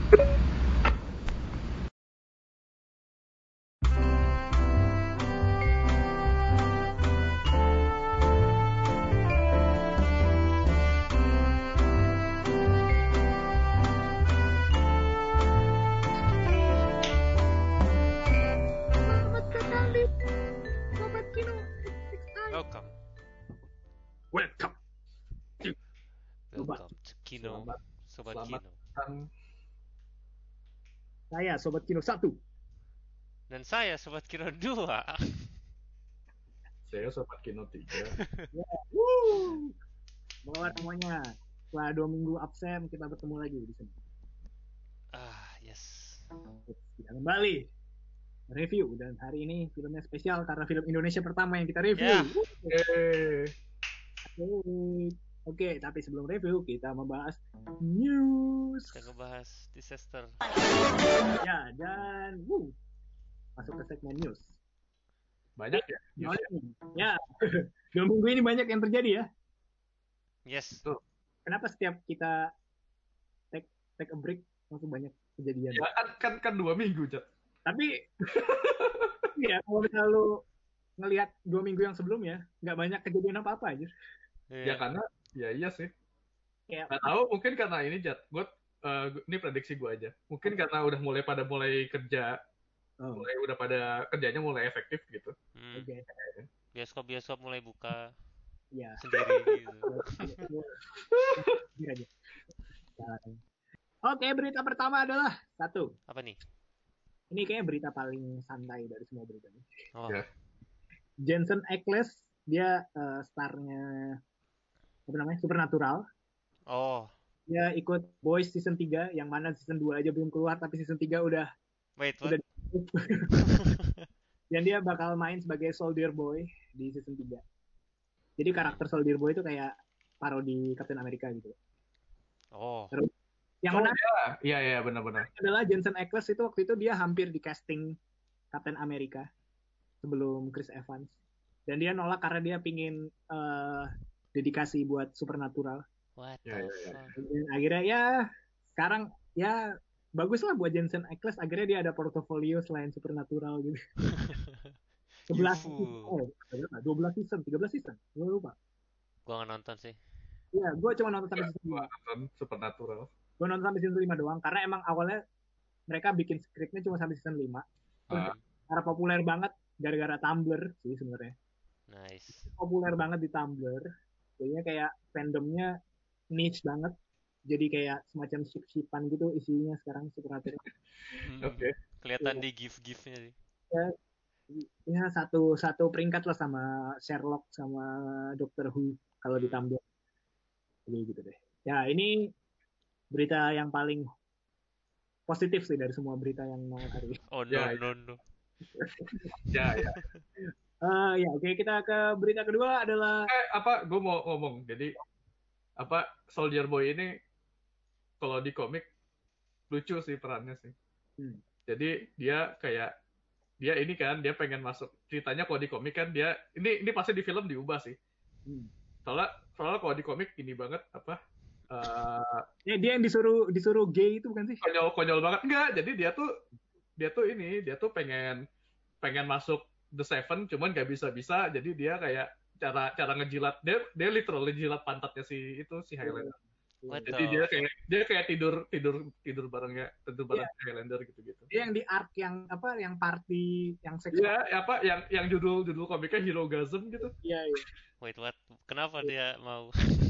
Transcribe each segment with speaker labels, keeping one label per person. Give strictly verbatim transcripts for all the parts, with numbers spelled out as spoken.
Speaker 1: Welcome.
Speaker 2: Welcome.
Speaker 1: Welcome to Kino.
Speaker 2: Selamat.
Speaker 1: Sobat
Speaker 2: Selamat.
Speaker 1: Kino.
Speaker 2: Saya Sobat Kino satu.
Speaker 1: Dan saya Sobat Kino dua.
Speaker 3: Saya Sobat Kino tiga.
Speaker 2: Ya, wuh. Bawa semuanya. Setelah dua minggu absen, kita bertemu lagi di sini.
Speaker 1: Ah, yes.
Speaker 2: Kita kembali review, dan hari ini filmnya spesial karena film Indonesia pertama yang kita review.
Speaker 1: Ya.
Speaker 3: Eh,
Speaker 2: Oke, Oke, tapi sebelum review kita membahas news.
Speaker 1: Kita ngebahas disaster.
Speaker 2: Ya, dan wuh, masuk ke segmen news.
Speaker 3: banyak ya.
Speaker 2: Oh, ya, dua minggu ini banyak yang terjadi ya.
Speaker 1: Yes.
Speaker 2: Kenapa setiap kita take take a break langsung banyak kejadian?
Speaker 3: Ya kan kan kan dua minggu, Jat.
Speaker 2: Tapi ya kalau misalnya lu ngelihat dua minggu yang sebelumnya nggak banyak kejadian apa-apa aja.
Speaker 3: Ya karena ya iya sih.
Speaker 2: Kayak
Speaker 3: Nggak tahu mungkin karena ini, Jat. Gue uh, ini prediksi gue aja. Mungkin karena udah mulai pada mulai kerja,
Speaker 2: oh,
Speaker 3: mulai udah pada kerjanya mulai efektif gitu.
Speaker 1: Hmm.
Speaker 2: oke,
Speaker 1: Bioskop-bioskop mulai buka
Speaker 2: ya.
Speaker 1: sendiri gitu.
Speaker 2: Gini aja. Oke, berita pertama adalah satu.
Speaker 1: Apa nih?
Speaker 2: Ini kayaknya berita paling santai dari semua berita ini.
Speaker 1: Oh.
Speaker 3: Ya.
Speaker 2: Jensen Ackles, dia uh, starnya apa namanya? Supernatural.
Speaker 1: Oh.
Speaker 2: Dia ikut Boys season tiga, yang mana season dua aja belum keluar, tapi season tiga udah
Speaker 1: Wait, what?
Speaker 2: udah dan dia bakal main sebagai Soldier Boy di season tiga. Jadi karakter Soldier Boy itu kayak parodi Captain America gitu.
Speaker 1: Oh.
Speaker 2: Terus yang
Speaker 3: Oh,
Speaker 2: menarik
Speaker 3: Iya, iya benar-benar.
Speaker 2: adalah Jensen Ackles itu waktu itu dia hampir di casting Captain America sebelum Chris Evans. Dan dia nolak karena dia pingin uh, dedikasi buat Supernatural.
Speaker 1: What
Speaker 3: Ya,
Speaker 1: the
Speaker 3: ya, ya.
Speaker 1: fuck?
Speaker 2: Dan akhirnya ya sekarang ya bagus lah buat Jensen Ackles, akhirnya dia ada portofolio selain Supernatural gitu. sebelas
Speaker 1: Yufu.
Speaker 2: season, oh, dua belas season, tiga belas season, gue lupa.
Speaker 1: Gua nggak nonton sih.
Speaker 2: Iya, gue cuma nonton sampai season lima.
Speaker 3: Nonton Supernatural.
Speaker 2: Gue nonton sampai season lima doang, karena emang awalnya mereka bikin skripnya cuma sampai season lima. Terus
Speaker 3: Ah.
Speaker 2: karena populer banget gara-gara Tumblr sih sebenarnya.
Speaker 1: Nice.
Speaker 2: Populer banget di Tumblr. Jadinya kayak fandomnya niche banget. Jadi kayak semacam ship-shipan gitu isinya sekarang Supernatural.
Speaker 1: Hmm.
Speaker 3: Oke.
Speaker 1: Kelihatan
Speaker 2: Iya.
Speaker 1: di gif-gifnya sih.
Speaker 2: Ya satu satu peringkat lah sama Sherlock sama Doctor Who kalau di Tumblr. Jadi gitu deh. Ya ini berita yang paling positif sih dari semua berita yang mau hari ini.
Speaker 1: Oh no
Speaker 3: Ya,
Speaker 1: no no.
Speaker 3: Ya, ya.
Speaker 2: Uh, ya oke, kita ke berita kedua adalah
Speaker 3: Eh, apa? Gue mau ngomong. Jadi apa Soldier Boy ini kalau di komik lucu sih perannya sih.
Speaker 2: Hmm.
Speaker 3: Jadi dia kayak dia ini kan dia pengen masuk ceritanya kalau di komik kan dia ini ini pasti di film diubah sih.
Speaker 2: hmm.
Speaker 3: Soalnya soalnya kalau di komik ini banget apa uh,
Speaker 2: ya dia yang disuruh disuruh gay itu bukan sih?
Speaker 3: konyol konyol banget enggak. Jadi dia tuh dia tuh ini dia tuh pengen pengen masuk The Seven cuman gak bisa bisa. Jadi dia kayak cara cara ngejilat dia dia literally jilat pantatnya si itu si Highlander.
Speaker 1: What
Speaker 3: Jadi
Speaker 1: the
Speaker 3: dia
Speaker 1: fuck?
Speaker 3: kayak dia kayak tidur tidur tidur barengnya tidur bareng
Speaker 2: Iya.
Speaker 3: Highlander gitu-gitu.
Speaker 2: Dia yang di arc yang apa yang party yang seksual.
Speaker 3: Iya, apa yang yang judul judul komiknya Herogasm gitu.
Speaker 2: Iya, iya.
Speaker 1: Wait, what? Kenapa dia mau?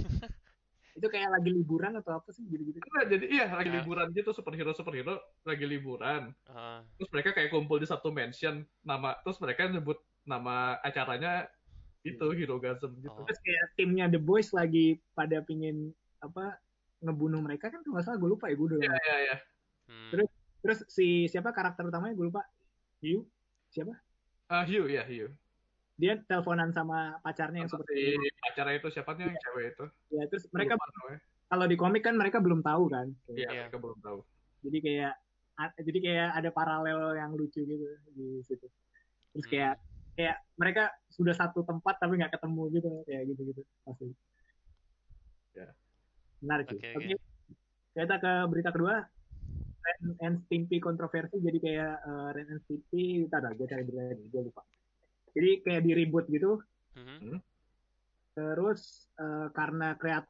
Speaker 2: Itu kayak lagi liburan atau apa sih gitu-gitu.
Speaker 3: Nah, jadi iya lagi
Speaker 1: Ya.
Speaker 3: liburan gitu superhero superhero lagi liburan.
Speaker 1: Ah,
Speaker 3: Terus mereka kayak kumpul di satu mansion nama terus mereka nyebut nama acaranya itu Herogasm gitu.
Speaker 1: Oh.
Speaker 2: Terus kayak timnya The Boys lagi pada pingin apa ngebunuh mereka kan, kalau nggak salah gue lupa ya gue udah.
Speaker 3: Iya iya iya.
Speaker 1: hmm.
Speaker 2: Terus terus si siapa karakter utamanya gue lupa. Hugh siapa?
Speaker 3: Ah Hugh ya Hugh.
Speaker 2: Dia teleponan sama pacarnya yang
Speaker 3: Sama
Speaker 2: seperti
Speaker 3: si pacarnya itu siapa nih yang cewek itu?
Speaker 2: ya, terus mereka
Speaker 3: Lupa namanya.
Speaker 2: kalau di komik kan mereka belum tahu kan.
Speaker 3: Iya,
Speaker 1: Iya.
Speaker 3: mereka belum tahu.
Speaker 2: Jadi kayak a- jadi kayak ada paralel yang lucu gitu di situ. Terus
Speaker 1: Hmm.
Speaker 2: kayak kayak mereka sudah satu tempat tapi nggak ketemu gitu, kayak gitu-gitu pasti.
Speaker 3: Ya.
Speaker 2: Menarik sih.
Speaker 1: Oke,
Speaker 2: Oke.
Speaker 1: oke.
Speaker 2: Kita ke berita kedua. Ren and Stimpy kontroversi jadi kayak uh, Ren and Stimpy, entar dah gue cari dulu lagi, gue lupa. Jadi kayak di reboot gitu.
Speaker 1: Mhm.
Speaker 2: Terus uh, karena kreator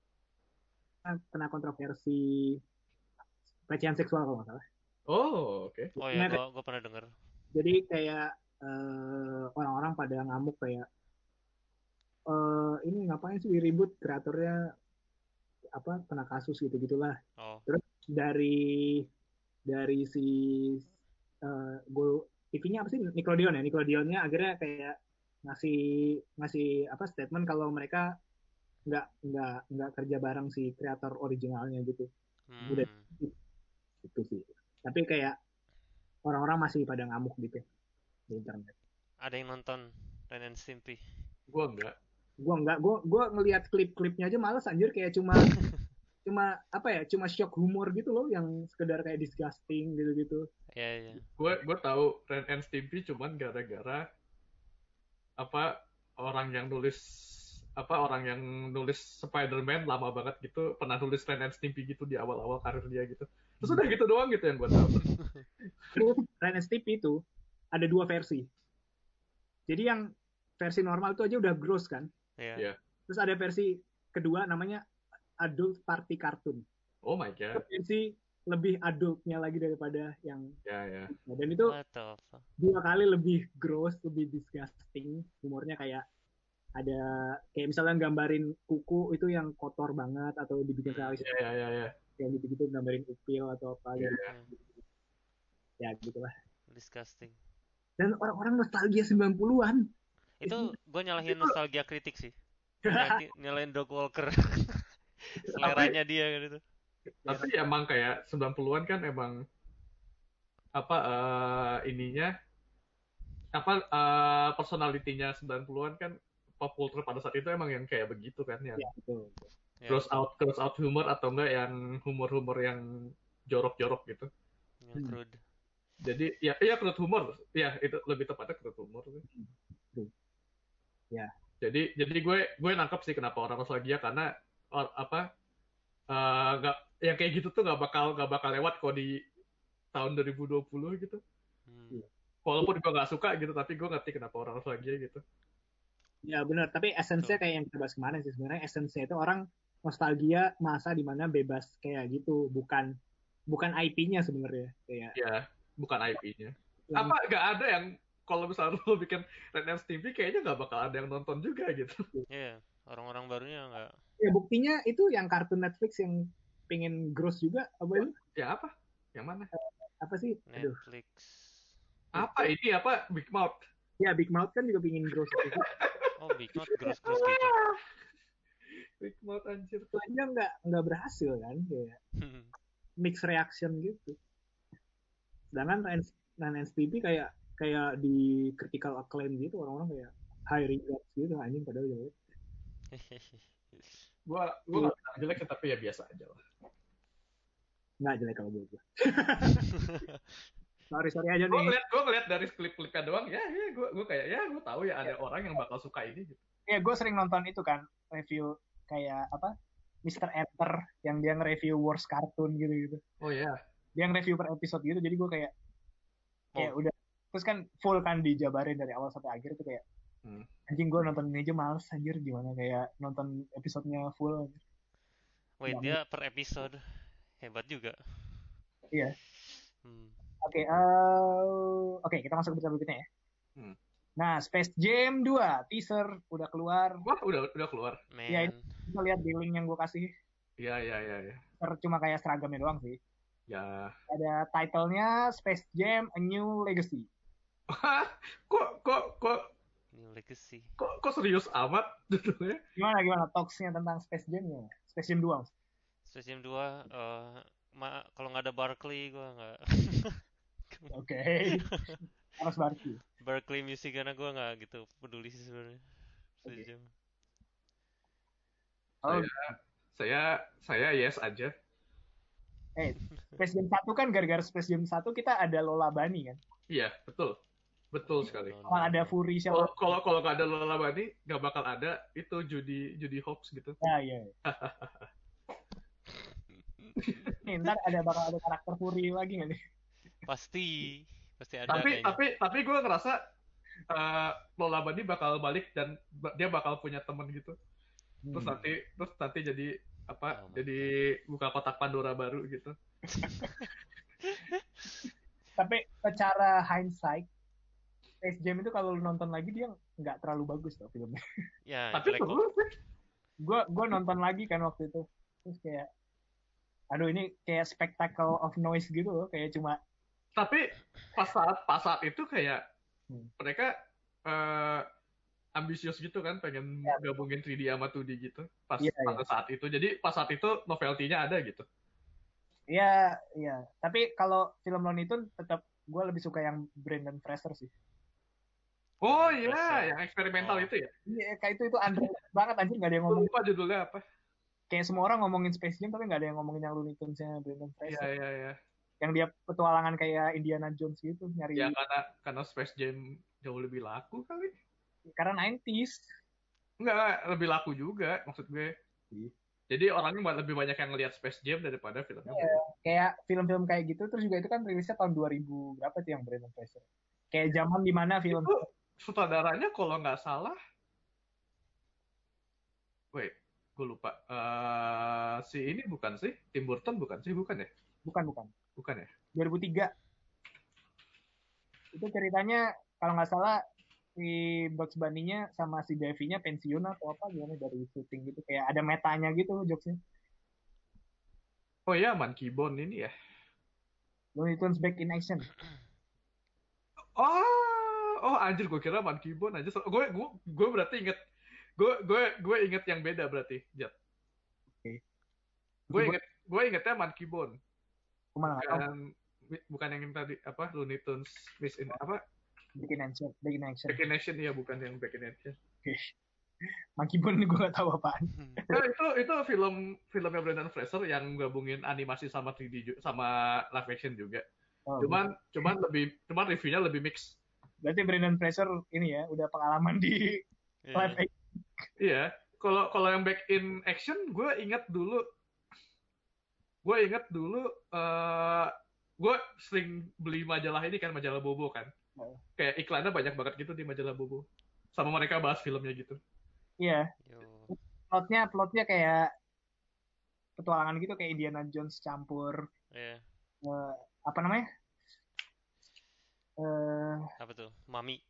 Speaker 2: kena kontroversi pelecehan seksual kalau nggak salah.
Speaker 3: Oh, oke. Okay.
Speaker 1: Oh ya, gue gue pernah dengar.
Speaker 2: Jadi kayak uh, orang-orang pada ngamuk kayak uh, ini ngapain sih di reboot, kreatornya apa kena kasus gitu gitulah.
Speaker 1: Oh.
Speaker 2: Terus dari dari si uh, gue T V-nya apa sih, Nickelodeon ya, Nickelodeonnya akhirnya kayak ngasih ngasih apa statement kalau mereka nggak nggak nggak kerja bareng si kreator originalnya gitu.
Speaker 1: Hmm.
Speaker 2: Udah itu sih. Tapi kayak orang-orang masih pada ngamuk gitu di internet.
Speaker 1: Ada yang nonton Ren and Stimpy?
Speaker 3: Gua enggak.
Speaker 2: Gua enggak, gua gua ngelihat klip-klipnya aja males anjir, kayak cuma cuma apa ya, cuma shock humor gitu loh yang sekedar kayak disgusting gitu-gitu.
Speaker 1: Iya, yeah, iya. Yeah.
Speaker 3: Gue gue tahu Ren and Stimpy cuman gara-gara apa orang yang nulis apa orang yang nulis Spider-Man lama banget gitu pernah nulis Ren and Stimpy gitu di awal-awal karir dia gitu. Terus udah gitu doang gitu yang gue tahu.
Speaker 2: Ren and Stimpy itu ada dua versi. Jadi yang versi normal itu aja udah gross kan?
Speaker 1: Iya.
Speaker 3: Yeah.
Speaker 2: Terus ada versi kedua namanya Adult Party Cartoon.
Speaker 3: Oh my god.
Speaker 2: Versi lebih adultnya lagi daripada yang
Speaker 3: ya yeah, ya. Yeah.
Speaker 2: Dan itu
Speaker 1: What the fuck?
Speaker 2: dua kali lebih gross, lebih disgusting. Humornya kayak ada kayak misalnya gambarin kuku itu yang kotor banget atau dibikin realis.
Speaker 3: Iya iya iya iya.
Speaker 2: Kayak gitu-gitu gambarin upil atau apa
Speaker 3: yeah,
Speaker 2: gitu.
Speaker 3: Yeah.
Speaker 2: Ya gitulah.
Speaker 1: Disgusting.
Speaker 2: Dan orang-orang nostalgia sembilan puluhan.
Speaker 1: Itu gue nyalahin nostalgia kritik sih. Nyalahin Doc Walker. Seleranya dia kan itu.
Speaker 3: Tapi ya, emang kayak sembilan puluhan kan emang apa uh, ininya apa uh, personalitinya sembilan puluhan kan pop culture pada saat itu emang yang kayak begitu kan yang
Speaker 2: ya, betul.
Speaker 3: Cross ya, out cross out humor atau enggak yang humor-humor yang jorok-jorok gitu.
Speaker 1: Yang crude.
Speaker 3: Jadi ya ya crude humor. Ya itu lebih tepatnya crude humor.
Speaker 2: Hmm. Ya.
Speaker 3: Jadi jadi gue gue nangkep sih kenapa orang nostalgia karena or, apa nggak uh, yang kayak gitu tuh nggak bakal nggak bakal lewat kok di tahun dua ribu dua puluh gitu. Hmm. Walaupun gue nggak suka gitu, tapi gue ngerti kenapa orang nostalgia gitu.
Speaker 2: Ya benar, tapi esensinya kayak yang kita bahas kemarin sih, sebenarnya esensinya itu orang nostalgia masa dimana bebas kayak gitu, bukan bukan I P-nya sebenarnya kayak.
Speaker 3: Ya, bukan I P-nya. Yang... Apa nggak ada yang kalau misalnya lo bikin Ren and Stimpy kayaknya nggak bakal ada yang nonton juga gitu.
Speaker 1: Iya, yeah, orang-orang barunya nggak.
Speaker 2: Ya buktinya itu yang kartun Netflix yang pengen gross juga apa itu?
Speaker 3: Ya apa? Yang mana?
Speaker 2: Apa sih?
Speaker 1: Netflix.
Speaker 3: Aduh. Apa ini apa Big Mouth?
Speaker 2: Ya Big Mouth kan juga pengen gross juga.
Speaker 1: Oh Big Mouth gross-gross gitu.
Speaker 3: Big Mouth anjir.
Speaker 2: Itu aja nggak nggak berhasil kan kayak mix reaction gitu. Sedangkan Ren and Stimpy kayak kayak di critical acclaim gitu, orang-orang kayak high regards gitu anjing padahal jelek.
Speaker 3: gua gua nggak bilang jelek tapi ya biasa aja lah.
Speaker 2: Nggak jelek kalau gue. sorry sorry aja nih.
Speaker 3: Gue ngeliat gue ngeliat dari klip-klipnya doang ya, ya gue gue kayak ya gue tahu ya ada ya. Orang yang bakal suka ini gitu.
Speaker 2: Ya gue sering nonton itu kan review kayak apa mister Enter yang dia nge-review worst cartoon gitu gitu.
Speaker 3: Oh iya. Yeah.
Speaker 2: Dia nge-review per episode gitu, jadi gue kayak kayak oh. udah terus kan full kan dijabarin dari awal sampai akhir tuh kayak hmm. anjing gue nonton ini aja males anjir, gimana kayak nonton episodenya full.
Speaker 1: Wait ya, dia per episode hebat juga.
Speaker 2: Iya.
Speaker 3: Hmm.
Speaker 2: Oke, okay, uh, oke okay, kita masuk ke berita berikutnya ya. Hmm. Nah, Space Jam dua teaser udah keluar.
Speaker 3: Wah, udah udah keluar.
Speaker 1: Man.
Speaker 2: Ya, kita lihat di link yang gue kasih.
Speaker 3: Iya, iya, iya, ya.
Speaker 2: Cuma kayak seragamnya doang sih.
Speaker 3: Ya.
Speaker 2: Ada title-nya Space Jam A New Legacy.
Speaker 3: kok kok kok
Speaker 1: New Legacy.
Speaker 3: Kok kok serius amat judulnya?
Speaker 2: Gimana gimana talks-nya tentang Space Jam ya? Space Jam dua.
Speaker 1: Space Jam dua uh, ma- kalau nggak ada Barkley gue nggak.
Speaker 2: Oke. Okay. Harus Barkley.
Speaker 1: Barkley Music karena gue nggak gitu peduli sih sebenarnya. Space okay. Jam.
Speaker 3: Oh. Saya saya saya yes aja.
Speaker 2: Eh, Space Jam satu kan gara-gara Space Jam satu kita ada Lola Bunny kan?
Speaker 3: Iya, betul. Betul sekali.
Speaker 2: Kalau ada Fury siapa?
Speaker 3: Kalau kalau nggak ada Lola Bunny, nggak bakal ada itu Judy Judy Hopps gitu.
Speaker 2: Ya, iya. nih, ntar ada bakal ada karakter Fury lagi nggak nih?
Speaker 1: Pasti, pasti ada
Speaker 3: Tapi
Speaker 1: kayaknya.
Speaker 3: tapi tapi gue ngerasa uh, Lola Bunny bakal balik dan ba- dia bakal punya temen gitu. Terus
Speaker 2: Hmm.
Speaker 3: nanti terus nanti jadi apa?
Speaker 1: Oh my
Speaker 3: jadi buka kotak Pandora baru gitu.
Speaker 2: Tapi secara hindsight, Space Jam itu kalau lu nonton lagi dia nggak terlalu bagus tuh filmnya.
Speaker 1: Ya,
Speaker 3: Tapi
Speaker 1: jelek kok.
Speaker 3: seru sih.
Speaker 2: Gue gue nonton lagi kan waktu itu, terus kayak, aduh ini kayak spectacle of noise gitu loh, kayak cuma.
Speaker 3: Tapi pas saat pas saat itu kayak
Speaker 2: Hmm.
Speaker 3: mereka uh, ambisius gitu kan, pengen
Speaker 2: Ya.
Speaker 3: gabungin three D sama two D gitu. Pas
Speaker 2: Iya,
Speaker 3: pada
Speaker 2: iya.
Speaker 3: saat itu. Jadi pas saat itu novelty-nya ada gitu.
Speaker 2: Iya, iya. Tapi kalau film Looney Tunes tetap gue lebih suka yang Brendan Fraser sih.
Speaker 3: Oh
Speaker 1: Hmm,
Speaker 3: iya,
Speaker 1: Fraser.
Speaker 3: yang eksperimental
Speaker 1: Oh.
Speaker 3: itu ya.
Speaker 2: Iya, kayak itu itu underrated banget anjir, nggak ada yang
Speaker 3: Gue
Speaker 2: ngomong.
Speaker 3: lupa judulnya apa.
Speaker 2: Kayak semua orang ngomongin Space Jam tapi nggak ada yang ngomongin yang Looney Tunes-nya Brendan
Speaker 3: Iya
Speaker 2: Fraser.
Speaker 3: iya iya.
Speaker 2: Yang dia petualangan kayak Indiana Jones gitu, nyari.
Speaker 3: Ya karena karena Space Jam jauh lebih laku kali.
Speaker 2: Karena nineties.
Speaker 3: Enggak, lebih laku juga maksud gue.
Speaker 2: Iya.
Speaker 3: Jadi orangnya malah lebih banyak yang ngelihat Space Jam daripada filmnya.
Speaker 2: Iya, kayak film-film kayak gitu, terus juga itu kan rilisnya tahun dua ribu berapa tuh yang Brendan Fraser. Kayak zaman dimana film.
Speaker 3: Itu sutradaranya kalau nggak salah, wait, gue lupa. Uh, si ini bukan sih? Tim Burton bukan sih? Bukan ya?
Speaker 2: Bukan, bukan.
Speaker 3: Bukan ya?
Speaker 2: dua ribu tiga. Itu ceritanya, kalau nggak salah, si Bugs Bunny-nya sama si Davy-nya pensiun atau apa gimana dari syuting gitu. Kayak ada metanya gitu jokesnya.
Speaker 3: Oh iya, Monkey Bone ini ya.
Speaker 2: Looney Tunes Back in Action.
Speaker 3: Oh, oh anjir gue kira Monkey Bone aja. Gue gue gue berarti inget gue gue gue inget yang beda berarti, Jat.
Speaker 2: Oke. Okay.
Speaker 3: Gue inget gue ingetnya Monkey Bone.
Speaker 2: Bukan,
Speaker 3: bukan yang tadi apa Looney Tunes Miss in apa?
Speaker 2: Back in Action. Back in Action.
Speaker 3: Back in Action ya, bukan yang Back in Action.
Speaker 2: Oke. Okay. Monkey Bone gue gak tahu apaan.
Speaker 3: Nah, itu itu film filmnya Brendan Fraser yang gabungin animasi sama three D sama live action juga. Oh, cuman betul. cuman lebih cuman reviewnya lebih mix.
Speaker 2: Berarti Brendan Fraser ini ya udah pengalaman di yeah. live action.
Speaker 3: Iya. Kalau kalau yang Back in Action gue ingat dulu gue ingat dulu uh, gue sering beli majalah ini kan, majalah Bobo kan. Oh. Kayak iklannya banyak banget gitu di majalah Bobo. Sama mereka bahas filmnya gitu.
Speaker 2: Iya. Plotnya plotnya kayak petualangan gitu, kayak Indiana Jones campur.
Speaker 1: Iya.
Speaker 2: Uh, apa namanya? Uh,
Speaker 1: apa tuh? Mami.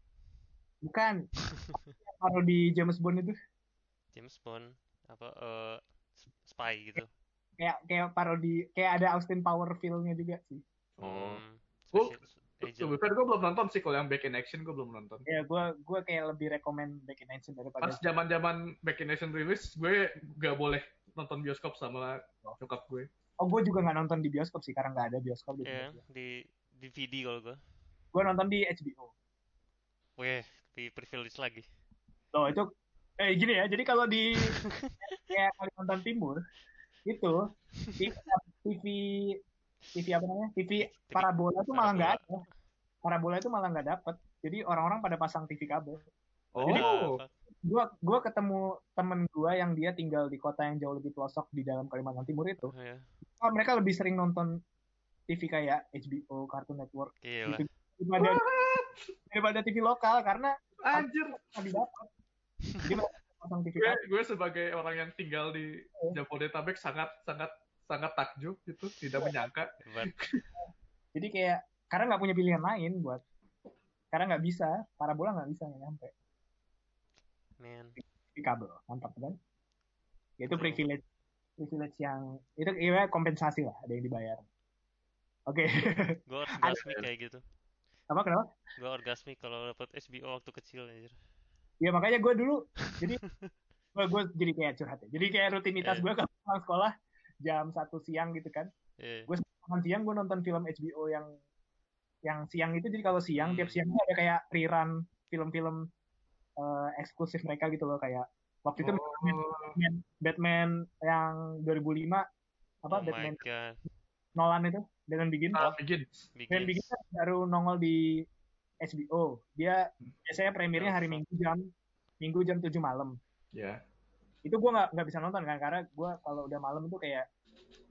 Speaker 2: Bukan. Kalau di James Bond itu.
Speaker 1: James Bond apa uh, spy gitu.
Speaker 2: Kayak kayak parodi, kayak ada Austin Power film-nya juga sih.
Speaker 3: Oh. Hmm. Sebetulnya gue belum nonton sih, kalau yang Back in Action gue belum nonton.
Speaker 2: Ya, gue gue kayak lebih rekomend Back in Action daripada.
Speaker 3: Pas zaman-zaman Back in Action rilis, gue gak boleh nonton bioskop sama oh. nyokap gue.
Speaker 2: Oh, gue juga nggak nonton di bioskop sih, karena nggak ada bioskop di.
Speaker 1: Iya, yeah, di D V D kalau gue.
Speaker 2: Gue nonton di H B O.
Speaker 1: Weh, di privilege lagi.
Speaker 2: Loh itu, eh gini ya, jadi kalau di kayak Kalimantan Timur itu T V T V apa namanya? T V parabola itu malah nggak ada. Parabola itu malah nggak dapet. Jadi orang-orang pada pasang T V kabel.
Speaker 3: Oh.
Speaker 2: Jadi gua gua ketemu temen gua yang dia tinggal di kota yang jauh lebih pelosok di dalam Kalimantan Timur itu.
Speaker 1: Oh, yeah.
Speaker 2: Oh, mereka lebih sering nonton T V kayak H B O, Cartoon Network
Speaker 1: gitu,
Speaker 2: daripada daripada T V lokal, karena
Speaker 3: anjir
Speaker 2: nggak didapat. Jadi pasang T V
Speaker 3: gue, gue sebagai orang yang tinggal di Jabodetabek sangat sangat sangat takjub gitu, tidak menyangka.
Speaker 2: Jadi kayak karena nggak punya pilihan lain buat, karena nggak bisa, parabola nggak bisa nyampe.
Speaker 1: Man.
Speaker 2: Di kabel, mantap kan? Itu privilege, privilege yang itu ya kompensasi lah, ada yang dibayar. Oke. Okay.
Speaker 1: Gue orgasmik kayak gitu.
Speaker 2: Apa kenapa?
Speaker 1: Gue orgasmik kalau dapat H B O waktu kecil anjir.
Speaker 2: Ya makanya gue dulu, jadi gue, gue jadi kayak curhat ya. Jadi kayak rutinitas yeah. gue kalau pulang sekolah jam satu siang gitu kan. Yeah. Gue makan siang gue nonton film H B O yang yang siang itu. Jadi kalau siang hmm. tiap siang ada kayak rerun film-film uh, eksklusif mereka gitu loh, kayak waktu itu oh. Batman, Batman yang dua ribu lima apa oh Batman Nolan itu Batman Begins.
Speaker 3: Uh, Begins.
Speaker 2: Batman Begins kan baru nongol di H B O. Dia biasanya premiernya hari Minggu jam Minggu jam tujuh malam.
Speaker 3: Ya. Yeah.
Speaker 2: Itu gue nggak nggak bisa nonton kan, karena gue kalau udah malam itu kayak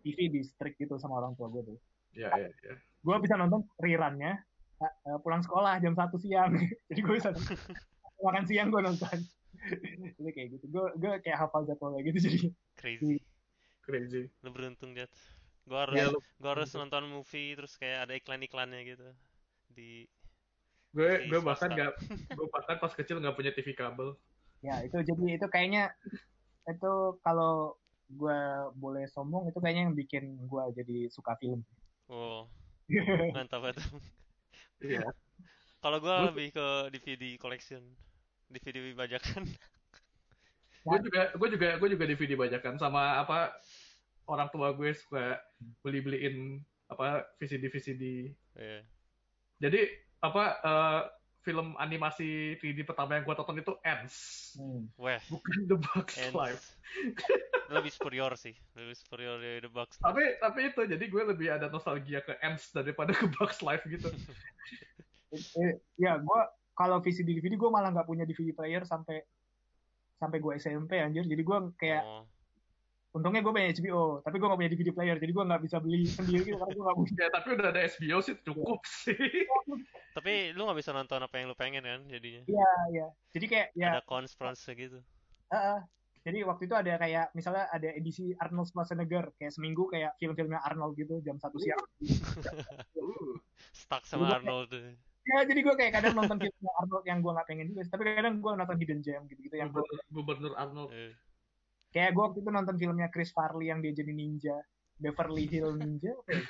Speaker 2: T V di strict gitu sama orang tua gue tuh.
Speaker 3: Iya, iya, iya.
Speaker 2: Gue bisa nonton rerunnya uh, pulang sekolah jam satu siang. Jadi gue bisa makan siang gue nonton. Jadi kayak gitu. Gue gue kayak hafal jadwalnya gitu jadi.
Speaker 1: Crazy.
Speaker 3: Crazy.
Speaker 1: Lu beruntung, Jat. Gua harus
Speaker 3: Ya, lu,
Speaker 1: gua harus nonton movie terus kayak ada iklan-iklannya gitu di
Speaker 3: gue
Speaker 1: T V
Speaker 3: gue bahkan
Speaker 1: swasta.
Speaker 3: nggak gue bahkan pas kecil nggak punya T V kabel.
Speaker 2: Ya itu jadi itu kayaknya itu kalau gue boleh sombong itu kayaknya yang bikin gue jadi suka film.
Speaker 1: Oh, mantap banget.
Speaker 3: Iya.
Speaker 1: Kalau gua
Speaker 3: Gue
Speaker 1: lebih ke D V D collection, D V D bajakan.
Speaker 3: gue juga gue juga gue juga D V D bajakan sama apa orang tua gue suka beli-beliin apa V C D V C D.
Speaker 1: Iya.
Speaker 3: Jadi apa eh, film animasi tiga D pertama yang gue tonton itu Ants.
Speaker 2: Hmm.
Speaker 1: Weh,
Speaker 3: Bukan The Bugs
Speaker 1: Ants.
Speaker 3: Life.
Speaker 1: lebih superior sih, lebih superior dari The Bugs.
Speaker 3: Tapi tapi itu jadi gue lebih ada nostalgia ke Ants daripada ke Bugs Life gitu.
Speaker 2: Eh, ya gue kalau V C D D V D gue malah nggak punya D V D player sampai sampai gue S M P anjir. Jadi gue kayak
Speaker 1: Oh,
Speaker 2: untungnya gue punya H B O tapi gue nggak punya D V D player jadi gue nggak bisa beli sendiri gitu karena gue nggak punya.
Speaker 3: Ya tapi udah ada S B O sih cukup sih.
Speaker 1: tapi lu nggak bisa nonton apa yang lu pengen kan jadinya.
Speaker 2: Iya iya. Jadi kayak ya.
Speaker 1: Ada cons-cons gitu.
Speaker 2: Uh, uh. Jadi waktu itu ada kayak misalnya ada edisi Arnold Schwarzenegger kayak seminggu kayak film-filmnya Arnold gitu jam satu siang.
Speaker 3: Uh.
Speaker 1: Stuck sama Arnold tuh.
Speaker 2: Ya jadi gue kayak kadang nonton filmnya Arnold yang gue nggak pengen juga, tapi kadang gue nonton Hidden Gem gitu-gitu yang gue
Speaker 3: Gubernur, Gubernur Arnold.
Speaker 1: Eh,
Speaker 2: kayak gue waktu itu nonton filmnya Chris Farley yang dia jadi ninja, Beverly Hill Ninja.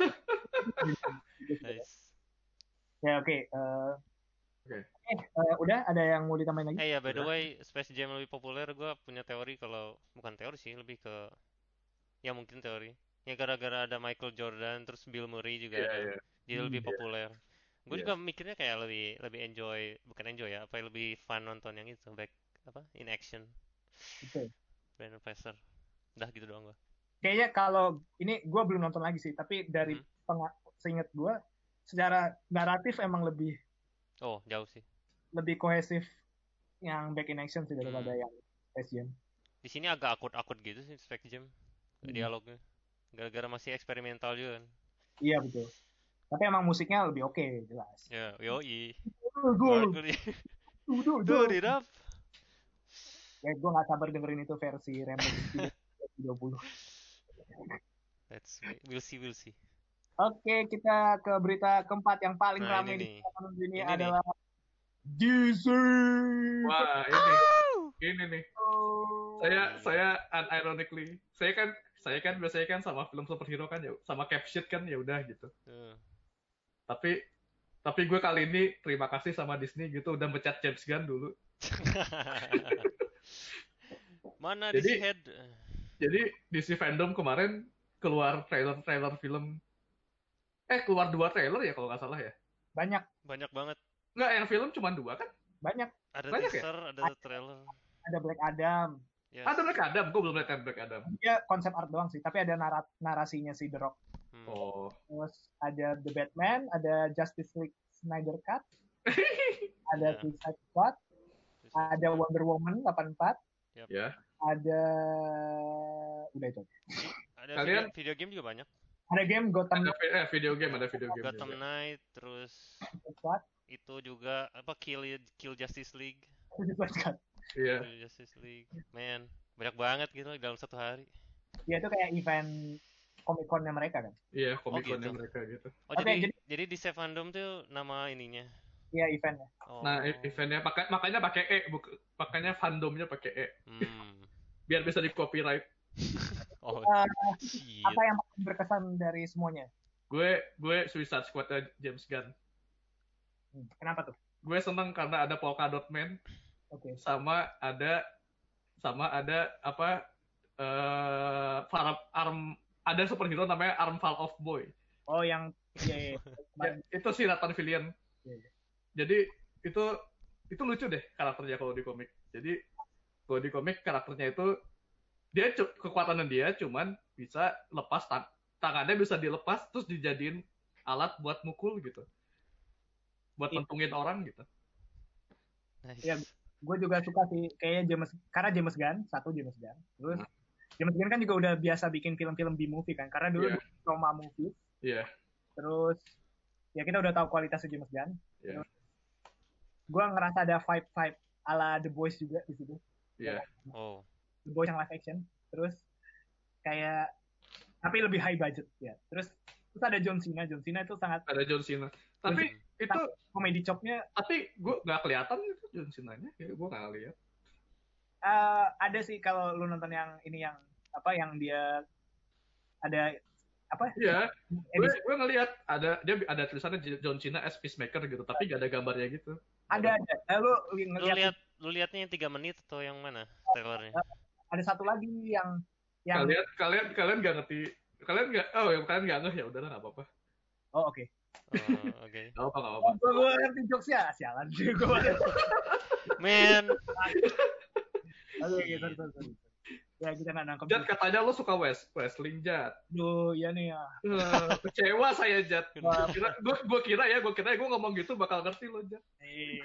Speaker 1: nice.
Speaker 2: Ya oke. eh,
Speaker 3: Oke.
Speaker 2: Eh eh, udah ada yang mau ditambahin lagi?
Speaker 1: Eh ya, by the
Speaker 3: Udah.
Speaker 1: way, Space Jam lebih populer, gue punya teori kalau bukan teori sih, lebih ke ya mungkin teori. Ya gara-gara ada Michael Jordan, terus Bill Murray juga
Speaker 3: Iya,
Speaker 1: ada,
Speaker 3: iya.
Speaker 1: jadi
Speaker 2: Hmm,
Speaker 1: lebih
Speaker 3: iya.
Speaker 1: populer. Gue
Speaker 3: Iya.
Speaker 1: juga mikirnya kayak lebih lebih enjoy, bukan enjoy ya, apa ya, lebih fun nonton yang itu, back apa in action,
Speaker 2: Betul.
Speaker 1: Brandon Fraser. Dah gitu doang gue.
Speaker 2: Kayaknya kalau ini gue belum nonton lagi sih, tapi dari
Speaker 1: Hmm.
Speaker 2: penga- seingat gue secara naratif emang lebih
Speaker 1: Oh jauh sih.
Speaker 2: lebih kohesif yang back in action sih daripada
Speaker 1: Hmm.
Speaker 2: yang Space Jam.
Speaker 1: Di sini agak akut-akut gitu sih Space Jam,
Speaker 2: Hmm.
Speaker 1: dialognya. Gara-gara masih eksperimental juga kan.
Speaker 2: Iya betul. Tapi emang musiknya lebih oke jelas.
Speaker 1: Ya, yoi.
Speaker 2: Gue
Speaker 1: Mercury.
Speaker 2: Duh,
Speaker 1: Tuh, di rap.
Speaker 2: Ya gue nggak sabar dengerin itu versi remix tiga puluh.
Speaker 1: Let's we'll see, we'll see.
Speaker 2: Oke, kita ke berita keempat yang paling
Speaker 1: Nah,
Speaker 2: ramai
Speaker 1: ini
Speaker 2: di
Speaker 1: nih.
Speaker 2: tahun ini
Speaker 1: Ini
Speaker 2: adalah D C.
Speaker 3: Wah, ini. Ini nih.
Speaker 2: Oh.
Speaker 3: Saya saya unironically, saya kan saya kan biasanya kan sama film superhero kan ya, sama caption kan ya udah gitu.
Speaker 1: Tuh.
Speaker 3: Tapi tapi gue kali ini terima kasih sama Disney gitu udah mecat James Gunn dulu.
Speaker 1: Mana
Speaker 3: Jadi-
Speaker 1: D C Head?
Speaker 3: Jadi D C fandom kemarin keluar trailer-trailer film. Eh keluar dua trailer ya kalau nggak salah ya.
Speaker 2: Banyak,
Speaker 1: Banyak banget.
Speaker 3: Nggak, yang film cuma dua kan?
Speaker 2: banyak.
Speaker 1: Ada
Speaker 3: Banyak ya?
Speaker 1: teaser, ada trailer.
Speaker 2: Ada Black Adam.
Speaker 1: Yes.
Speaker 3: Ada Black Adam, gue belum lihat yang Black Adam.
Speaker 2: Dia konsep art doang sih, tapi ada narat narasinya si The Rock.
Speaker 1: Hmm.
Speaker 3: Oh.
Speaker 2: Terus ada The Batman, ada Justice League Snyder Cut, ada
Speaker 1: Iya.
Speaker 2: Suicide Squad,
Speaker 1: Terus-
Speaker 2: ada Wonder Woman delapan puluh empat,
Speaker 3: Ya.
Speaker 2: ada udah itu.
Speaker 1: Ada
Speaker 3: Kalian-
Speaker 1: video, video game juga banyak.
Speaker 2: Ada game Gotham
Speaker 3: Ada vi- eh, video game, ada video game.
Speaker 1: Gotham
Speaker 3: juga.
Speaker 1: Knight, terus
Speaker 2: Squad,
Speaker 1: itu juga apa Kill Kill Justice League.
Speaker 2: Suicide Squad.
Speaker 3: Iya.
Speaker 1: Kill Justice League. Man, banyak banget gitu dalam satu hari.
Speaker 2: Ya itu kayak event Comic Con-nya mereka kan.
Speaker 3: Iya, komik-komiknya
Speaker 1: gitu.
Speaker 3: mereka gitu.
Speaker 1: Oh,
Speaker 2: Oke,
Speaker 1: jadi
Speaker 2: jadi-
Speaker 1: jadi di Save Fandom tuh nama ininya.
Speaker 2: Iya eventnya.
Speaker 1: Oh.
Speaker 3: Nah, e- eventnya pakai makanya pakai E, buk- makanya fandomnya pakai E,
Speaker 1: Hmm.
Speaker 3: biar bisa di copyright.
Speaker 1: Oh,
Speaker 2: Eh,
Speaker 1: shit.
Speaker 2: apa yang paling berkesan dari semuanya?
Speaker 3: Gue gue Suicide Squad James Gunn.
Speaker 2: Hmm, Kenapa tuh?
Speaker 3: Gue seneng karena ada Polka Dot Man
Speaker 2: Oke.
Speaker 3: sama ada sama ada apa eh farm arm ada superhero namanya Armfall of Boy.
Speaker 2: Oh yang iya, iya.
Speaker 3: Ya, itu si Nathan Fillion.
Speaker 2: Iya, iya.
Speaker 3: Jadi itu itu lucu deh karakternya kalau di komik. Jadi kalau di komik karakternya itu dia cu- kekuatannya dia cuman bisa lepas tang- tangannya bisa dilepas terus dijadiin alat buat mukul gitu. Buat
Speaker 2: Iya.
Speaker 3: mentungin orang gitu.
Speaker 1: Nice.
Speaker 2: Iya. Gue juga suka sih kayaknya James karena James Gunn satu James Gunn terus
Speaker 3: Hmm.
Speaker 2: James Gunn kan juga udah biasa bikin film-film B-movie kan, karena dulu
Speaker 3: Iya.
Speaker 2: yeah. Roma movie.
Speaker 3: Iya. Yeah.
Speaker 2: Terus ya kita udah tahu kualitasnya James Gunn.
Speaker 3: Iya. Yeah.
Speaker 2: Gue ngerasa ada vibe-vibe ala The Boys juga di situ.
Speaker 3: Iya. Yeah.
Speaker 1: Oh.
Speaker 2: The Boys yang live action. Terus kayak tapi lebih high budget ya. Terus terus ada John Cena. John Cena itu sangat
Speaker 3: ada John Cena. Tapi
Speaker 2: John
Speaker 3: itu
Speaker 2: komedi chopnya.
Speaker 3: Tapi gue nggak kelihatan itu John Cena-nya. Gue nggak lihat.
Speaker 2: Uh, ada sih kalau lu nonton yang ini yang apa yang dia ada apa?
Speaker 3: Iya. Gue gue ngelihat ada dia ada tulisannya John Cena as Peacemaker gitu, tapi gak ada gambarnya gitu.
Speaker 2: Ada ada. Eh, lu
Speaker 1: ngelihat. Lu lihat lu lihatnya yang tiga menit atau yang mana trailernya?
Speaker 2: Ada satu lagi yang yang
Speaker 3: kalian kalian kalian nggak ngerti kalian nggak oh ya kalian nggak ngerti ya udah nggak apa-apa.
Speaker 2: Oh oke. Okay.
Speaker 1: Oh, oke.
Speaker 3: Nggak apa nggak apa.
Speaker 2: Gue gue ngerti jokesnya sialan sih gue.
Speaker 1: Men.
Speaker 2: Oke gitu terus. Ya kita nggak nangkep.
Speaker 3: Jat katanya lo suka West wrestling Jat.
Speaker 2: Duh ya nih ya.
Speaker 3: Uh, kecewa saya Jat. Gue gue kira ya gue kira gue ngomong gitu bakal ngerti lo Jat.
Speaker 2: Eh.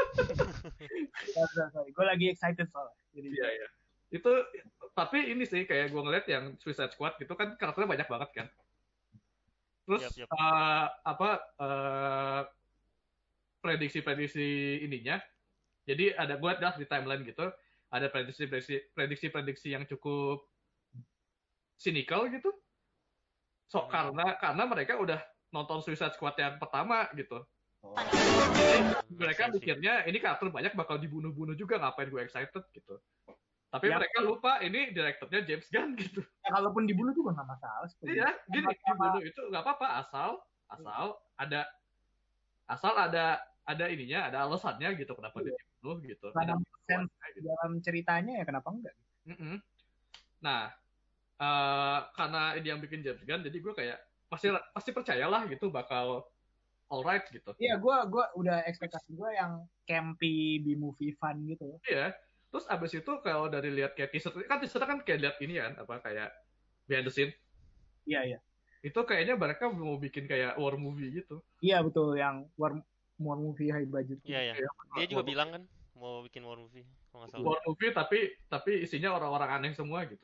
Speaker 2: Gue lagi excited soalnya. Jadi
Speaker 3: iya iya. Itu tapi ini sih kayak gue ngeliat yang Suicide Squad gitu kan karakternya banyak banget kan. Terus yep, yep. Uh, apa uh, prediksi-prediksi ininya. Jadi ada gue ada di timeline gitu. Ada prediksi-prediksi prediksi-prediksi yang cukup cynical gitu. So hmm. karena karena mereka udah nonton Suicide Squad yang pertama gitu. Oh. Jadi mereka mikirnya ini karakter banyak bakal dibunuh-bunuh juga, ngapain gue excited gitu. Tapi ya, mereka lupa ini direkturnya James Gunn gitu.
Speaker 2: Ya, kalaupun dibunuh juga nggak masalah.
Speaker 3: Iya, gini dibunuh itu nggak apa-apa asal asal ada asal ada ada ininya, ada alasannya gitu kenapa dia dibunuh gitu.
Speaker 2: Ada sense gitu. Dalam ceritanya ya kenapa enggak?
Speaker 3: Mm-hmm. Nah, uh, karena ini yang bikin James Gunn, jadi gue kayak pasti pasti percayalah gitu bakal alright gitu.
Speaker 2: Iya, gue gue udah ekspektasi gue yang campy B-movie fun gitu.
Speaker 3: Iya. Terus abis itu kalau dari lihat kayak teaser, kan teaser kan kayak lihat ini kan, apa kayak behind the scene.
Speaker 2: Iya, iya.
Speaker 3: Itu kayaknya mereka mau bikin kayak war movie gitu.
Speaker 2: Iya, betul. Yang war, war movie high budget.
Speaker 1: Iya, iya. Dia juga war bilang kan mau bikin war movie. Kalau nggak salah.
Speaker 3: War movie tapi tapi isinya orang-orang aneh semua gitu.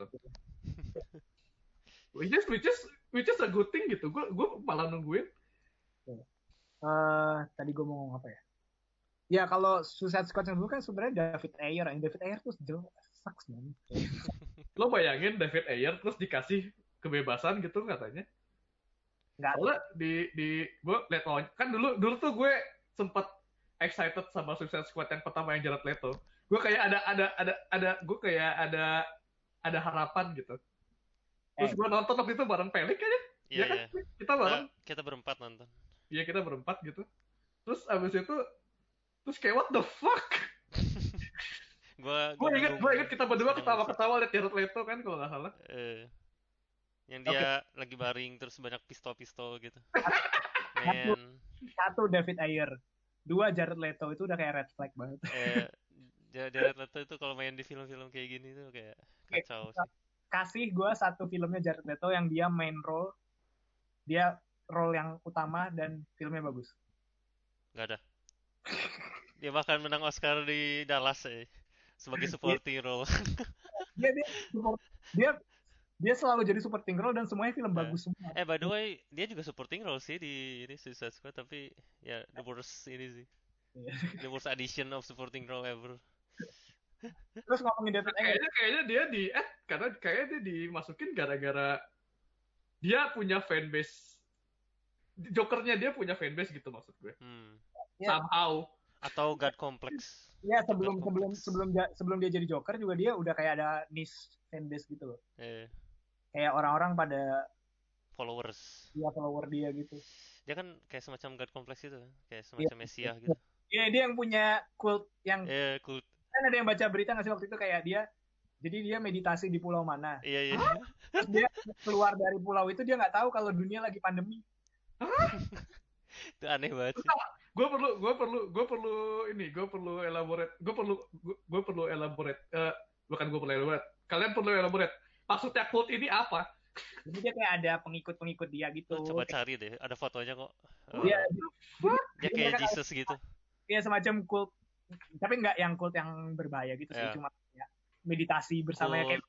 Speaker 3: which is which is which is a good thing gitu. Gue gue malah nungguin.
Speaker 2: Uh, tadi gue mau ngomong apa ya? Ya kalau Suicide Squad yang dulu kan sebenarnya David Ayer, yang David Ayer tuh jauh sucks man.
Speaker 3: Lo bayangin David Ayer terus dikasih kebebasan gitu katanya? Nggak. Soalnya di di gue liat kan dulu dulu tuh gue sempet excited sama Suicide Squad yang pertama yang Jared Leto. Gue kayak ada ada ada ada gue kayak ada ada harapan gitu. Terus eh. gue nonton waktu itu bareng Pelik kayaknya.
Speaker 1: Iya,
Speaker 3: ya kan?
Speaker 1: Iya.
Speaker 3: Kita bareng.
Speaker 1: Kita, kita berempat nonton.
Speaker 3: Iya kita berempat gitu. Terus abis itu terus kayak what the fuck?
Speaker 1: gua
Speaker 3: gue inget gue inget kita berdua ketawa-ketawa liat Jared Leto kan kalau nggak salah.
Speaker 1: Eh, yang dia okay. lagi baring terus banyak pistol-pistol gitu. Men.
Speaker 2: Satu David Ayer, dua Jared Leto itu udah kayak red flag banget.
Speaker 1: Eh, Jared Leto itu kalau main di film-film kayak gini tuh kayak kacau sih.
Speaker 2: Kasih gue satu filmnya Jared Leto yang dia main role, dia role yang utama dan filmnya bagus.
Speaker 1: Gak ada. Dia bahkan menang Oscar di Dallas ya, sebagai supporting role.
Speaker 2: dia dia dia dia selalu jadi supporting role dan semuanya film
Speaker 1: nah.
Speaker 2: bagus semua.
Speaker 1: Eh by the way, dia juga supporting role sih di ini Suicide Squad, tapi ya the worst ini sih. The worst addition of supporting role ever.
Speaker 2: Terus ngomongin David Ayer,
Speaker 3: kayaknya kayaknya dia di eh karena kayaknya dia dimasukin gara-gara dia punya fanbase. Jokernya dia punya fanbase gitu maksud gue.
Speaker 1: Hmm.
Speaker 3: Somehow.
Speaker 1: Atau God Complex.
Speaker 2: Ya sebelum God sebelum Complex. sebelum sebelum dia jadi Joker juga dia udah kayak ada niche fanbase gitu loh.
Speaker 1: Eh.
Speaker 2: Kayak orang-orang pada
Speaker 1: followers.
Speaker 2: Iya follower dia gitu.
Speaker 1: Dia kan kayak semacam God Complex itu, kayak semacam ya, Mesiah gitu.
Speaker 2: Iya dia yang punya cult yang.
Speaker 1: Iya yeah, cult.
Speaker 2: Kan ada yang baca berita nggak sih waktu itu kayak dia. Jadi dia meditasi di pulau mana.
Speaker 1: Iya iya.
Speaker 2: Terus dia keluar dari pulau itu dia nggak tahu kalau dunia lagi pandemi.
Speaker 1: Itu aneh banget sih.
Speaker 3: Gue perlu, gue perlu, gue perlu ini, gue perlu elaborate, gue perlu, gue perlu elaborate, uh, bukan gue perlu elaborate, kalian perlu elaborate. Maksudnya cult ini apa?
Speaker 2: Jadi dia kayak ada pengikut-pengikut dia gitu.
Speaker 1: Oh, coba cari deh, ada fotonya kok.
Speaker 2: Iya.
Speaker 1: Uh, dia kayak Jesus gitu.
Speaker 2: Iya semacam cult, tapi nggak yang cult yang berbahaya gitu sih, yeah. Cuma ya, meditasi bersama ya kayak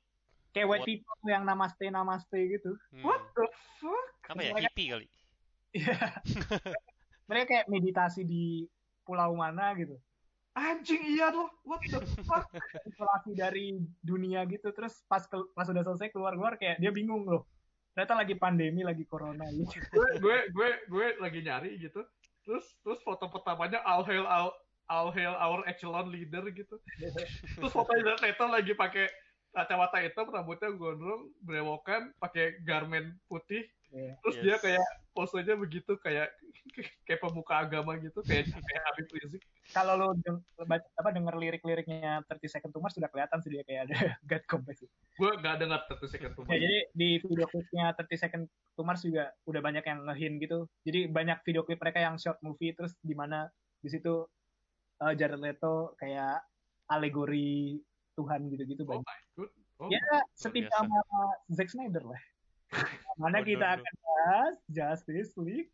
Speaker 2: Kayak white
Speaker 1: What?
Speaker 2: people yang namaste namaste gitu.
Speaker 1: Hmm.
Speaker 3: What the fuck?
Speaker 1: Apa ya?
Speaker 2: Mereka-
Speaker 1: Hippie kali.
Speaker 2: Iya. Mereka kayak meditasi di pulau mana gitu.
Speaker 3: Anjing iya loh. What the fuck?
Speaker 2: Isolasi dari dunia gitu. Terus pas ke- pas udah selesai keluar-keluar kayak dia bingung loh. Ternyata lagi pandemi, lagi corona gitu.
Speaker 3: gue gue gue gue lagi nyari gitu. Terus terus foto pertamanya all hail all, all hail our echelon leader gitu. Terus fotonya Neto lagi pakai kacamata hitam, rambutnya gondrong, brewokan, pakai garment putih.
Speaker 2: Iya.
Speaker 3: Terus
Speaker 1: Yes.
Speaker 3: dia kayak posenya begitu kayak kayak pemuka agama gitu, kayak kayak Habib Rizik.
Speaker 2: Kalau lo deng- baca, apa denger lirik-liriknya thirty Second to Mars sudah kelihatan sih dia kayak ada God complex.
Speaker 3: Gue gak dengar thirty second to
Speaker 2: Ya,
Speaker 3: Mars.
Speaker 2: jadi di video klipnya thirty Second to Mars juga udah banyak yang nge-hint gitu. Jadi banyak video klip mereka yang short movie terus di mana di situ uh, Jared Leto kayak alegori Tuhan gitu-gitu
Speaker 3: Oh
Speaker 2: banyak.
Speaker 3: my god. Oh
Speaker 2: Ya
Speaker 3: my.
Speaker 2: setimpa
Speaker 1: biasa.
Speaker 2: sama Zack Snyder lah. Mana
Speaker 1: Bodoh,
Speaker 2: kita
Speaker 1: bro.
Speaker 2: akan bahas Justice League.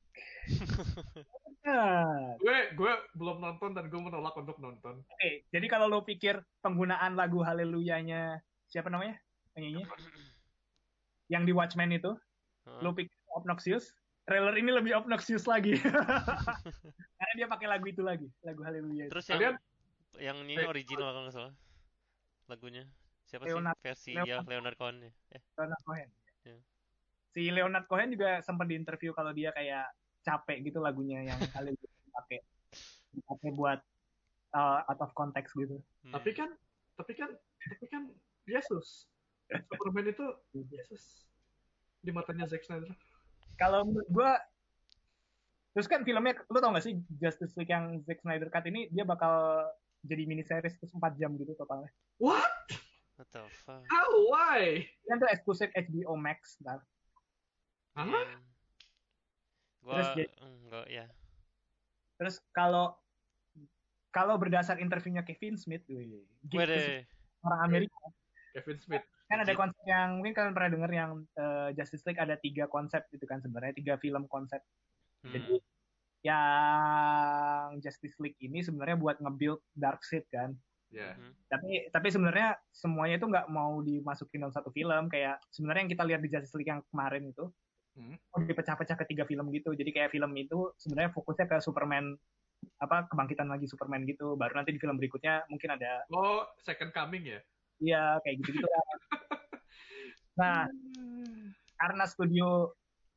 Speaker 2: Nah,
Speaker 3: Gue gue belum nonton dan gue menolak untuk nonton.
Speaker 2: oke, jadi kalau lo pikir penggunaan lagu Haleluya-nya siapa namanya? Penyanyinya? Yang di Watchmen itu,
Speaker 1: Hah?
Speaker 2: lo pikir obnoxious, trailer ini lebih obnoxious lagi. Karena dia pakai lagu itu lagi, lagu Haleluya. itu.
Speaker 1: Terus yang
Speaker 3: Kalian-
Speaker 1: yang ini original kalau nggak salah lagunya siapa
Speaker 2: Leonard-
Speaker 1: sih versi
Speaker 2: Leonard-
Speaker 1: ya Leonard Cohen ya? Eh,
Speaker 2: Leonard Cohen.
Speaker 1: Ya.
Speaker 2: Si Leonard Cohen juga sempat diinterview kalau dia kayak capek gitu lagunya yang Haleluya dipakai dipakai buat uh, out of context gitu.
Speaker 1: hmm.
Speaker 3: Tapi kan tapi kan tapi kan Yesus. Superman itu Yesus di matanya Zack Snyder.
Speaker 2: Kalau menurut gue, terus kan filmnya, lo tau gak sih Justice League yang Zack Snyder Cut ini dia bakal jadi mini series terus empat jam gitu totalnya.
Speaker 3: What?
Speaker 1: What the fuck?
Speaker 3: How? Why?
Speaker 2: Kan tuh eksklusif H B O Max, ntar.
Speaker 3: Hah?
Speaker 1: Hmm. Gua
Speaker 2: Terus jadi-
Speaker 1: enggak ya.
Speaker 2: Terus kalau kalau berdasar interviewnya Kevin Smith, wih, gitu sih,
Speaker 1: Wede.
Speaker 2: orang Amerika,
Speaker 3: Kevin Smith.
Speaker 2: kan ada
Speaker 1: Legit.
Speaker 2: konsep yang mungkin kalian pernah dengar yang uh, Justice League ada tiga konsep gitu kan sebenarnya, tiga film konsep.
Speaker 1: Hmm.
Speaker 2: Jadi yang Justice League ini sebenarnya buat nge-build Darkseid kan.
Speaker 3: Ya.
Speaker 1: Hmm.
Speaker 2: Tapi tapi sebenarnya semuanya itu nggak mau dimasukin dalam satu film. Kayak sebenarnya yang kita lihat di Justice League yang kemarin itu
Speaker 3: Hmm.
Speaker 2: oh, dipecah-pecah ke tiga film gitu. Jadi kayak film itu sebenarnya fokusnya ke Superman, apa kebangkitan lagi Superman gitu. Baru nanti di film berikutnya mungkin ada
Speaker 3: Oh, Second Coming ya?
Speaker 2: ya kayak gitu-gitu lah. Nah, karena studio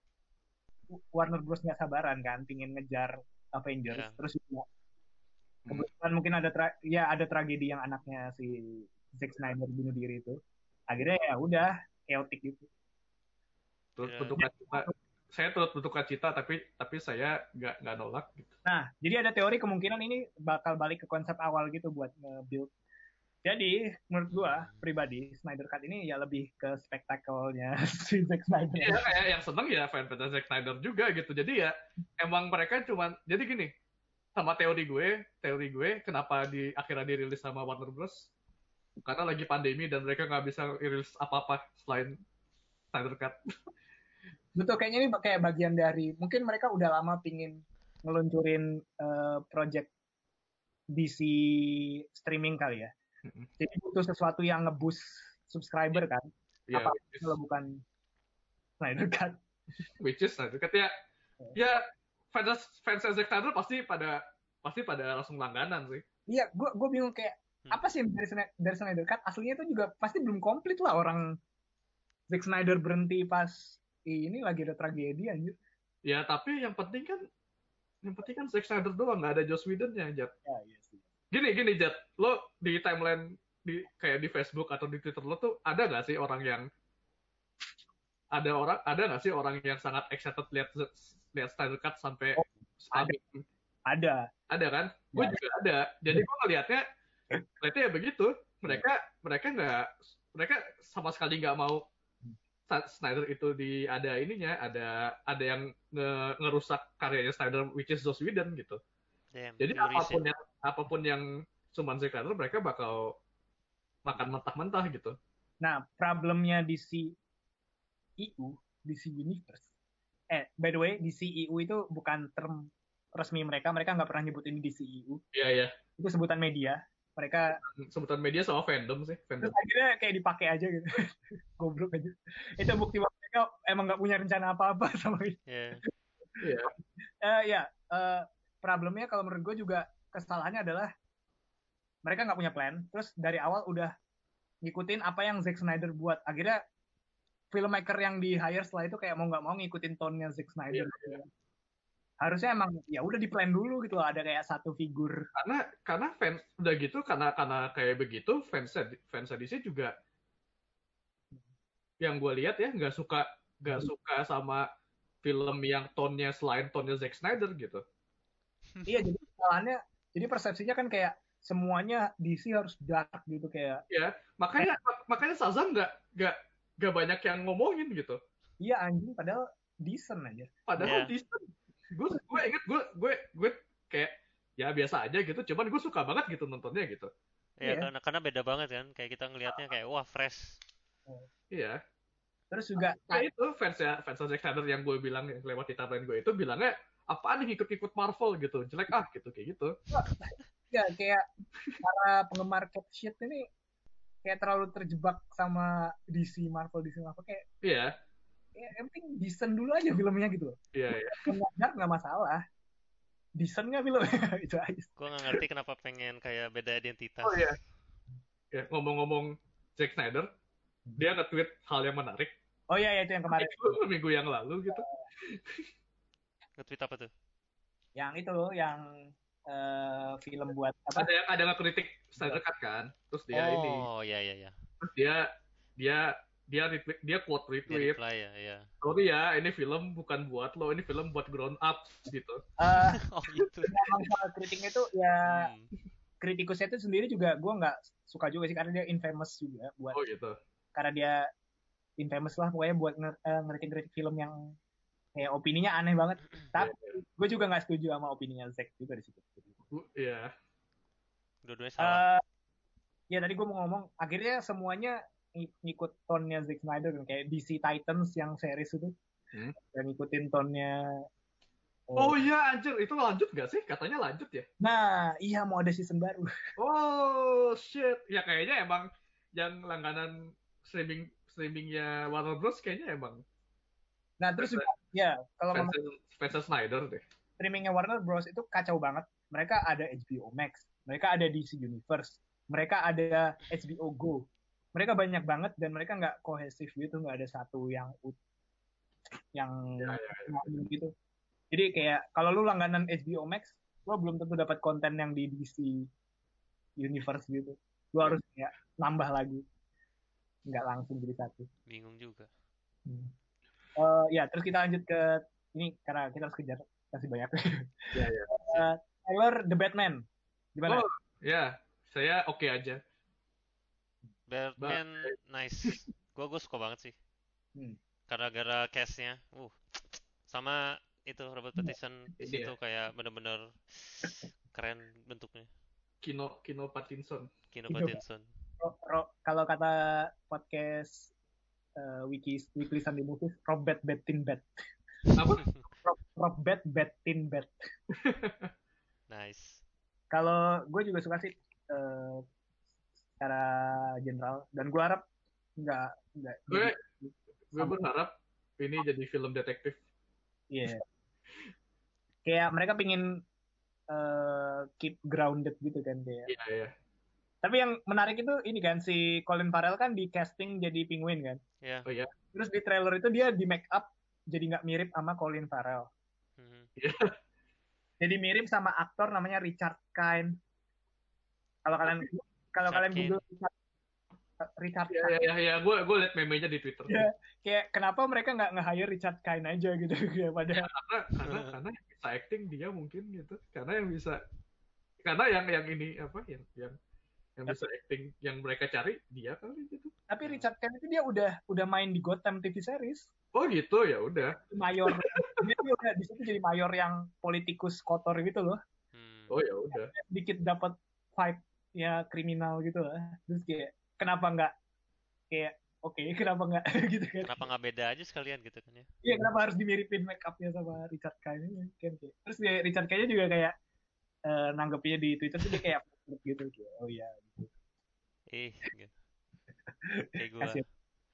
Speaker 2: Warner Bros nggak sabaran kan, pingin ngejar Avengers,
Speaker 1: Ya.
Speaker 2: terus juga
Speaker 3: Hmm.
Speaker 2: kebetulan mungkin ada tra- ya ada tragedi yang anaknya si Zack Snyder bunuh diri itu. Akhirnya ya udah chaotic gitu.
Speaker 3: Turut
Speaker 1: Ya.
Speaker 3: berduka cita. Saya turut berduka cita, tapi tapi saya nggak nggak nolak. Gitu.
Speaker 2: Nah, jadi ada teori kemungkinan ini bakal balik ke konsep awal gitu buat nge-build. Jadi, menurut gua pribadi, Snyder Cut ini ya lebih ke spektakelnya si Zack Snyder.
Speaker 3: Iya, kayak yang seneng ya fan-fan Zack Snyder juga gitu. Jadi ya emang mereka cuman jadi gini, sama teori gue, teori gue kenapa di akhirnya dirilis sama Warner Bros. Karena lagi pandemi dan mereka nggak bisa rilis apa-apa selain Snyder Cut.
Speaker 2: Betul, kayaknya ini kayak bagian dari, mungkin mereka udah lama pingin ngeluncurin uh, project D C streaming kali ya.
Speaker 3: Mm-mm.
Speaker 2: Jadi butuh sesuatu yang nge-boost subscriber kan.
Speaker 3: Ya,
Speaker 2: Apa
Speaker 3: which is-
Speaker 2: kalau bukan Snyder Cut.
Speaker 3: which is Snyder Cut ya. Ya fans fans Zack Snyder pasti pada pasti pada langsung langganan sih.
Speaker 2: Iya, gua gua bingung kayak
Speaker 1: Hmm.
Speaker 2: apa sih yang dari, Sny- dari Snyder Cut aslinya itu juga pasti belum komplit lah, orang Zack Snyder berhenti pas ini lagi ada tragedi anjir.
Speaker 3: Ya tapi yang penting kan yang penting kan Zack Snyder doang, nggak ada Joss Whedon-nya, Jat.
Speaker 2: Ya, iya sih.
Speaker 3: Gini gini Jat, lo di timeline di kayak di Facebook atau di Twitter lo tuh ada nggak sih orang yang ada orang ada nggak sih orang yang sangat excited lihat lihat Snyder Cut sampai
Speaker 2: Oh,
Speaker 3: sampai
Speaker 2: Ada.
Speaker 3: ada kan? Gue
Speaker 2: Ya.
Speaker 3: juga ada. Jadi gue ngelihatnya ternyata ya begitu. Mereka mereka nggak mereka sama sekali nggak mau Sa- Snyder itu di ada ininya ada ada yang nge- ngerusak karyanya Snyder which is Joss Whedon gitu.
Speaker 1: Damn,
Speaker 3: Jadi
Speaker 1: teori
Speaker 3: apapun
Speaker 1: sih.
Speaker 3: yang apapun yang cuman Zack Snyder mereka bakal makan mentah-mentah gitu.
Speaker 2: Nah, problemnya di C E U, D C Universe. Eh, by the way, D C E U itu bukan term resmi mereka, mereka nggak pernah nyebut ini D C E U.
Speaker 3: Iya ya.
Speaker 2: Itu sebutan media. mereka
Speaker 3: Sebutan media sama fandom sih, fandom.
Speaker 2: terus akhirnya kayak dipakai aja gitu. Goblok aja. Itu bukti bahwa mereka emang nggak punya rencana apa-apa sama ini.
Speaker 1: Iya.
Speaker 3: Iya.
Speaker 2: Eh, ya, eh, problemnya kalau menurut gue juga kesalahannya adalah mereka nggak punya plan. Terus dari awal udah ngikutin apa yang Zack Snyder buat. Akhirnya filmmaker yang di hire setelah itu kayak mau nggak mau ngikutin tone-nya Zack Snyder.
Speaker 3: Iya, iya.
Speaker 2: Harusnya emang ya udah di plan dulu gitu loh. Ada kayak satu figur.
Speaker 3: Karena karena fans udah gitu karena karena kayak begitu fans fans D C juga yang gue lihat ya nggak suka nggak suka sama film yang tone-nya selain tone-nya Zack Snyder gitu.
Speaker 2: Iya, jadi kesalahannya, jadi persepsinya kan kayak semuanya D C harus dark gitu kayak.
Speaker 3: Ya, makanya makanya Shazam nggak nggak nggak banyak yang ngomongin gitu.
Speaker 2: Iya anjing, padahal decent aja.
Speaker 3: Padahal
Speaker 1: Yeah.
Speaker 3: decent. Gue gue inget gue gue gue kayak ya biasa aja gitu. Cuman gue suka banget gitu nontonnya gitu.
Speaker 1: Ya,
Speaker 2: Iya.
Speaker 1: karena karena beda banget kan. Kayak kita ngelihatnya kayak wah fresh.
Speaker 3: Iya.
Speaker 2: Terus juga
Speaker 3: Kayak itu fans ya fans Zack Snyder yang gue bilang yang lewat di timeline gue itu bilangnya apaan nih ikut-ikut Marvel gitu. Jelek ah gitu kayak gitu.
Speaker 2: ya kayak para penggemar cat shit ini kayak terlalu terjebak sama D C Marvel D C Marvel kayak
Speaker 3: Iya.
Speaker 2: ya, yang penting decent dulu aja filmnya gitu.
Speaker 3: Iya, iya.
Speaker 2: Nggak dark nggak masalah. Decent nggak filmnya itu aja.
Speaker 1: Gue nggak ngerti kenapa pengen kayak beda identitas.
Speaker 3: Oh iya. Ya, ngomong-ngomong Zack Snyder, dia nge-tweet hal yang menarik.
Speaker 2: Oh iya, itu yang kemarin.
Speaker 3: Minggu, minggu yang lalu gitu.
Speaker 1: Nge-tweet apa tuh?
Speaker 2: Yang itu yang uh, film buat apa?
Speaker 3: Ada yang ada ngekritik Snyder Cut kan, terus dia
Speaker 1: oh,
Speaker 3: ini,
Speaker 1: Oh iya iya iya.
Speaker 3: terus dia dia dia retweet, dia quote
Speaker 1: Dia
Speaker 3: retweet.
Speaker 1: reply ya, iya.
Speaker 3: Sorry ya, ini film bukan buat lo, ini film buat grown up gitu.
Speaker 2: Uh,
Speaker 1: oh gitu.
Speaker 2: Memang soal kritiknya itu ya
Speaker 1: Hmm.
Speaker 2: kritikusnya itu sendiri juga gue nggak suka juga sih karena dia infamous juga buat
Speaker 3: Oh gitu.
Speaker 2: karena dia infamous lah pokoknya buat nger- eh, ngeritik-ngeritik film yang kayak opininya aneh banget. Tapi gue juga nggak setuju sama opininya Zack juga di situ.
Speaker 3: Bu- Iya.
Speaker 1: Dua-duanya salah.
Speaker 2: Eh, ya tadi gue mau ngomong akhirnya semuanya ng- ngikut tone-nya Zack Snyder kan kayak D C Titans yang series itu
Speaker 3: Hmm.
Speaker 2: yang ngikutin tone-nya.
Speaker 3: Oh iya anjir, itu lanjut gak sih? Katanya lanjut ya.
Speaker 2: Nah iya mau ada season baru.
Speaker 3: Oh shit. Ya kayaknya emang yang langganan streaming streamingnya Warner Bros kayaknya emang
Speaker 2: Nah terus juga ya kalau ngomong
Speaker 3: fans fans Snyder deh.
Speaker 2: streamingnya Warner Bros itu kacau banget. Mereka ada H B O Max, mereka ada D C Universe, mereka ada H B O Go. Mereka banyak banget dan mereka nggak kohesif gitu, nggak ada satu yang yang
Speaker 3: Ya, ya, ya.
Speaker 2: gitu. Jadi kayak kalau lu langganan H B O Max, lu belum tentu dapat konten yang di D C Universe gitu. Lu harus ya nambah lagi, nggak langsung jadi satu.
Speaker 1: Bingung juga.
Speaker 2: Hmm. Uh, ya terus kita lanjut ke ini karena kita harus kejar masih banyak.
Speaker 3: Ya, ya.
Speaker 2: uh, Tyler The Batman gimana?
Speaker 3: Oh ya, saya oke okay aja.
Speaker 1: Batman nice. Gue gue suka banget sih.
Speaker 2: Hmm.
Speaker 1: Gara-gara cast-nya, uh, sama itu Robert Pattinson di situ
Speaker 3: Iya.
Speaker 1: kayak bener-bener keren bentuknya.
Speaker 3: Kino Kino Pattinson.
Speaker 1: Kino
Speaker 2: Kino.
Speaker 1: Pattinson.
Speaker 2: Ro- ro- kalau kata podcast uh, wiki weekly Sunday Movies, Robert Battin Bat.
Speaker 3: Apa?
Speaker 2: Rob, Robert Battin Bat.
Speaker 1: Nice.
Speaker 2: Kalau gue juga suka sih uh, secara general dan gue harap nggak nggak.
Speaker 3: Gue gue berharap ini jadi film detektif.
Speaker 2: Iya. Yeah. Kayak mereka pingin uh, keep grounded gitu kan kayak.
Speaker 3: Iya, iya.
Speaker 2: Tapi yang menarik itu ini kan si Colin Farrell kan di casting jadi penguin kan.
Speaker 1: Ya.
Speaker 3: Oh iya.
Speaker 2: Terus di trailer itu dia di make up jadi nggak mirip sama Colin Farrell.
Speaker 1: Mhm.
Speaker 2: Jadi mirip sama aktor namanya Richard Kind. Kalau kalian kalau
Speaker 1: Richard
Speaker 2: kalian
Speaker 1: Kind.
Speaker 2: Google Richard, Richard
Speaker 3: Iya,
Speaker 2: Kind,
Speaker 3: iya, iya. Gue gue liat meme-nya di Twitter.
Speaker 2: ya, kayak kenapa mereka nggak nge-hire Richard Kind aja gitu ya pada
Speaker 3: Karena karena karena yang bisa acting dia mungkin gitu. Karena yang bisa karena yang yang ini apa yang yang yang bisa acting yang mereka cari dia kali gitu.
Speaker 2: tapi Richard Kind itu dia udah udah main di Gotham T V series.
Speaker 3: Oh gitu ya udah.
Speaker 2: Mayor dia tuh udah di situ jadi mayor yang politikus kotor gitu loh.
Speaker 1: Hmm.
Speaker 3: Oh ya udah.
Speaker 2: Dikit dapat vibe ya kriminal gitu lah. Terus kayak kenapa nggak kayak oke okay, kenapa nggak gitu kan?
Speaker 1: Kenapa nggak beda aja sekalian gitu kan ya?
Speaker 2: Iya kenapa harus dimiripin make upnya sama Richard Kind ini kan kayak. Terus kayak Richard Kind juga kayak uh, nanggepnya di Twitter tuh dia kayak gitu kayak oh iya gitu.
Speaker 1: Ih, gitu. Kayak gua.
Speaker 2: Kasih.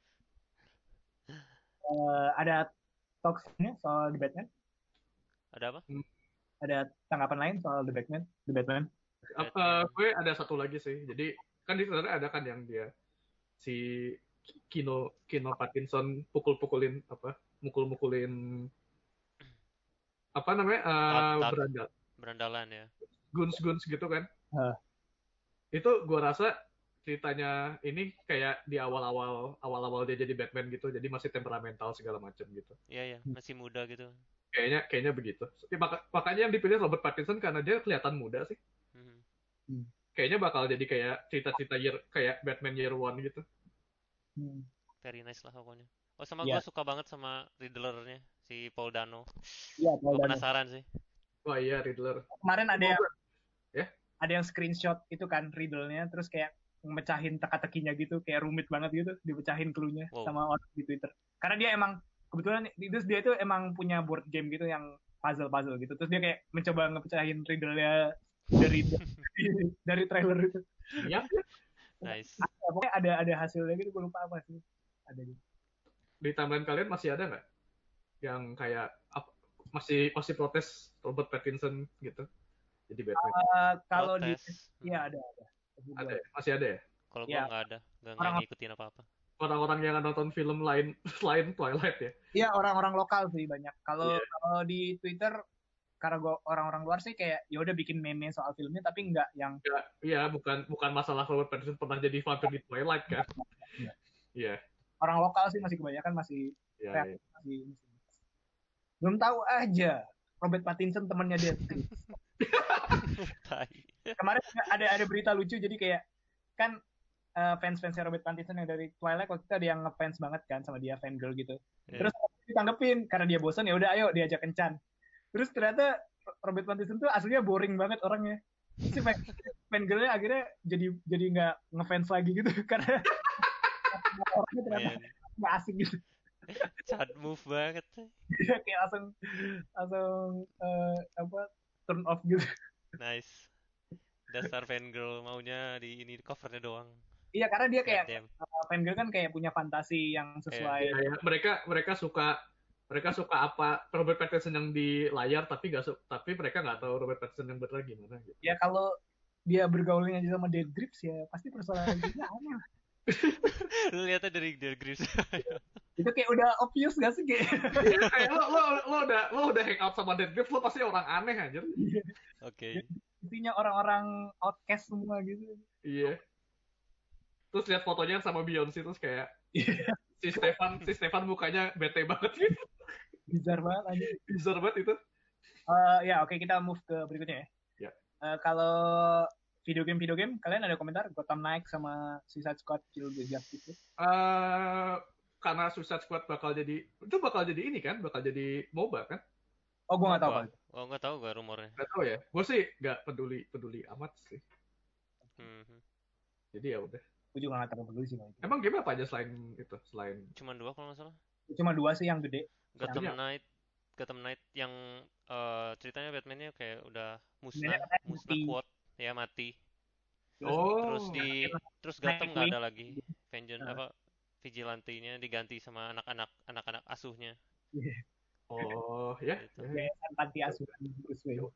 Speaker 2: Uh, ada talksnya soal The Batman?
Speaker 1: Ada apa?
Speaker 2: Ada tanggapan lain soal The Batman? The Batman?
Speaker 3: Uh, gue ada satu lagi sih. Jadi kan di sana ada kan yang dia si Kino Kino Pattinson pukul-pukulin apa? Mukul-mukulin apa namanya? Uh, berandal.
Speaker 1: Berandalan ya.
Speaker 3: Guns-guns gitu kan.
Speaker 2: Uh.
Speaker 3: Itu gue rasa ceritanya ini kayak di awal-awal awal-awal dia jadi Batman gitu, jadi masih temperamental segala macam gitu.
Speaker 1: Iya ya, masih muda gitu.
Speaker 3: Kayaknya kayaknya begitu. Mak- makanya yang dipilih Robert Pattinson karena dia kelihatan muda sih.
Speaker 2: Hmm.
Speaker 3: Kayaknya bakal jadi kayak cerita-cerita year, kayak Batman Year One gitu.
Speaker 2: Hmm.
Speaker 1: Very nice lah pokoknya. Oh sama
Speaker 2: yeah.
Speaker 1: gue suka banget sama Riddler-nya si Paul Dano.
Speaker 2: Iya, yeah, Paul
Speaker 1: Dano.
Speaker 2: Penasaran
Speaker 1: sih.
Speaker 3: Wah iya Riddler.
Speaker 2: Kemarin ada yang,
Speaker 3: ya?
Speaker 2: ada yang screenshot itu kan Riddle-nya, terus kayak mecahin teka-tekinya gitu, kayak rumit banget gitu, dipecahin clue-nya wow. sama orang di Twitter. Karena dia emang kebetulan itu dia itu emang punya board game gitu yang puzzle-puzzle gitu. Terus dia kayak mencoba ngepecahin Riddle-nya dari dari, dari trailer itu.
Speaker 3: Iya.
Speaker 1: Nice.
Speaker 2: Pokoknya ada ada hasilnya gitu, gue lupa apa sih. Ada gitu.
Speaker 3: Di timeline kalian masih ada nggak yang kayak apa, masih masih protes Robert Pattinson gitu? Jadi Batman.
Speaker 2: Uh, kalau di iya ada ada.
Speaker 3: Ada, masih ada ya?
Speaker 1: Kalau gue nggak ada, nggak ngikutin apa-apa.
Speaker 3: Orang-orang yang nonton film lain selain Twilight ya?
Speaker 2: Iya, orang-orang lokal sih banyak. Kalau yeah. kalau di Twitter, karena gue orang-orang luar sih kayak ya udah bikin meme soal filmnya, tapi nggak yang.
Speaker 3: Iya, bukan bukan masalah Robert Pattinson pernah jadi vampir di Twilight kan? Iya. Yeah.
Speaker 2: Orang lokal sih masih kebanyakan masih
Speaker 3: yeah, yeah.
Speaker 2: masih, masih. Belum tahu aja Robert Pattinson temannya dia. Kemarin ada ada berita lucu, jadi kayak kan uh, fans-fansnya Robert Pattinson yang dari Twilight waktu itu ada yang ngefans banget kan sama dia, fangirl gitu. Yeah. Terus ditanggepin karena dia bosan ya udah ayo diajak kencan. Terus ternyata Robert Pattinson tuh aslinya boring banget orangnya. Si fangirlnya akhirnya jadi jadi nggak ngefans lagi gitu karena orangnya ternyata nggak asik gitu.
Speaker 1: Sad move banget.
Speaker 2: Dia kayak langsung langsung uh, apa turn off gitu.
Speaker 1: Nice. Dasar fangirl maunya di ini covernya doang.
Speaker 2: Iya, karena dia kayak uh, fangirl kan kayak punya fantasi yang sesuai.
Speaker 3: Ya, ya. Mereka mereka suka mereka suka apa Robert Pattinson yang di layar, tapi nggak su- tapi mereka nggak tahu Robert Pattinson yang benar gimana. Gitu.
Speaker 2: Ya kalau dia bergaulnya aja sama Dead Grips ya pasti persoalan dia aneh.
Speaker 1: Lu lihatnya dari Dead Grips.
Speaker 2: Itu kayak udah obvious gak sih kayak?
Speaker 3: Ya, kayak lo, lo lo udah lo udah hang out sama Dead Grips, lo pasti orang aneh aja.
Speaker 1: Oke. Okay.
Speaker 2: Intinya orang-orang outcast semua gitu.
Speaker 3: Iya. Terus lihat fotonya sama Beyonce terus kayak si Stefan si Stefan mukanya bete banget gitu.
Speaker 2: Bizar banget aja.
Speaker 3: Bizar banget itu.
Speaker 2: Uh, ya oke okay, kita move ke berikutnya
Speaker 3: ya.
Speaker 2: Ya. Uh, kalau video game video game kalian ada komentar Gotham Knights sama Suicide Squad Kill the Justice itu?
Speaker 3: Uh, karena Suicide Squad bakal jadi itu bakal jadi ini kan, bakal jadi MOBA kan?
Speaker 2: Oh, gue nggak tahu kan.
Speaker 1: Oh, nggak tahu gue rumornya.
Speaker 3: Nggak tahu ya. Gue sih nggak peduli peduli amat sih.
Speaker 1: Hmm.
Speaker 3: Jadi ya udah.
Speaker 2: Gue juga nggak terlalu peduli sih.
Speaker 3: Emang game apa aja selain itu? Selain.
Speaker 1: Cuma dua kalau nggak salah.
Speaker 2: Cuma dua sih yang gede.
Speaker 1: Gotham Knight, Gotham Knight yang uh, ceritanya Batman-nya kayak udah musnah, musnah quote ya mati. Terus,
Speaker 3: oh.
Speaker 1: Terus di terus Gotham nggak ada lagi. Vengeance apa? Vigilante-nya diganti sama anak-anak anak-anak asuhnya.
Speaker 2: Yeah.
Speaker 3: Oh ya.
Speaker 2: Yayasan panti asuhan Bruce Wayne.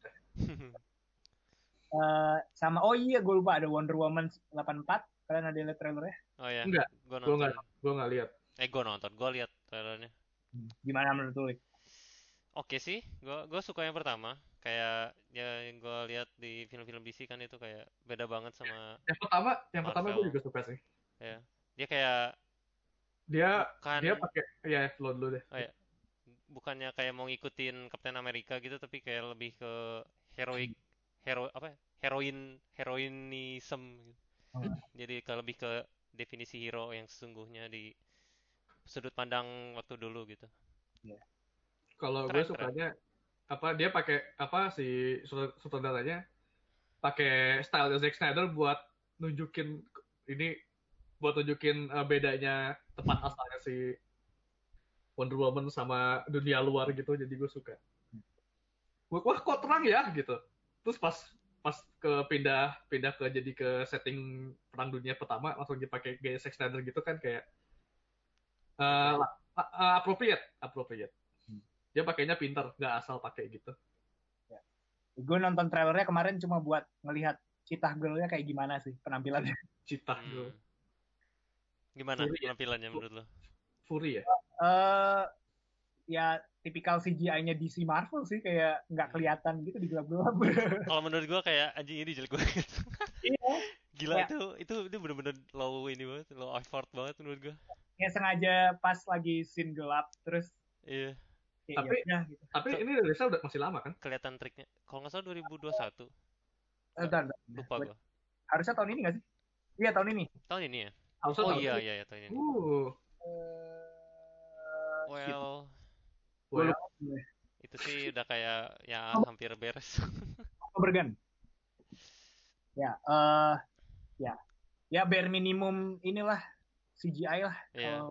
Speaker 2: uh, sama oh iya gue lupa ada Wonder Woman delapan puluh empat. Kalian ada lihat trailernya?
Speaker 1: Oh ya.
Speaker 3: Enggak.
Speaker 1: Gue nonton.
Speaker 3: Gue nggak. Gue nggak lihat.
Speaker 1: Eh gue nonton. Gue lihat trailernya.
Speaker 2: Gimana menurut lu?
Speaker 1: Oke sih. Gue gue suka yang pertama. Kayak ya yang gue lihat di film-film D C kan itu kayak beda banget sama.
Speaker 3: Yang pertama, yang Marvel. Pertama gue juga suka sih.
Speaker 1: Ya. Dia kayak.
Speaker 3: Dia
Speaker 1: bukan,
Speaker 3: dia pakai ya lo dulu deh.
Speaker 1: Oh, ya. Bukannya kayak mau ngikutin Captain America gitu tapi kayak lebih ke heroik hero apa heroin heroinism gitu. Hmm. Jadi ke lebih ke definisi hero yang sesungguhnya di sudut pandang waktu dulu gitu.
Speaker 3: Yeah. Kalau gue sukanya apa dia pakai apa si sutradaranya pakai style Zack Snyder buat nunjukin ini buat nunjukin uh, bedanya tempat asalnya si Wonder Woman sama dunia luar gitu, jadi gue suka. Wah kok terang ya gitu. Terus pas pas pas ke pindah pindah ke jadi ke setting perang dunia pertama langsung dipakai gaya Zack Snyder gitu kan kayak uh, uh, appropriate appropriate dia pakainya pinter nggak asal pakai gitu.
Speaker 2: Ya. Gue nonton trailernya kemarin cuma buat ngelihat Cheetah Girl-nya kayak gimana sih penampilannya.
Speaker 3: Cheetah Girl.
Speaker 1: Hmm. Gimana
Speaker 3: Fury ya?
Speaker 1: penampilannya menurut lo?
Speaker 3: Fury ya?
Speaker 2: Uh, ya tipikal C G I-nya D C Marvel sih kayak nggak kelihatan gitu di gelap-gelap.
Speaker 1: Kalau menurut gue kayak anjing ini jelek banget.
Speaker 2: Iya.
Speaker 1: Gila
Speaker 2: ya.
Speaker 1: itu itu itu bener-bener low ini banget, low effort banget menurut gue.
Speaker 2: Ya sengaja pas lagi scene gelap terus.
Speaker 1: Iya.
Speaker 2: Ya,
Speaker 3: tapi
Speaker 2: ya, gitu.
Speaker 3: tapi so, ini rilisnya udah masih lama kan?
Speaker 1: Kelihatan triknya. Kalau nggak salah dua ribu dua puluh satu.
Speaker 2: Entar, entar.
Speaker 1: Lupa gue.
Speaker 2: Harusnya tahun ini nggak sih? Iya tahun ini.
Speaker 1: Tahun ini ya?
Speaker 3: Harusnya
Speaker 1: oh
Speaker 3: tahun
Speaker 1: iya
Speaker 3: ini.
Speaker 1: iya iya tahun ini.
Speaker 3: Uh.
Speaker 1: Well.
Speaker 3: Well.
Speaker 1: Itu sih udah kayak ya
Speaker 2: oh.
Speaker 1: hampir beres.
Speaker 2: Bergen. Ya, eh uh, ya. Ya bare minimum inilah C G I lah.
Speaker 1: Yeah.
Speaker 2: Kalo...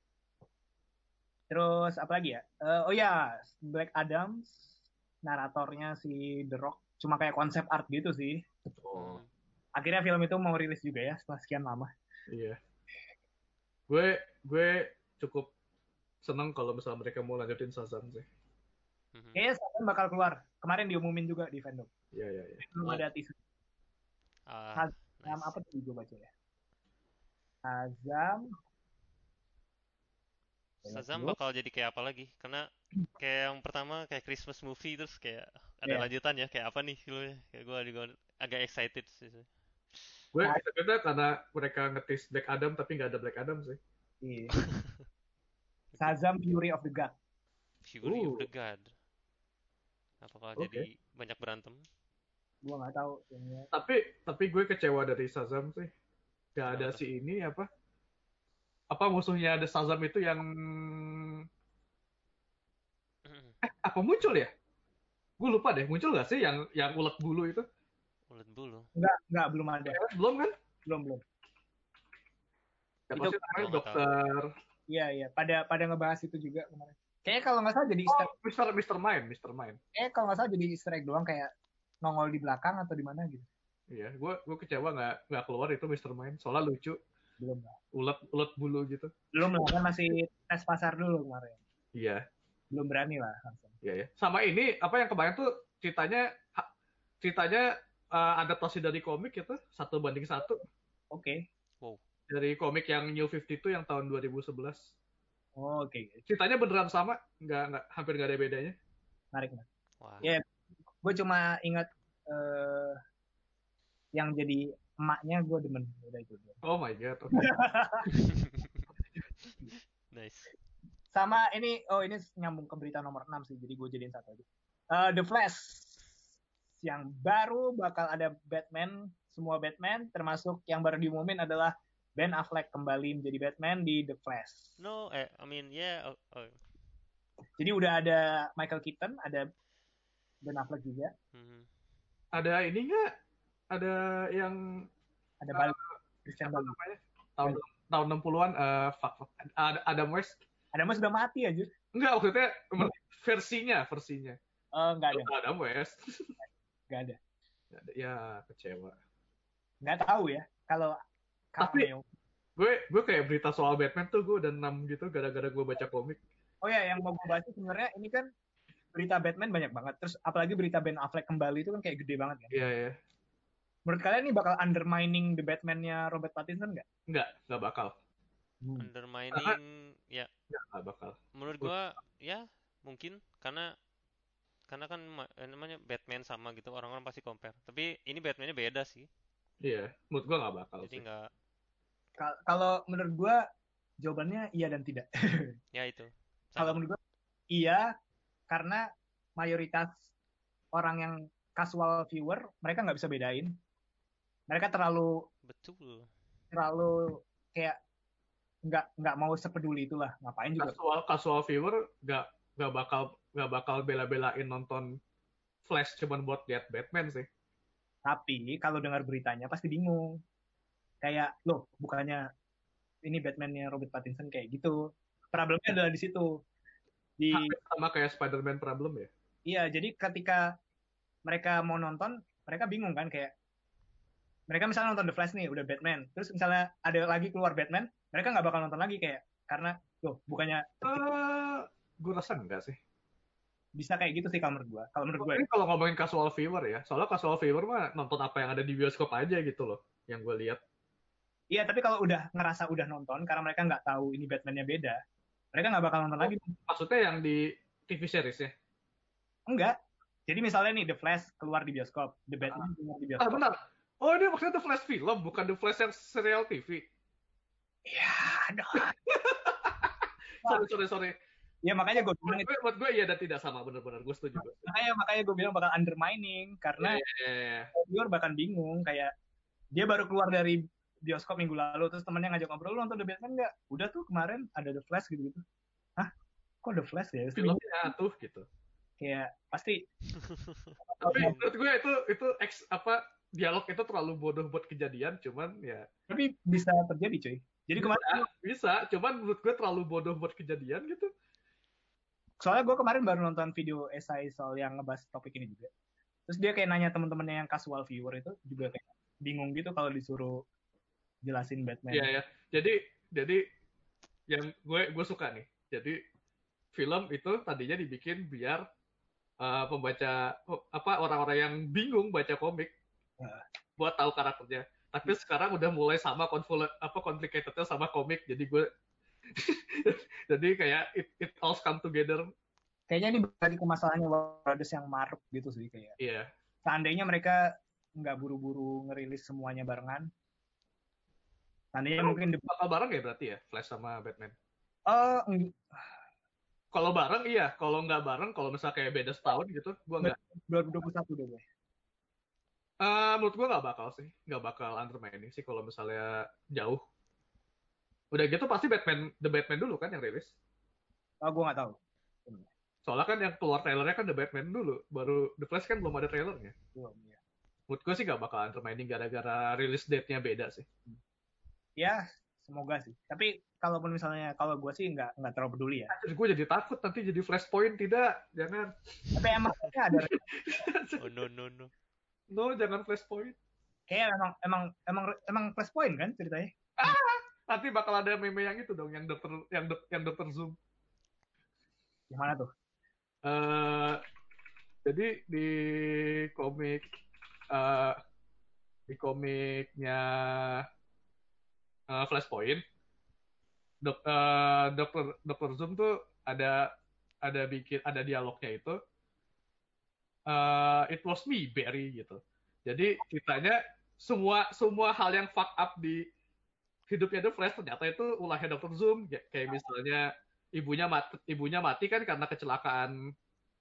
Speaker 2: Terus apa lagi ya? Uh, oh ya, Black Adam, naratornya si The Rock, cuma kayak konsep art gitu sih.
Speaker 3: Oh.
Speaker 2: Akhirnya film itu mau rilis juga ya setelah sekian lama.
Speaker 3: Iya. Gue gue cukup seneng kalau misalnya mereka mau lanjutin Shazam sih.
Speaker 1: Mm-hmm.
Speaker 2: Kayaknya Shazam bakal keluar. Kemarin diumumin juga di fandom.
Speaker 3: Iya iya iya.
Speaker 2: Belum oh. ada teaser.
Speaker 1: Uh,
Speaker 2: Shazam nice. Apa tuh gue baca ya? Shazam
Speaker 1: Shazam bakal jadi kayak apa lagi? Karena kayak yang pertama kayak Christmas movie terus kayak ada
Speaker 2: yeah.
Speaker 1: lanjutan ya kayak apa nih filmnya? Kayak gue juga agak excited sih.
Speaker 3: Gue excited karena mereka ngetis Black Adam tapi nggak ada Black Adam sih.
Speaker 2: Iya. Shazam Fury of the God.
Speaker 1: Fury
Speaker 3: uh.
Speaker 1: of the God. Apakah okay. jadi banyak berantem?
Speaker 2: Gue nggak tahu. Kayaknya.
Speaker 3: Tapi tapi gue kecewa dari Shazam sih. Gak ada si ini apa? Apa musuhnya ada Shazam itu yang eh apa muncul ya? Gue lupa deh, muncul nggak sih yang yang ulet bulu itu?
Speaker 1: Ulet bulu?
Speaker 2: Enggak, enggak belum ada.
Speaker 3: Ya, belum kan?
Speaker 2: Belum belum.
Speaker 3: Ya, itu namanya dokter.
Speaker 2: Iya iya, pada pada ngebahas itu juga kemarin. Kayaknya kalau nggak salah jadi
Speaker 3: oh, Mister Mister Mind, Mister Mind.
Speaker 2: Eh kalau nggak salah jadi Easter egg doang kayak nongol di belakang atau di mana gitu.
Speaker 3: Iya, gue gue kecewa nggak nggak keluar itu Mister Mind, soalnya lucu.
Speaker 2: Belum lah.
Speaker 3: Ulet ulet bulu gitu.
Speaker 2: Belum lah, kan masih tes pasar dulu kemarin.
Speaker 3: Iya.
Speaker 2: Belum berani lah langsung.
Speaker 3: Iya ya. Sama ini apa yang kemarin tuh ceritanya ceritanya uh, adaptasi dari komik gitu, satu banding satu.
Speaker 2: Oke. Okay.
Speaker 1: Wow.
Speaker 3: Dari komik yang New lima puluh dua yang tahun dua ribu sebelas.
Speaker 2: Oh, oke. Okay.
Speaker 3: Ceritanya beneran sama, nggak nggak hampir nggak ada bedanya.
Speaker 2: Menarik banget.
Speaker 1: Wow.
Speaker 2: Ya, yeah, gue cuma ingat uh, yang jadi emaknya gue demen udah itu.
Speaker 3: Oh my god.
Speaker 1: Nice.
Speaker 2: Sama ini, oh ini nyambung ke berita nomor enam sih, jadi gue jadiin satu aja. Uh, The Flash yang baru bakal ada Batman, semua Batman termasuk yang baru diumumin adalah Ben Affleck kembali menjadi Batman di The Flash.
Speaker 1: No, eh, I mean yeah. Oh, oh.
Speaker 2: Jadi udah ada Michael Keaton, ada Ben Affleck juga.
Speaker 1: Mm-hmm.
Speaker 3: Ada ini nggak? Ada yang
Speaker 2: ada balik uh, Christian Bale
Speaker 3: namanya tahun yeah. tahun enam puluhan uh, fuck, fuck. Ada Adam West.
Speaker 2: Adam West udah mati aja.
Speaker 3: Enggak, maksudnya versinya, versinya.
Speaker 2: Oh, enggak ada.
Speaker 3: Adam West.
Speaker 2: Enggak ada.
Speaker 3: Ya, kecewa.
Speaker 2: Enggak tahu ya. Kalau
Speaker 3: tapi gue gue kayak berita soal Batman tuh gue udah enam gitu gara-gara gue baca komik.
Speaker 2: Oh ya, yang mau gue bahas sebenarnya ini kan berita Batman banyak banget. Terus apalagi berita Ben Affleck kembali itu kan kayak gede banget kan.
Speaker 3: Iya, yeah, iya. Yeah.
Speaker 2: Menurut kalian ini bakal undermining the Batman-nya Robert Pattinson nggak?
Speaker 3: Nggak, nggak bakal.
Speaker 1: Hmm. Undermining, ya.
Speaker 3: Nggak bakal.
Speaker 1: Menurut gue, ya mungkin karena karena kan namanya Batman sama gitu orang-orang pasti compare. Tapi ini Batman-nya beda sih.
Speaker 3: Iya, menurut gue nggak bakal.
Speaker 1: Jadi nggak.
Speaker 2: Kalau menurut gue jawabannya iya dan tidak.
Speaker 1: Ya itu.
Speaker 2: Kalau menurut gue iya karena mayoritas orang yang casual viewer mereka nggak bisa bedain. Mereka terlalu
Speaker 1: betul
Speaker 2: terlalu kayak nggak nggak mau sepeduli itulah, ngapain juga
Speaker 3: casual casual viewer nggak nggak bakal nggak bakal bela-belain nonton Flash cuman buat lihat Batman sih.
Speaker 2: Tapi kalau dengar beritanya pasti bingung, kayak loh bukannya ini Batman-nya Robert Pattinson kayak gitu. Problemnya adalah di situ, di
Speaker 3: sama kayak Spider-Man problem ya.
Speaker 2: Iya, jadi ketika mereka mau nonton mereka bingung kan kayak mereka misalnya nonton The Flash nih udah Batman, terus misalnya ada lagi keluar Batman, mereka nggak bakal nonton lagi kayak karena loh bukannya
Speaker 3: Uh, gue rasa enggak sih.
Speaker 2: bisa kayak gitu sih kalau menurut gue. Kalau menurut gue
Speaker 3: Ini kalau ngomongin casual viewer ya, soalnya casual viewer mah nonton apa yang ada di bioskop aja gitu loh, yang gue lihat.
Speaker 2: iya, tapi kalau udah ngerasa udah nonton karena mereka nggak tahu ini Batman-nya beda, mereka nggak bakal nonton lagi.
Speaker 3: Maksudnya yang di T V series ya?
Speaker 2: Enggak. Jadi misalnya nih The Flash keluar di bioskop, The Batman keluar di
Speaker 3: Ah
Speaker 2: bioskop.
Speaker 3: benar. Oh ini maksudnya The Flash film, bukan The Flash yang serial T V.
Speaker 2: Ya, aduh.
Speaker 3: sorry sorry sorry.
Speaker 2: Ya makanya gue bilang itu.
Speaker 3: Buat gue iya dan tidak sama, benar-benar gue setuju.
Speaker 2: Makanya makanya gue bilang bakal undermining karena
Speaker 3: yeah, yeah, yeah.
Speaker 2: viewer bakal bingung kayak dia baru keluar dari bioskop minggu lalu terus temennya ngajak ngobrol lu nonton The Batman nggak? Udah tuh kemarin ada The Flash gitu gitu. Hah? Kok The Flash ya?
Speaker 3: Filmnya tuh gitu.
Speaker 2: Kayak pasti.
Speaker 3: Tapi menurut gue itu itu ex apa dialog itu terlalu bodoh buat kejadian, cuman ya.
Speaker 2: Tapi bisa terjadi cuy. Jadi kemarin
Speaker 3: bisa, bisa, cuman menurut gue terlalu bodoh buat kejadian gitu.
Speaker 2: Soalnya gue kemarin baru nonton video esai soal yang ngebahas topik ini juga. Terus dia kayak nanya teman-temannya yang casual viewer itu juga kayak bingung gitu kalau disuruh jelasin Batman.
Speaker 3: Iya ya. Jadi jadi yang gue gue suka nih. Jadi film itu tadinya dibikin biar uh, pembaca apa orang-orang yang bingung baca komik uh. buat tahu karakternya. Tapi uh. sekarang udah mulai sama konflik apa complicatednya sama komik. Jadi gue jadi kayak it, it all come together.
Speaker 2: Kayaknya ini balik ke masalahnya Brothers yang maruk gitu sih kayak.
Speaker 3: Iya. Yeah.
Speaker 2: Seandainya mereka nggak buru-buru ngerilis semuanya barengan. Seandainya oh, mungkin
Speaker 3: bakal bareng ya berarti ya Flash sama Batman.
Speaker 2: Oh,
Speaker 3: uh, kalau bareng iya, kalau nggak bareng, kalau misalnya kayak beda setahun gitu, gue nggak.
Speaker 2: dua ribu dua puluh satu deh gue.
Speaker 3: Uh, menurut gue nggak bakal sih, nggak bakal undermining sih kalau misalnya jauh. Udah gitu pasti Batman, The Batman dulu kan yang rilis.
Speaker 2: Oh, gue nggak tahu.
Speaker 3: Soalnya kan yang keluar trailernya kan The Batman dulu, baru The Flash kan belum ada trailernya.
Speaker 2: Belum, ya.
Speaker 3: Menurut gue sih nggak bakal undermining gara-gara rilis date-nya beda sih.
Speaker 2: Ya, semoga sih. Tapi kalaupun misalnya kalau gue sih nggak nggak terlalu peduli ya.
Speaker 3: Gue jadi takut nanti jadi Flashpoint, tidak, jangan.
Speaker 2: Tapi emang ada.
Speaker 1: Oh no no no.
Speaker 3: No, jangan Flashpoint.
Speaker 2: Kayak emang emang emang emang Flashpoint kan ceritanya.
Speaker 3: Ah, nanti bakal ada meme yang itu dong, yang dokter yang dok, yang dokter Zoom.
Speaker 2: Gimana tuh?
Speaker 3: Uh, jadi di komik uh, di komiknya uh, Flashpoint, dok, uh, dokter dokter Zoom tuh ada ada bikin ada dialognya itu. Uh, it was me, Barry gitu. Jadi ceritanya semua semua hal yang fuck up di hidupnya The Flash ternyata itu ulahnya dokter Zoom. Kayak misalnya ibunya mati, ibunya mati kan karena kecelakaan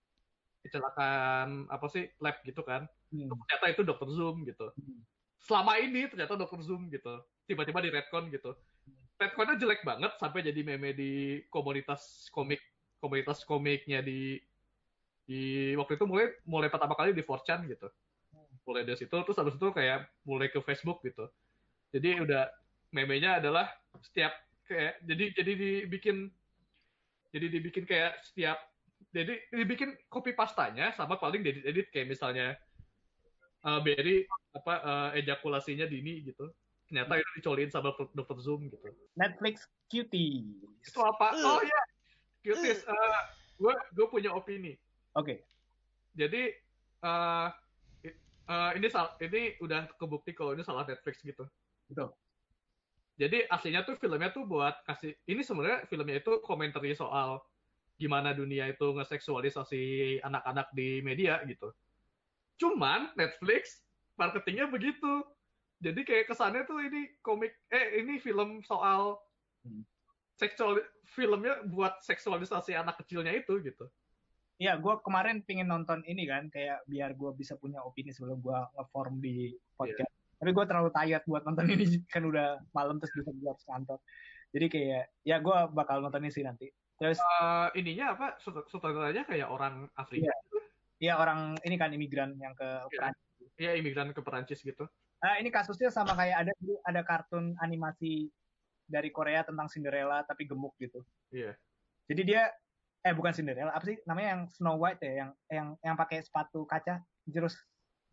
Speaker 3: kecelakaan apa sih lab gitu kan. Hmm. Ternyata itu dokter Zoom gitu. Hmm. Selama ini ternyata dokter Zoom gitu. Tiba-tiba di retcon gitu. Retconnya jelek banget sampai jadi meme di komunitas komik komunitas komiknya di di waktu itu mulai mulai pertama kali di four chan gitu. Mulai dari situ terus habis itu kayak mulai ke Facebook gitu. Jadi udah meme-nya adalah setiap kayak jadi jadi dibikin jadi dibikin kayak setiap jadi dibikin copy pastanya sama paling edit kayak misalnya uh, Barry apa uh, ejakulasinya dini gitu. Ternyata itu dicoliin sama dokter Zoom gitu.
Speaker 2: Netflix Cutie.
Speaker 3: Itu apa? Uh. Oh ya. Yeah. Cuties. Uh, gue gue punya opini.
Speaker 2: Oke. Okay.
Speaker 3: Jadi uh, uh, ini sal- ini udah kebukti kalau ini salah Netflix gitu.
Speaker 2: Betul.
Speaker 3: Jadi aslinya tuh filmnya tuh buat kasih ini sebenarnya filmnya itu komentari soal gimana dunia itu ngeseksualisasi anak-anak di media gitu. Cuman Netflix marketingnya begitu. Jadi kayak kesannya tuh ini komik eh ini film soal hmm. seksual filmnya buat seksualisasi anak kecilnya itu gitu.
Speaker 2: Iya, gue kemarin pingin nonton ini kan, kayak biar gue bisa punya opini sebelum gue nge-form di podcast. Yeah. Tapi gue terlalu tired buat nonton ini, kan udah malam terus bisa keluar kantor. Jadi kayak, ya gue bakal nonton ini sih nanti. Terus
Speaker 3: uh, ininya apa? Sutradaranya kayak orang Afrika.
Speaker 2: Iya, iya orang ini kan imigran yang ke
Speaker 3: yeah.
Speaker 2: Perancis.
Speaker 3: Iya, imigran ke Perancis gitu.
Speaker 2: Nah, ini kasusnya sama kayak ada ada kartun animasi dari Korea tentang Cinderella tapi gemuk gitu.
Speaker 3: Iya. Yeah.
Speaker 2: Jadi dia eh bukan Cinderella, apa sih namanya yang Snow White ya, yang yang yang pakai sepatu kaca terus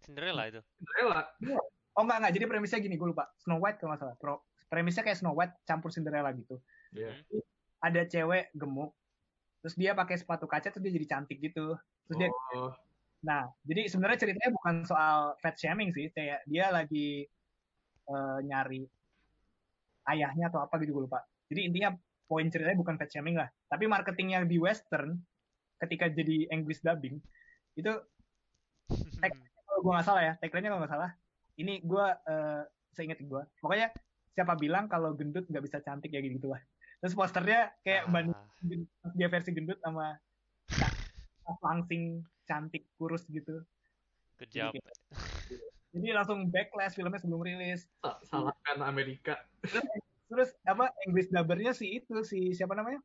Speaker 1: Cinderella itu.
Speaker 3: Cinderella.
Speaker 2: Oh enggak enggak, jadi premisnya gini, gue lupa. Snow White kalau nggak salah. Pro, premisnya kayak Snow White campur Cinderella gitu.
Speaker 3: Iya.
Speaker 1: Hmm.
Speaker 2: Ada cewek gemuk, terus dia pakai sepatu kaca, terus dia jadi cantik gitu. Terus dia,
Speaker 3: Oh,
Speaker 2: nah, jadi sebenarnya ceritanya bukan soal fat shaming sih, kayak dia lagi eh, nyari ayahnya atau apa gitu, gue lupa. Jadi intinya poin ceritanya bukan fat shaming lah, tapi marketingnya di Western ketika jadi English dubbing itu tag- kalau gue nggak salah ya, tagline-nya kalau nggak salah, ini gue uh, seingat gue, pokoknya siapa bilang kalau gendut nggak bisa cantik ya gitu lah. Terus posternya kayak banding
Speaker 1: Ah.
Speaker 2: dia versi gendut sama langsing cantik kurus gitu.
Speaker 1: Good
Speaker 2: Jadi,
Speaker 1: job.
Speaker 2: kayak- jadi langsung backlash filmnya sebelum rilis.
Speaker 3: sa- salahkan Amerika.
Speaker 2: Terus, terus apa English dubbernya si itu si siapa namanya?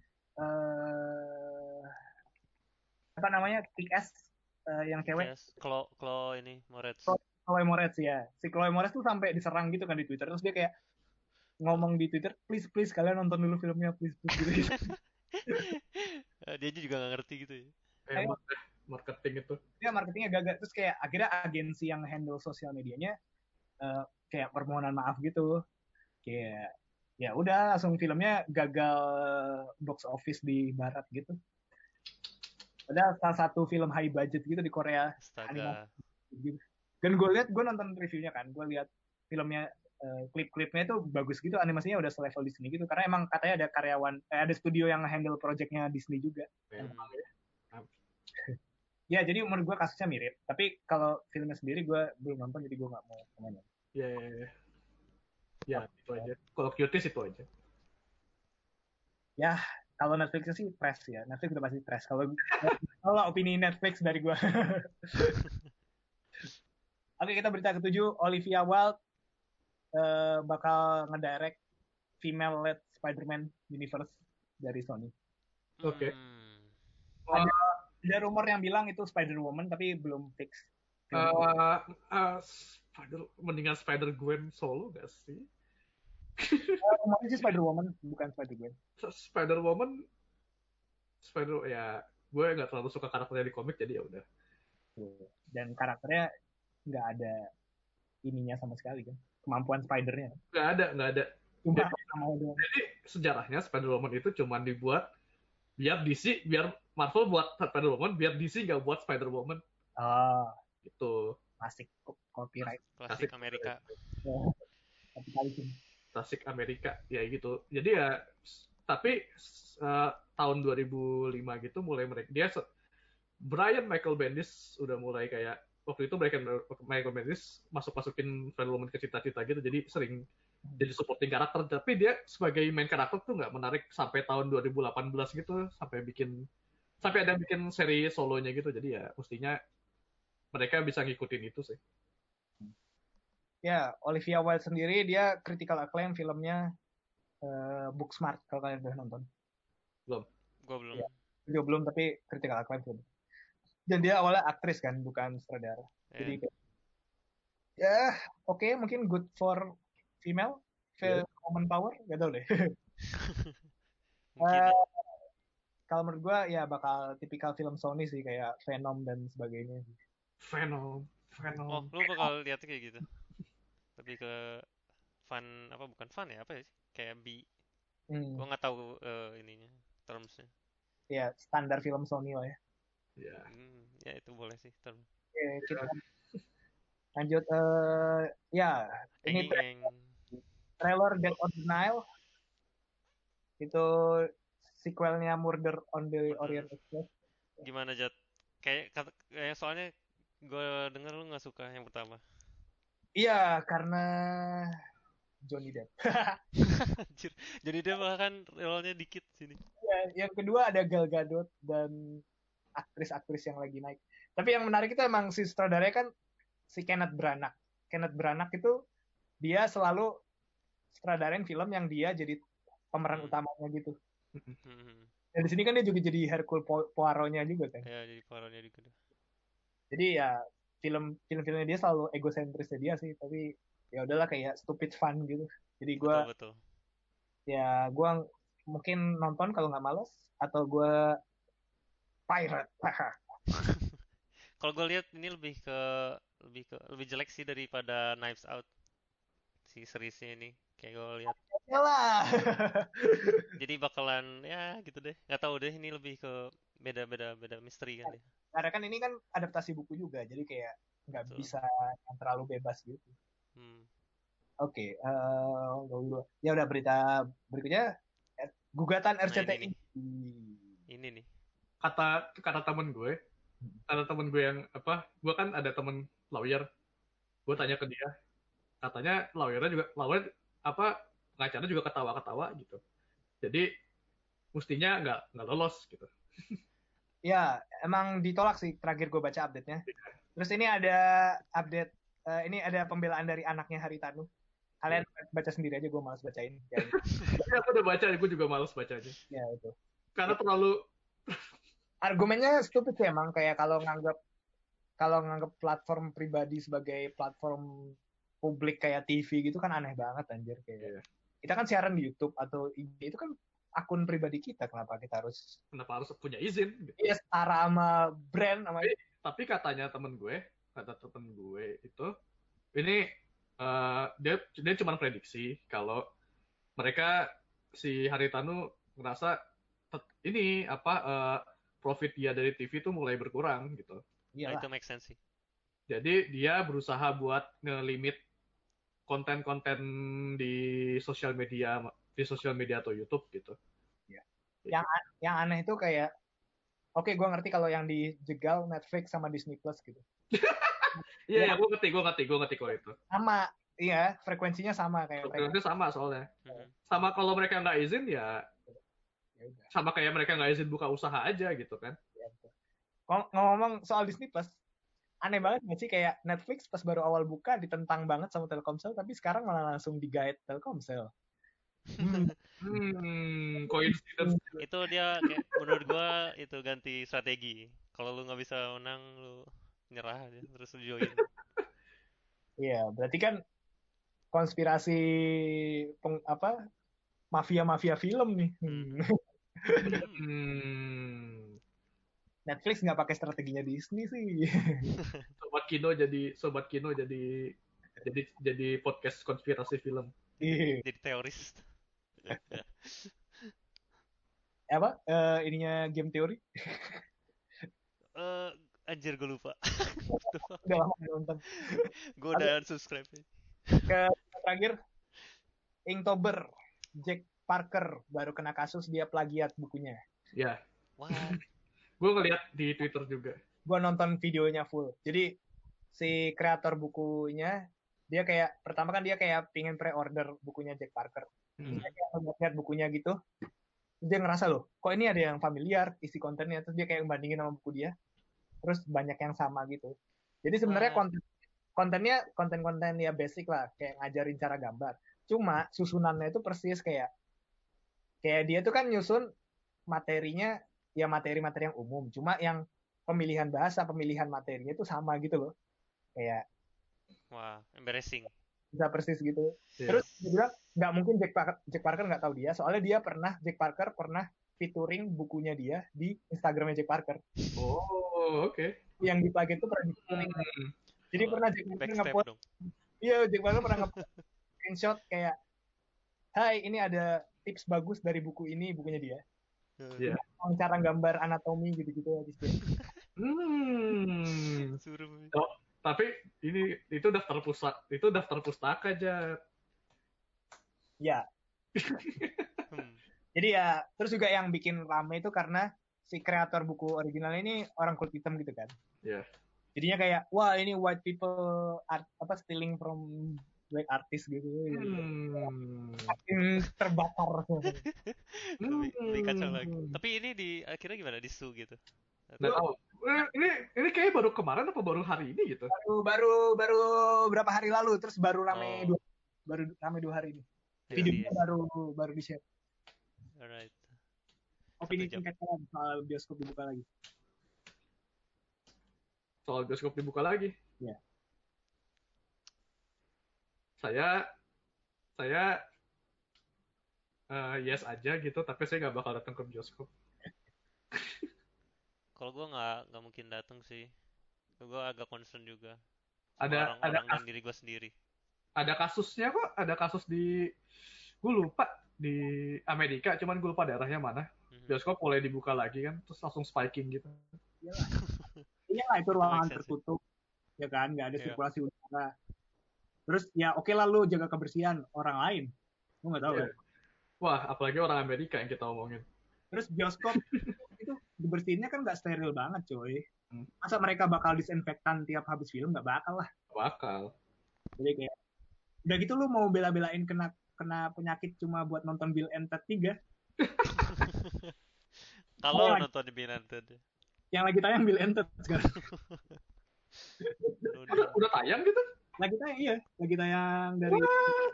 Speaker 2: eh apa namanya? Kick-Ass eh, yang cewek.
Speaker 1: Yes, Klo, Klo ini Moretz.
Speaker 2: Chloe Moretz ya. Si Chloe Moretz tuh sampai diserang gitu kan di Twitter. Terus dia kayak ngomong di Twitter, please please kalian nonton dulu filmnya, please please gitu.
Speaker 1: Eh, Dia juga nggak ngerti gitu ya.
Speaker 3: Emang deh, marketing itu.
Speaker 2: Dia marketingnya gagal. Terus kayak akhirnya agensi yang handle sosial medianya eh, kayak permohonan maaf gitu. Kayak ya udah langsung filmnya gagal box office di barat gitu. Ada salah satu film high budget gitu di Korea animasi
Speaker 1: Astaga.
Speaker 2: gitu. Dan gue lihat, gue nonton reviewnya kan, gue lihat filmnya eh, klip-klipnya itu bagus gitu, animasinya udah selevel Disney gitu. Karena emang katanya ada karyawan, eh, ada studio yang handle projectnya Disney juga.
Speaker 3: Memang ya.
Speaker 2: Ya jadi menurut gue kasusnya mirip. Tapi kalau filmnya sendiri gue belum nonton, jadi gue nggak mau komentar.
Speaker 3: Ya, ya, ya. Ya, itu aja. Kalau Cuties itu aja.
Speaker 2: Ya kalau Netflixnya sih press ya, Netflix udah pasti press. Kalau kalau opini Netflix dari gue. Oke, kita berita ketujuh, Olivia Wilde uh, bakal ngedirect female-led Spider-Man universe dari Sony.
Speaker 3: Oke.
Speaker 1: Hmm.
Speaker 2: Ada, ada rumor yang bilang itu Spider-Woman, tapi belum fix.
Speaker 3: Uh, uh, Spider, mendingan Spider-Gwen solo gak sih?
Speaker 2: Uh, rumornya sih Spider-Woman, bukan Spider-Gwen.
Speaker 3: Spider-Woman, Spider, ya gue nggak terlalu suka karakternya di komik, jadi ya udah.
Speaker 2: Dan karakternya nggak ada ininya sama sekali kan, kemampuan Spider-nya.
Speaker 3: Nggak ada, nggak ada.
Speaker 2: Cuma
Speaker 3: Jadi, jadi sejarahnya Spider-Woman itu cuma dibuat biar D C, biar Marvel buat Spider-Woman, biar D C nggak buat Spider-Woman.
Speaker 2: Oh,
Speaker 3: Gitu.
Speaker 2: klasik copyright.
Speaker 1: Klasik Amerika.
Speaker 2: Kapitalisme.
Speaker 3: Klasik Amerika, ya gitu. Jadi ya, tapi uh, tahun dua ribu lima gitu mulai mereka, dia Brian Michael Bendis udah mulai kayak, waktu itu Brian Michael Bendis masuk-masukin Spider-Woman ke cita-cita gitu, jadi sering jadi supporting karakter, tapi dia sebagai main karakter tuh nggak menarik sampai tahun dua ribu delapan belas gitu, sampai bikin sampai ada bikin seri solonya gitu, jadi ya mestinya mereka bisa ngikutin itu sih.
Speaker 2: Ya, Olivia Wilde sendiri dia critical acclaim filmnya uh, Booksmart, kalau kalian udah nonton.
Speaker 3: Belum.
Speaker 1: Gue belum.
Speaker 2: Ya, gue belum, tapi critical acclaim film. Dan dia awalnya aktris kan, bukan sutradara. Yeah. Jadi kayak, ya oke, okay, mungkin good for female, yeah. Woman power, gak tau deh. uh, kalau menurut gue ya bakal tipikal film Sony sih, kayak Venom dan sebagainya.
Speaker 3: Venom, Venom.
Speaker 1: Oh, lu bakal lihat kayak gitu? Lebih ke fun, apa bukan fun ya, apa ya sih? Kayak B. Hmm. Gue nggak tahu uh, ininya, termsnya.
Speaker 2: Ya, standar film Sony lah ya.
Speaker 3: Ya.
Speaker 1: Hmm, ya itu boleh sih term.
Speaker 2: Oke, kita lanjut. Uh, ya, ini tra trailer Dead on the Nile. Itu sequelnya Murder on the Orient Express.
Speaker 1: Gimana, Jat? Kayak, kayak soalnya gue denger lu nggak suka yang pertama.
Speaker 2: Iya, karena Johnny Depp.
Speaker 1: Anjir, Johnny Depp bahkan role-nya dikit sini.
Speaker 2: Ya, yang kedua ada Gal Gadot dan aktris-aktris yang lagi naik. Tapi yang menarik itu emang si sutradaranya kan si Kenneth Branagh. Kenneth Branagh itu dia selalu sutradarain film yang dia jadi pemeran hmm. utamanya gitu. Hmm. Dan di sini kan dia juga jadi Hercule Poirot-nya juga kan.
Speaker 1: Iya, jadi Poirot-nya juga.
Speaker 2: Jadi ya film film-filmnya dia selalu egosentrisnya dia sih, tapi ya udahlah kayak stupid fun gitu. Jadi gue ya gue mungkin nonton kalau nggak males, atau gue pirate.
Speaker 1: Kalau gue lihat ini lebih ke lebih ke lebih jelek sih daripada Knives Out si seriesnya ini. Kayak gue lihat.
Speaker 2: Ya lah.
Speaker 1: Jadi bakalan ya gitu deh. Nggak tahu deh ini lebih ke beda-beda beda misteri kan ya.
Speaker 2: Karena kan ini kan adaptasi buku juga, jadi kayak nggak
Speaker 1: Betul.
Speaker 2: bisa yang terlalu bebas gitu.
Speaker 1: Hmm.
Speaker 2: Oke, eh, ya udah berita berikutnya eh, gugatan
Speaker 1: Nah ini
Speaker 2: R C T I.
Speaker 1: nih. Ini nih.
Speaker 3: Kata kata temen gue, kata temen gue yang apa? Gue kan ada temen lawyer. Gue tanya
Speaker 1: Mhm.
Speaker 3: ke dia, katanya lawyernya juga lawyer apa pengacaranya juga ketawa-ketawa gitu. Jadi mestinya nggak nggak lolos gitu.
Speaker 2: Ya, emang ditolak sih terakhir gue baca update-nya. Terus ini ada update, eh, ini ada pembelaan dari anaknya Haritanu. Kalian baca sendiri aja, gue malas bacain. Ya, gitu.
Speaker 3: Tapi aku udah baca, gue juga males bacanya.
Speaker 2: Ya itu.
Speaker 3: Karena
Speaker 2: Ya,
Speaker 3: terlalu
Speaker 2: argumennya stupid sih emang, kayak kalau nganggap kalau nganggap platform pribadi sebagai platform publik kayak T V gitu kan aneh banget anjir kayak.
Speaker 3: Iya.
Speaker 2: Kita kan siaran di YouTube atau I G itu kan akun pribadi kita, kenapa kita harus
Speaker 3: Kenapa harus punya izin? Gitu.
Speaker 2: iya setara sama brand sama
Speaker 3: Tapi, tapi katanya temen gue, kata temen gue itu, ini uh, dia dia cuma prediksi kalau mereka si Haritanu ngerasa ini apa uh, profit dia dari T V itu mulai berkurang gitu.
Speaker 1: Nah
Speaker 2: iyalah.
Speaker 1: itu make sense sih.
Speaker 3: Jadi dia berusaha buat ngelimit konten-konten di sosial media di sosial media atau YouTube gitu.
Speaker 2: Ya. Yang yang aneh itu kayak oke, gue ngerti kalau yang dijegal Netflix sama Disney Plus gitu.
Speaker 3: Iya,
Speaker 2: Ya,
Speaker 3: ya, gue ngerti, gue ngerti, gue ngerti kalau itu.
Speaker 2: sama, iya, frekuensinya sama kayak mereka.
Speaker 3: Frekuensinya sama soalnya.
Speaker 1: Mhm.
Speaker 3: Sama kalau mereka nggak izin ya,
Speaker 2: Ya udah.
Speaker 3: sama kayak mereka nggak izin buka usaha aja gitu kan.
Speaker 2: Ya, gitu. Ngom- Ngomong soal Disney Plus, aneh banget nggak sih kayak Netflix pas baru awal buka ditentang banget sama Telkomsel, tapi sekarang malah langsung digait Telkomsel. Hmm.
Speaker 3: Hmm, coincidence.
Speaker 1: Itu dia kayak menurut gua itu ganti strategi. Kalau lu nggak bisa menang lu nyerah aja terus lu join.
Speaker 2: Iya, berarti kan konspirasi peng, apa mafia-mafia film nih. Hmm.
Speaker 1: Mhm. Hmm.
Speaker 3: Hmm.
Speaker 2: Netflix nggak pakai strateginya Disney sih.
Speaker 3: Sobat Kino jadi Sobat Kino jadi jadi jadi podcast konspirasi film.
Speaker 2: Iya.
Speaker 1: Jadi teoris.
Speaker 2: Apa eh, ininya game teori?
Speaker 1: Eh anjir gue lupa.
Speaker 2: Udah lama nggak nonton.
Speaker 1: Gue
Speaker 2: Oke,
Speaker 1: udah unsubscribe.
Speaker 2: ke terakhir Inktober, Jack Parker baru kena kasus dia plagiat bukunya.
Speaker 3: Ya,
Speaker 1: Wah,
Speaker 3: gue ngeliat di Twitter juga.
Speaker 2: Gue nonton videonya full. Jadi si kreator bukunya dia kayak pertama kan dia kayak pingin pre-order bukunya Jack Parker. Terus
Speaker 3: Hmm.
Speaker 2: dia kayak ngeliat bukunya gitu. Terus dia ngerasa loh, kok ini ada yang familiar isi kontennya. Terus dia kayak bandingin sama buku dia. Terus banyak yang sama gitu. Jadi sebenarnya
Speaker 1: wah,
Speaker 2: konten kontennya konten-konten ya basic lah, kayak ngajarin cara gambar. Cuma susunannya itu persis kayak kayak dia tuh kan nyusun materinya ya materi-materi yang umum. Cuma yang pemilihan bahasa, pemilihan materinya itu sama gitu loh. Kayak
Speaker 1: wah, embarrassing.
Speaker 2: bisa persis gitu.
Speaker 3: Yeah.
Speaker 2: Terus dia bilang nggak mungkin Jack Parker, Jack Parker nggak tahu dia, soalnya dia pernah Jack Parker pernah featuring bukunya dia di Instagramnya Jack Parker.
Speaker 3: Oh, oke. Okay.
Speaker 2: Yang dipakai itu pernah di featuring.
Speaker 3: Hmm.
Speaker 2: Jadi
Speaker 1: Wah,
Speaker 2: pernah Jack Parker
Speaker 1: backstep
Speaker 2: ngepost,
Speaker 1: dong.
Speaker 2: iya Jack Parker pernah ngepost screenshot kayak, hai ini ada tips bagus dari buku ini, bukunya dia.
Speaker 3: Yeah.
Speaker 2: Cara gambar anatomi gitu-gitu habis dia.
Speaker 3: Hmm.
Speaker 1: Suruh.
Speaker 3: Oh, tapi ini itu daftar pustaka, itu daftar pustaka aja.
Speaker 2: Ya.
Speaker 1: Hmm.
Speaker 2: Jadi ya, terus juga yang bikin rame itu karena si kreator buku original ini orang kulit hitam gitu kan.
Speaker 3: Iya. Yeah.
Speaker 2: Jadinya kayak, wah ini white people art, apa stealing from black artist gitu.
Speaker 3: Hmm.
Speaker 2: Makin terbakar.
Speaker 1: Lebih, lebih kacau
Speaker 3: Hmm.
Speaker 1: lagi. Tapi ini di akhirnya gimana di sue gitu?
Speaker 3: Nggak tahu. Eh, Ini ini kayak baru kemarin apa baru hari ini gitu?
Speaker 2: Baru baru baru berapa hari lalu, terus baru rame
Speaker 1: Oh.
Speaker 2: dua baru rame dua hari ini.
Speaker 1: Yes,
Speaker 2: Videonya
Speaker 1: yes.
Speaker 2: baru baru di share.
Speaker 1: Alright.
Speaker 2: Opini
Speaker 1: Satu jam.
Speaker 2: singkat kalian soal bioskop dibuka lagi.
Speaker 3: Soal bioskop dibuka lagi.
Speaker 2: Ya.
Speaker 3: Saya saya uh, yes aja gitu, tapi saya nggak bakal datang ke bioskop.
Speaker 1: Kalau gue nggak nggak mungkin datang sih. Gue agak concern juga sama
Speaker 3: Ada ada
Speaker 1: orang-orang dan
Speaker 3: kas-
Speaker 1: diri gue sendiri.
Speaker 3: ada kasusnya kok, ada kasus di gue lupa di Amerika, cuman gue lupa daerahnya mana.
Speaker 1: Mhm.
Speaker 3: Bioskop mulai dibuka lagi kan, terus langsung spiking gitu.
Speaker 2: Iyalah. Iyalah itu
Speaker 1: Itu make
Speaker 2: ruangan
Speaker 1: sense sih.
Speaker 2: tertutup, ya kan, nggak ada
Speaker 1: Iya.
Speaker 2: sirkulasi udara. Terus ya oke lah lu jaga kebersihan orang lain, lu nggak tahu
Speaker 3: Iya.
Speaker 2: kan.
Speaker 3: Wah, apalagi orang Amerika yang kita omongin.
Speaker 2: Terus bioskop itu dibersihinnya kan nggak steril banget coy.
Speaker 3: Hmm.
Speaker 2: Masa mereka bakal disinfektan tiap habis film? Nggak bakal lah.
Speaker 3: Bakal.
Speaker 2: Jadi kayak udah gitu lu mau bela-belain kena kena penyakit cuma buat nonton Bill and Ted tiga.
Speaker 1: Kalau
Speaker 2: Oh,
Speaker 1: nonton di Binanted.
Speaker 2: yang lagi tayang Bill and Ted sekarang.
Speaker 1: Lu
Speaker 3: Udah,
Speaker 1: di-
Speaker 3: udah tayang gitu?
Speaker 2: Lagi tayang iya, lagi tayang dari
Speaker 3: Wah.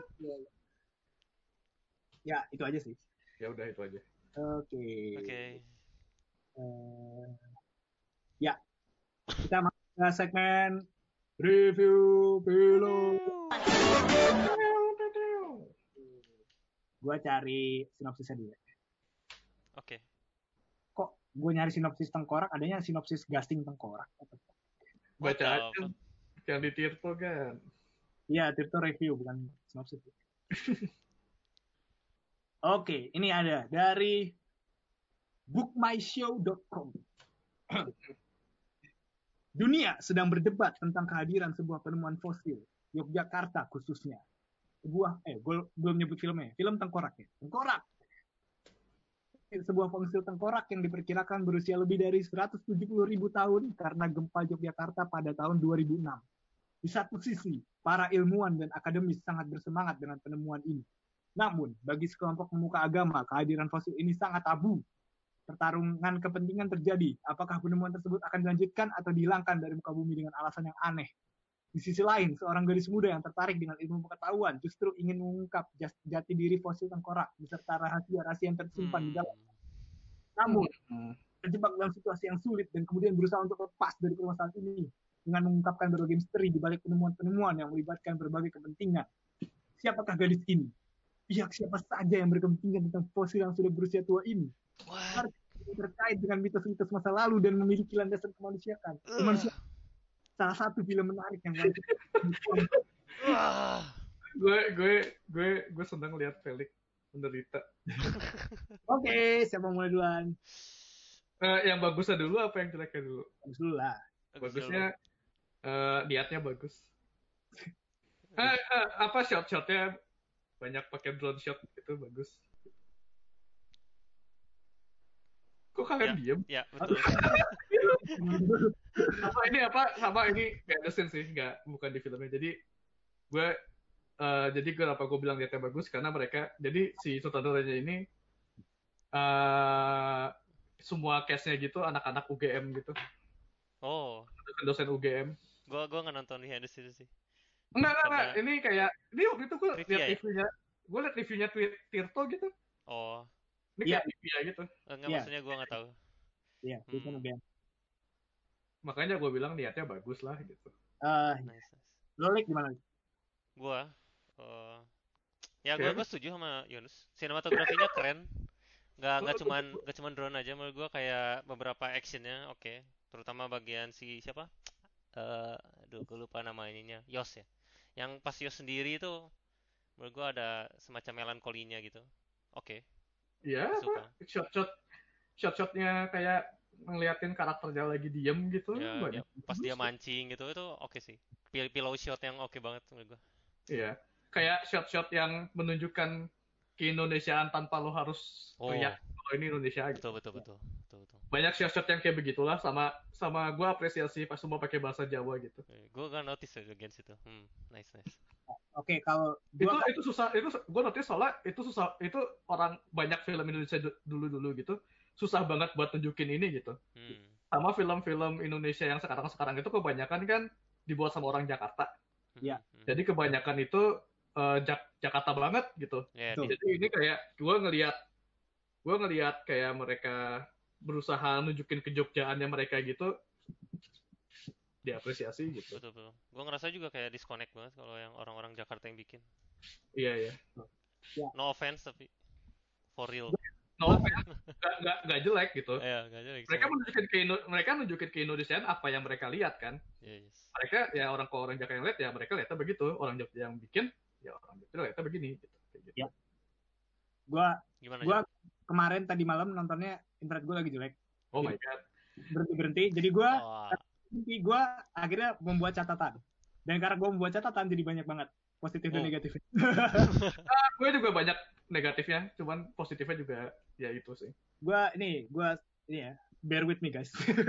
Speaker 2: ya itu aja sih.
Speaker 3: Ya udah itu aja.
Speaker 2: Oke.
Speaker 1: Oke.
Speaker 2: Eh, ya, kita masuk ke segmen review film. Gua cari sinopsisnya dulu.
Speaker 1: Oke.
Speaker 2: Kok gue nyari sinopsis tengkorak, adanya sinopsis gasting tengkorak.
Speaker 3: Baca
Speaker 1: Tahu
Speaker 3: aja.
Speaker 1: apa?
Speaker 3: Yang di Tirto kan.
Speaker 2: Iya, Tirto review bukan sinopsis. Oke, ini ada dari book my show dot com. Dunia sedang berdebat tentang kehadiran sebuah penemuan fosil, Yogyakarta khususnya. Sebuah, eh, gue belum nyebut filmnya, film tengkorak ya. Tengkorak. Sebuah fosil tengkorak yang diperkirakan berusia lebih dari seratus tujuh puluh ribu tahun karena gempa Yogyakarta pada tahun dua ribu enam. Di satu sisi, para ilmuwan dan akademis sangat bersemangat dengan penemuan ini. Namun, bagi sekelompok pemuka agama, kehadiran fosil ini sangat tabu. Pertarungan kepentingan terjadi. Apakah penemuan tersebut akan dilanjutkan atau dihilangkan dari muka bumi dengan alasan yang aneh? Di sisi lain, seorang gadis muda yang tertarik dengan ilmu pengetahuan justru ingin mengungkap jati diri fosil tengkorak beserta rahasia-rahasia yang tersimpan di dalam.
Speaker 1: Hmm.
Speaker 2: Namun,
Speaker 3: Hmm.
Speaker 2: terjebak dalam situasi yang sulit dan kemudian berusaha untuk lepas dari permasalahan ini dengan mengungkapkan berbagai misteri di balik penemuan-penemuan yang melibatkan berbagai kepentingan. Siapakah gadis ini? Pihak siapa saja yang berkepentingan tentang fosil yang sudah berusia tua ini?
Speaker 1: What?
Speaker 2: Terkait dengan mitos-mitos masa lalu dan memiliki landasan kemanusiaan. Kemanusiaan. Salah satu film menarik yang
Speaker 1: Wah.
Speaker 3: gue gue gue gue senang lihat Felix menderita.
Speaker 2: Oke, siapa mau mulai duluan?
Speaker 3: Eh, yang bagusnya dulu apa yang jeleknya dulu?
Speaker 2: Bagus dulu lah.
Speaker 3: Bagusnya eh niatnya bagus. Eh, eh, apa shot-shotnya banyak pakai drone shot itu bagus. Kok kalian diem?
Speaker 1: Ya, betul.
Speaker 3: Sama ini apa? Sama ini nggak ada scene sih, nggak bukan di filmnya. Jadi gue eh, jadi kenapa gue bilang niatnya bagus karena mereka jadi si sutradaranya ini eh semua cast-nya gitu anak-anak U G M gitu,
Speaker 1: Oh,
Speaker 3: dosen U G M.
Speaker 1: gua gua nggak nonton di Handus itu sih.
Speaker 3: Enggak, enggak, enggak.
Speaker 1: Karena-
Speaker 3: Ini kayak, ini waktu itu gue
Speaker 1: Trivia
Speaker 3: lihat
Speaker 1: ya?
Speaker 3: reviewnya, gue lihat reviewnya Twi- Tirto gitu.
Speaker 1: Oh,
Speaker 3: Ini
Speaker 2: Iya.
Speaker 3: kayak trivia gitu.
Speaker 1: enggak
Speaker 2: Iya.
Speaker 1: maksudnya gua nggak tahu.
Speaker 2: Iya, itu
Speaker 1: Hmm.
Speaker 2: kan
Speaker 3: Makanya gue bilang niatnya bagus lah gitu.
Speaker 2: Eh,
Speaker 1: Nice, nice.
Speaker 2: Lolik gimana?
Speaker 1: Gua eh ya gua
Speaker 3: Oke.
Speaker 1: gua setuju sama Yunus. Sinematografinya keren. Nggak nggak cuman nggak cuman drone aja, menurut gua kayak beberapa actionnya oke. Terutama bagian si siapa? Eh, aduh, gua lupa nama ininya. Yos ya. Yang pas Yos sendiri itu menurut gua ada semacam melankolinya gitu. Oke,
Speaker 3: Iya,
Speaker 1: suka.
Speaker 3: apa? Shot-shot, shot-shotnya kayak ngeliatin karakternya lagi diem gitu.
Speaker 1: Ya,
Speaker 3: banyak.
Speaker 1: dia- pas dia mancing gitu itu oke sih. Pil- Pillow shot yang oke banget menurut gua.
Speaker 3: Iya, kayak shot-shot yang menunjukkan keindonesiaan tanpa lo harus
Speaker 1: Oh.
Speaker 3: teriak kalau ini Indonesia gitu.
Speaker 1: Betul, betul, betul. Betul, betul.
Speaker 3: Banyak shot-shot yang kayak begitulah, sama sama gue apresiasi pas semua pakai bahasa Jawa gitu.
Speaker 1: Eh, Gua gak notice ya bagian situ. Hmm, nice, nice.
Speaker 2: Oke, kalau
Speaker 3: Itu
Speaker 2: gua
Speaker 3: itu susah, itu gue notice soalnya itu susah, itu orang banyak film Indonesia du- dulu-dulu gitu susah banget buat tunjukin ini gitu.
Speaker 1: Hmm.
Speaker 3: Sama film-film Indonesia yang sekarang-sekarang itu kebanyakan kan dibuat sama orang Jakarta.
Speaker 2: Iya.
Speaker 1: Hmm.
Speaker 3: Jadi kebanyakan itu eh, Jak- Jakarta banget gitu.
Speaker 1: Ya,
Speaker 2: Betul.
Speaker 1: di-
Speaker 3: Jadi ini kayak gue ngelihat gue ngelihat kayak mereka berusaha nunjukin kejogjaannya mereka gitu, diapresiasi gitu.
Speaker 1: betul, betul. Gua ngerasa juga kayak disconnect banget kalau yang orang-orang Jakarta yang bikin.
Speaker 3: Iya ya.
Speaker 1: No offense tapi for real.
Speaker 3: no offense, nggak nggak nggak jelek gitu.
Speaker 1: Iya, nggak jelek.
Speaker 3: Mereka
Speaker 1: Cuma-
Speaker 3: menunjukin ke Indo- mereka nunjukin ke Indonesiaan apa yang mereka lihat kan.
Speaker 1: Yes.
Speaker 3: Mereka ya orang kalau orang Jakarta yang lihat ya mereka lihatnya begitu, orang Jogja yang bikin ya orang Jogja lihatnya begini gitu. Kayak gitu.
Speaker 2: Ya. Gua
Speaker 1: Gimana
Speaker 2: gua
Speaker 1: Jok?
Speaker 2: kemarin tadi malam nontonnya internet gue lagi jelek.
Speaker 3: Oh my god.
Speaker 2: Berhenti berhenti. Jadi gua
Speaker 1: Wah,
Speaker 2: berhenti gua akhirnya membuat catatan. Dan karena gua membuat catatan jadi banyak banget positif dan
Speaker 1: Oh.
Speaker 2: negatif.
Speaker 3: Nah, gue juga banyak negatifnya, cuman positifnya juga ya itu sih.
Speaker 2: Gua ini gua ini ya, bear with me guys.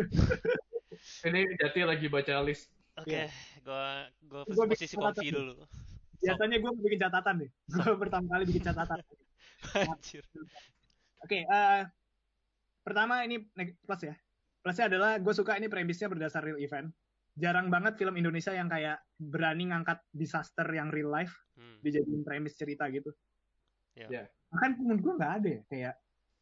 Speaker 3: Ini Jati lagi baca list.
Speaker 1: oke,
Speaker 2: Iya.
Speaker 1: gua gua
Speaker 2: Gua bikin
Speaker 1: posisi
Speaker 2: catatan
Speaker 1: konfi
Speaker 2: dulu.
Speaker 1: dulu.
Speaker 2: Biasanya gue bikin catatan deh. Gue pertama kali bikin catatan.
Speaker 1: Anjir.
Speaker 2: Oke, eh, pertama ini neg- plus ya. Plusnya adalah gue suka ini premisnya berdasar real event. Jarang banget film Indonesia yang kayak berani ngangkat disaster yang real life
Speaker 1: Hmm.
Speaker 2: dijadiin premis cerita gitu.
Speaker 1: Ya.
Speaker 3: Ya.
Speaker 2: Bahkan menurut gue nggak ada ya kayak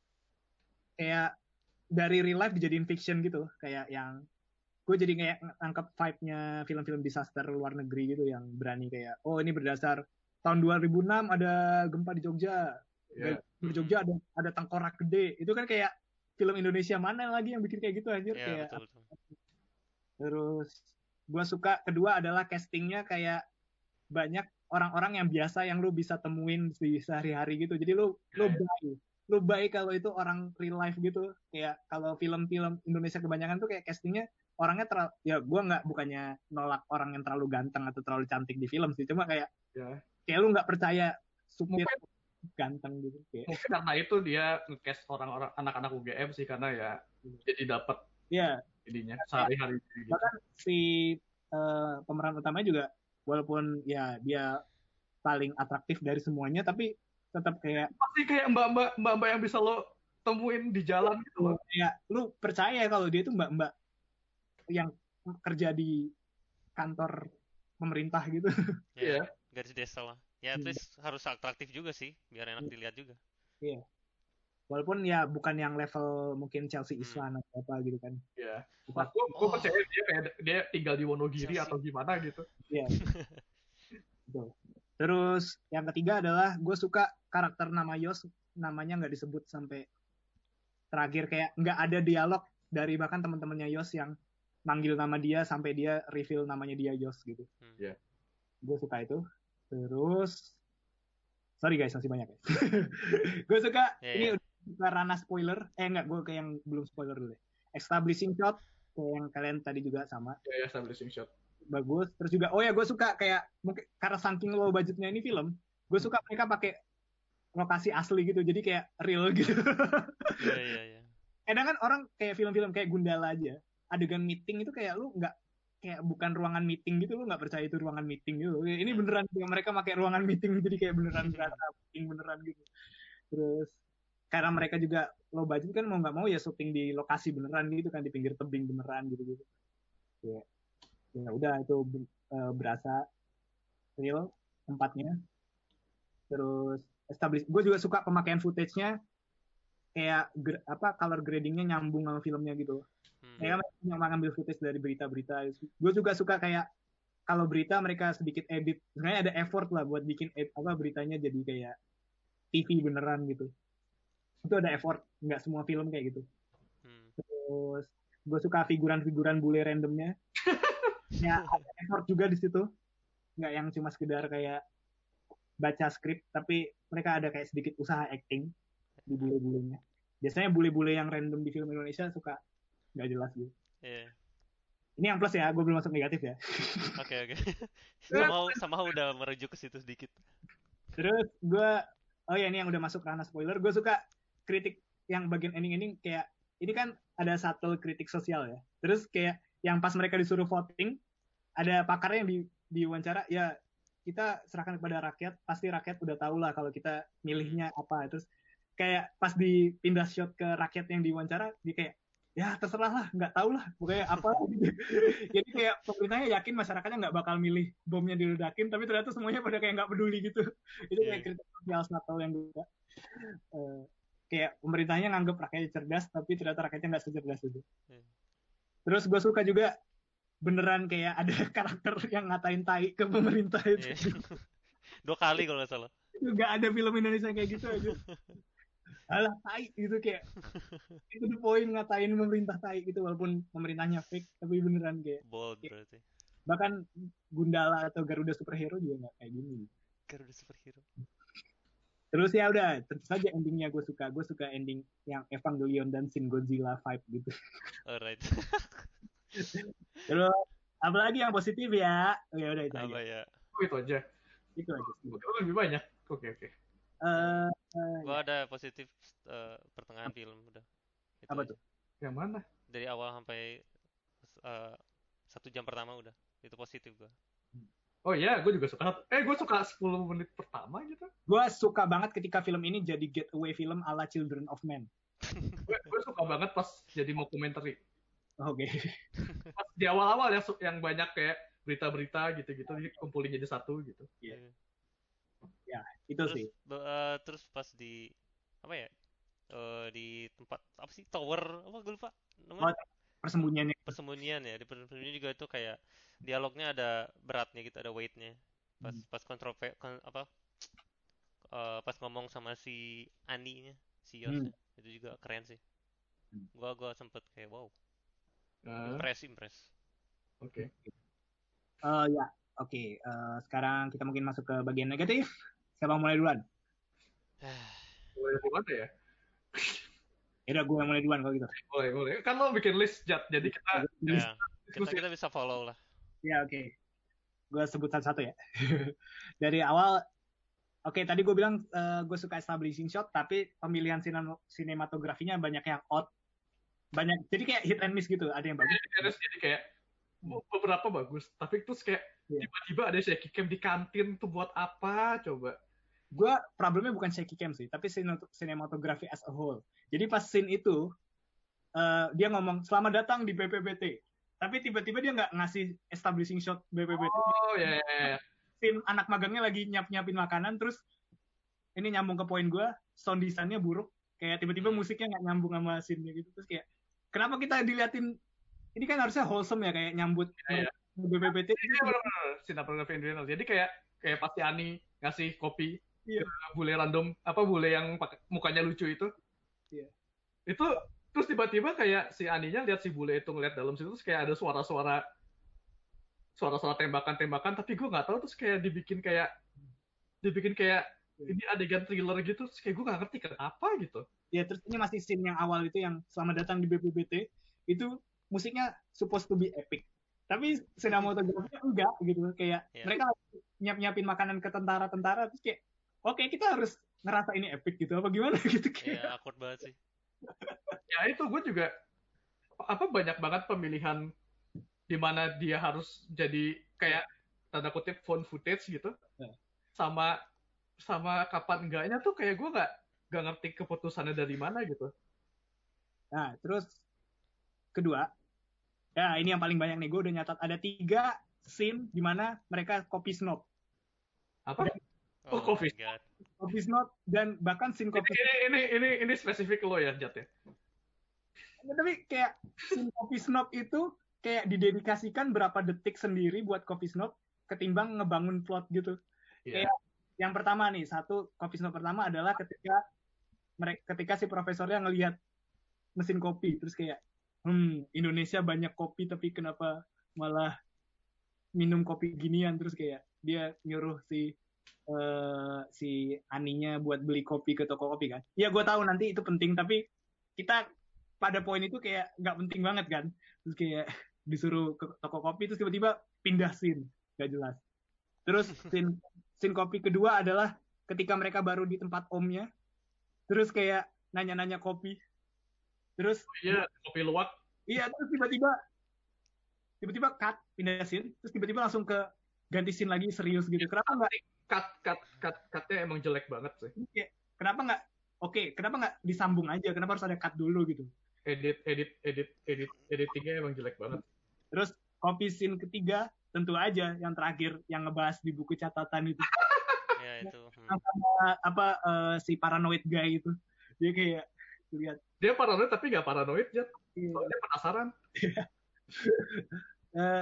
Speaker 2: kayak dari real life dijadiin fiction gitu. Kayak yang gue jadi kayak ngangkep vibe-nya film-film disaster luar negeri gitu yang berani kayak oh ini berdasar tahun dua ribu enam ada gempa di Jogja.
Speaker 3: Ya.
Speaker 2: Di Jogja ada ada tengkorak gede. Itu kan kayak film Indonesia mana lagi yang bikin kayak gitu anjir
Speaker 1: Ya,
Speaker 2: kayak
Speaker 1: betul betul.
Speaker 2: terus gue suka kedua adalah castingnya kayak banyak orang-orang yang biasa yang lu bisa temuin di sehari-hari gitu. Jadi lu lu
Speaker 3: Ya, ya.
Speaker 2: baik. Lu baik kalau itu orang real life gitu. Kayak kalau film-film Indonesia kebanyakan tuh kayak castingnya orangnya terlalu ya gue nggak bukannya nolak orang yang terlalu ganteng atau terlalu cantik di film sih. Cuma kayak
Speaker 3: Ya.
Speaker 2: kayak lu nggak percaya supir
Speaker 3: Mungkin
Speaker 2: ganteng gitu. Kayak
Speaker 3: mungkin karena itu dia nge-cast orang-orang anak-anak U G M sih karena ya jadi dapat
Speaker 2: ya
Speaker 3: ininya sehari-hari gitu.
Speaker 2: bahkan si eh, pemeran utamanya juga walaupun ya dia paling atraktif dari semuanya tapi tetap kayak
Speaker 3: Pasti kayak mbak-mbak mbak-mbak yang bisa lo temuin di jalan gitu loh.
Speaker 2: kayak lu percaya kalau dia itu mbak-mbak yang kerja di kantor pemerintah gitu.
Speaker 3: Iya.
Speaker 1: Ya, garis desa lah. Ya,
Speaker 2: Hmm.
Speaker 1: terus harus atraktif juga sih, biar enak dilihat juga.
Speaker 2: Iya. Walaupun ya bukan yang level mungkin Chelsea
Speaker 1: Hmm.
Speaker 2: Islan atau apa gitu kan.
Speaker 3: Iya.
Speaker 2: Bukan.
Speaker 3: Gue gue
Speaker 1: Oh.
Speaker 3: percaya dia kayak dia tinggal di Wonogiri
Speaker 1: Chelsea.
Speaker 3: atau gimana gitu.
Speaker 2: Iya. Betul. Terus yang ketiga adalah gue suka karakter nama Yos namanya nggak disebut sampai terakhir kayak nggak ada dialog dari bahkan teman-temannya Yos yang manggil nama dia sampai dia reveal namanya dia Yos gitu.
Speaker 1: Hmm.
Speaker 3: Iya.
Speaker 2: Gue suka itu. Terus sorry guys masih banyak ya. Gue suka
Speaker 1: Iya,
Speaker 2: ini
Speaker 1: iya.
Speaker 2: udah suka ranah spoiler. Eh enggak gue kayak yang belum spoiler dulu deh. Establishing shot kayak yang kalian tadi juga sama
Speaker 3: Ya, establishing shot.
Speaker 2: bagus. Terus juga oh ya gue suka kayak mungkin karena saking low budgetnya ini film, gue suka mereka pakai lokasi asli gitu. Jadi kayak real gitu.
Speaker 1: Iya, iya, iya.
Speaker 2: Kadang kan orang kayak film-film kayak Gundala aja, adegan meeting itu kayak lu nggak kayak bukan ruangan meeting gitu, lu nggak percaya itu ruangan meeting gitu. Ini beneran kayak mereka pakai ruangan meeting jadi kayak beneran berasa meeting beneran gitu. Terus karena mereka juga low budget kan mau nggak mau ya syuting di lokasi beneran gitu kan di pinggir tebing beneran gitu gitu. Ya, ya udah itu uh, berasa real tempatnya. Terus establish, gue juga suka pemakaian footage-nya kayak ger, apa color gradingnya nyambung sama filmnya gitu.
Speaker 1: Hmm.
Speaker 2: Kayak yang mengambil footage dari berita-berita. Gue juga suka kayak kalau berita mereka sedikit edit. Sebenarnya ada effort lah buat bikin ed, apa beritanya jadi kayak T V beneran gitu. Itu ada effort. Nggak semua film kayak gitu.
Speaker 1: Hmm.
Speaker 2: Terus gue suka figuran-figuran bule randomnya. Ya ada effort juga di situ. Nggak yang cuma sekedar kayak baca skrip, tapi mereka ada kayak sedikit usaha acting di bule-bulenya. Biasanya bule-bule yang random di film Indonesia suka nggak jelas gitu.
Speaker 1: Iya.
Speaker 2: Ini yang plus ya, gue belum masuk negatif ya.
Speaker 1: Oke, oke. Somehow, somehow udah merujuk ke situ sedikit.
Speaker 2: Terus gue, oh ya ini yang udah masuk ranah spoiler, gue suka kritik yang bagian ending-ending kayak, ini kan ada satu kritik sosial ya. Terus kayak yang pas mereka disuruh voting, ada pakarnya yang di, diwawancara, ya kita serahkan kepada rakyat, pasti rakyat udah tahu lah kalau kita milihnya apa. Terus kayak pas dipindah shot ke rakyat yang diwawancara, dia kayak, ya terserah lah, nggak tahu lah, pokoknya apa gitu. Jadi kayak pemerintahnya yakin masyarakatnya nggak bakal milih bomnya diledakin, tapi ternyata semuanya pada kayak nggak peduli gitu. Itu kayak kritik sosial Natal yang gue uh, kayak pemerintahnya nganggep rakyatnya cerdas, tapi ternyata rakyatnya nggak secerdas itu. Terus gue suka juga beneran kayak ada karakter yang ngatain tai ke pemerintah itu.
Speaker 1: Dua kali kalau nggak salah.
Speaker 2: Nggak ada film Indonesia kayak gitu aja. alah tai gitu kayak itu the point ngatain pemerintah tai gitu walaupun pemerintahnya fake tapi beneran kayak,
Speaker 1: Bold
Speaker 2: kayak
Speaker 1: berarti.
Speaker 2: bahkan Gundala atau Garuda superhero juga nggak kayak gini.
Speaker 1: Garuda superhero.
Speaker 2: Terus ya udah tentu saja endingnya gue suka gue suka ending yang Evangelion dan Shin Godzilla vibe gitu.
Speaker 1: Alright.
Speaker 2: Terus apalagi yang positif ya? Oh, ya udah itu aja.
Speaker 1: Apa ya?
Speaker 3: Oh, itu aja.
Speaker 2: Itu aja sih.
Speaker 3: Oh, lebih banyak. Oke, oke.
Speaker 2: Eh, eh,
Speaker 1: Gua
Speaker 2: ya.
Speaker 1: ada positif eh, pertengahan film udah. Itu
Speaker 2: Apa
Speaker 1: aja.
Speaker 2: tuh?
Speaker 3: Yang mana?
Speaker 1: Dari awal sampai eh, satu jam pertama udah. Itu positif gua.
Speaker 3: Oh iya, gue juga suka. Eh, gue suka sepuluh menit pertama gitu.
Speaker 2: Gue suka banget ketika film ini jadi getaway film ala Children of Men.
Speaker 3: Gue gue suka banget pas jadi mockumentary.
Speaker 2: Oke.
Speaker 3: Pas di awal-awal ya su- yang banyak kayak berita-berita gitu-gitu dikumpulin jadi satu gitu.
Speaker 2: Iya.
Speaker 1: Iya.
Speaker 2: Ya, itu
Speaker 1: Terus
Speaker 2: sih.
Speaker 1: be- eh, terus pas di apa ya? Eh, di tempat apa sih? Tower apa gue lupa
Speaker 2: Oh,
Speaker 1: namanya.
Speaker 2: persembunyiannya.
Speaker 1: Persembunyian ya. Di persembunyian juga itu kayak dialognya ada beratnya gitu, ada weightnya. Pas
Speaker 2: Hmm.
Speaker 1: pas kontrover kon- apa? eh, pas ngomong sama si Ani-nya, si
Speaker 2: Hmm.
Speaker 1: Yosnya. Itu juga keren sih.
Speaker 2: Hmm.
Speaker 1: Gua gua sempet kayak wow,
Speaker 3: Nah,
Speaker 1: impress impress.
Speaker 3: oke.
Speaker 2: Eh, ya, oke. Eh, sekarang kita mungkin masuk ke bagian negatif. Siapa yang mulai duluan?
Speaker 3: Boleh dari mana ya?
Speaker 2: Ya udah gue yang mulai duluan kalau gitu.
Speaker 3: Boleh, boleh. Kan lo bikin list, Jat. Jadi kita
Speaker 1: Ya, kita
Speaker 3: diskusi.
Speaker 1: kita bisa follow lah.
Speaker 2: Ya oke. Gue sebut satu-satu ya. Dari awal, oke tadi gue bilang eh, gue suka establishing shot, tapi pemilihan sinem- sinematografinya banyak yang odd, banyak jadi kayak hit and miss gitu. Ada yang bagus.
Speaker 3: Terus jadi kayak beberapa bagus, tapi terus kayak
Speaker 2: Iya.
Speaker 3: tiba-tiba ada shaky cam di kantin tuh buat apa coba?
Speaker 2: Gue problemnya bukan shaky cam sih, tapi cine- cinematography as a whole. Jadi pas scene itu eh, dia ngomong selamat datang di B P B T, tapi tiba-tiba dia nggak ngasih establishing shot B P B T.
Speaker 3: Oh ya, ya, ya.
Speaker 2: Scene anak magangnya lagi nyiap-nyiapin makanan, terus ini nyambung ke poin gue, sound design-nya buruk, kayak tiba-tiba
Speaker 1: Hmm.
Speaker 2: musiknya nggak nyambung sama scene-nya gitu, terus kayak kenapa kita diliatin, ini kan harusnya wholesome ya, kayak nyambut
Speaker 3: Ya, ya.
Speaker 2: B P B T.
Speaker 3: Ini benar-benar sinematografi Indiana. Jadi kayak kayak pasti Ani ngasih kopi
Speaker 2: Iya.
Speaker 3: ke bule random, apa bule yang pakai mukanya lucu itu.
Speaker 2: Iya.
Speaker 3: Itu terus tiba-tiba kayak si Aninya lihat si bule itu ngeliat dalam situ terus kayak ada suara-suara suara-suara tembakan-tembakan, tapi gue nggak tahu terus kayak dibikin kayak dibikin kayak ini adegan thriller gitu, terus kayak gue nggak ngerti kenapa gitu.
Speaker 2: Ya terus ini masih scene yang awal itu yang selamat datang di B P B T, itu musiknya supposed to be epic, tapi sinematografinya enggak gitu, kayak
Speaker 1: Iya.
Speaker 2: mereka nyiap-nyiapin makanan ke tentara-tentara, terus kayak oke kita harus ngerasa ini epic gitu apa gimana gitu kayak.
Speaker 1: Iya, awkward banget sih.
Speaker 3: Ya itu gue juga apa banyak banget pemilihan di mana dia harus jadi kayak tanda kutip phone footage gitu,
Speaker 2: Ya.
Speaker 3: sama sama kapan enggaknya tuh kayak gue nggak nggak ngerti keputusannya dari mana gitu.
Speaker 2: Nah terus kedua, ya ini yang paling banyak nih, gue udah nyatat ada tiga scene di mana mereka copy snob,
Speaker 3: Apa?
Speaker 1: Oh,
Speaker 3: Oh,
Speaker 1: my
Speaker 3: COVID.
Speaker 1: god.
Speaker 2: copy snob dan bahkan scene copy
Speaker 3: Ini ini ini ini spesifik lo ya, Jat ya.
Speaker 2: tapi kayak scene copy snob itu kayak didedikasikan berapa detik sendiri buat copy snob ketimbang ngebangun plot gitu.
Speaker 3: Iya.
Speaker 2: Kayak yang pertama nih, satu copy snob pertama adalah ketika mereka ketika si profesornya ngelihat mesin kopi terus kayak hmm Indonesia banyak kopi tapi kenapa malah minum kopi ginian, terus kayak dia nyuruh si uh, si Aninya buat beli kopi ke toko kopi kan. Ya gue tahu nanti itu penting, tapi kita pada poin itu kayak nggak penting banget kan, terus kayak disuruh ke toko kopi terus tiba-tiba pindah scene nggak jelas. Terus scene scene kopi kedua adalah ketika mereka baru di tempat omnya, terus kayak nanya-nanya kopi, terus
Speaker 3: Iya, kopi luwak.
Speaker 2: iya terus tiba-tiba tiba-tiba cut pindah scene, terus tiba-tiba langsung ke ganti scene lagi serius gitu. Kenapa nggak
Speaker 3: cut cut cut cutnya emang jelek banget sih.
Speaker 2: kayak, kenapa nggak oke kenapa nggak disambung aja, kenapa harus ada cut dulu gitu.
Speaker 3: Edit edit edit edit editingnya emang jelek banget.
Speaker 2: Terus copy scene ketiga tentu aja yang terakhir yang ngebahas di buku catatan itu.
Speaker 1: Ya itu. Hmm.
Speaker 2: Sama apa uh, si paranoid guy itu, dia kayak lihat
Speaker 3: Dia paranoid tapi nggak paranoid, Jat.
Speaker 2: iya.
Speaker 3: Soalnya penasaran.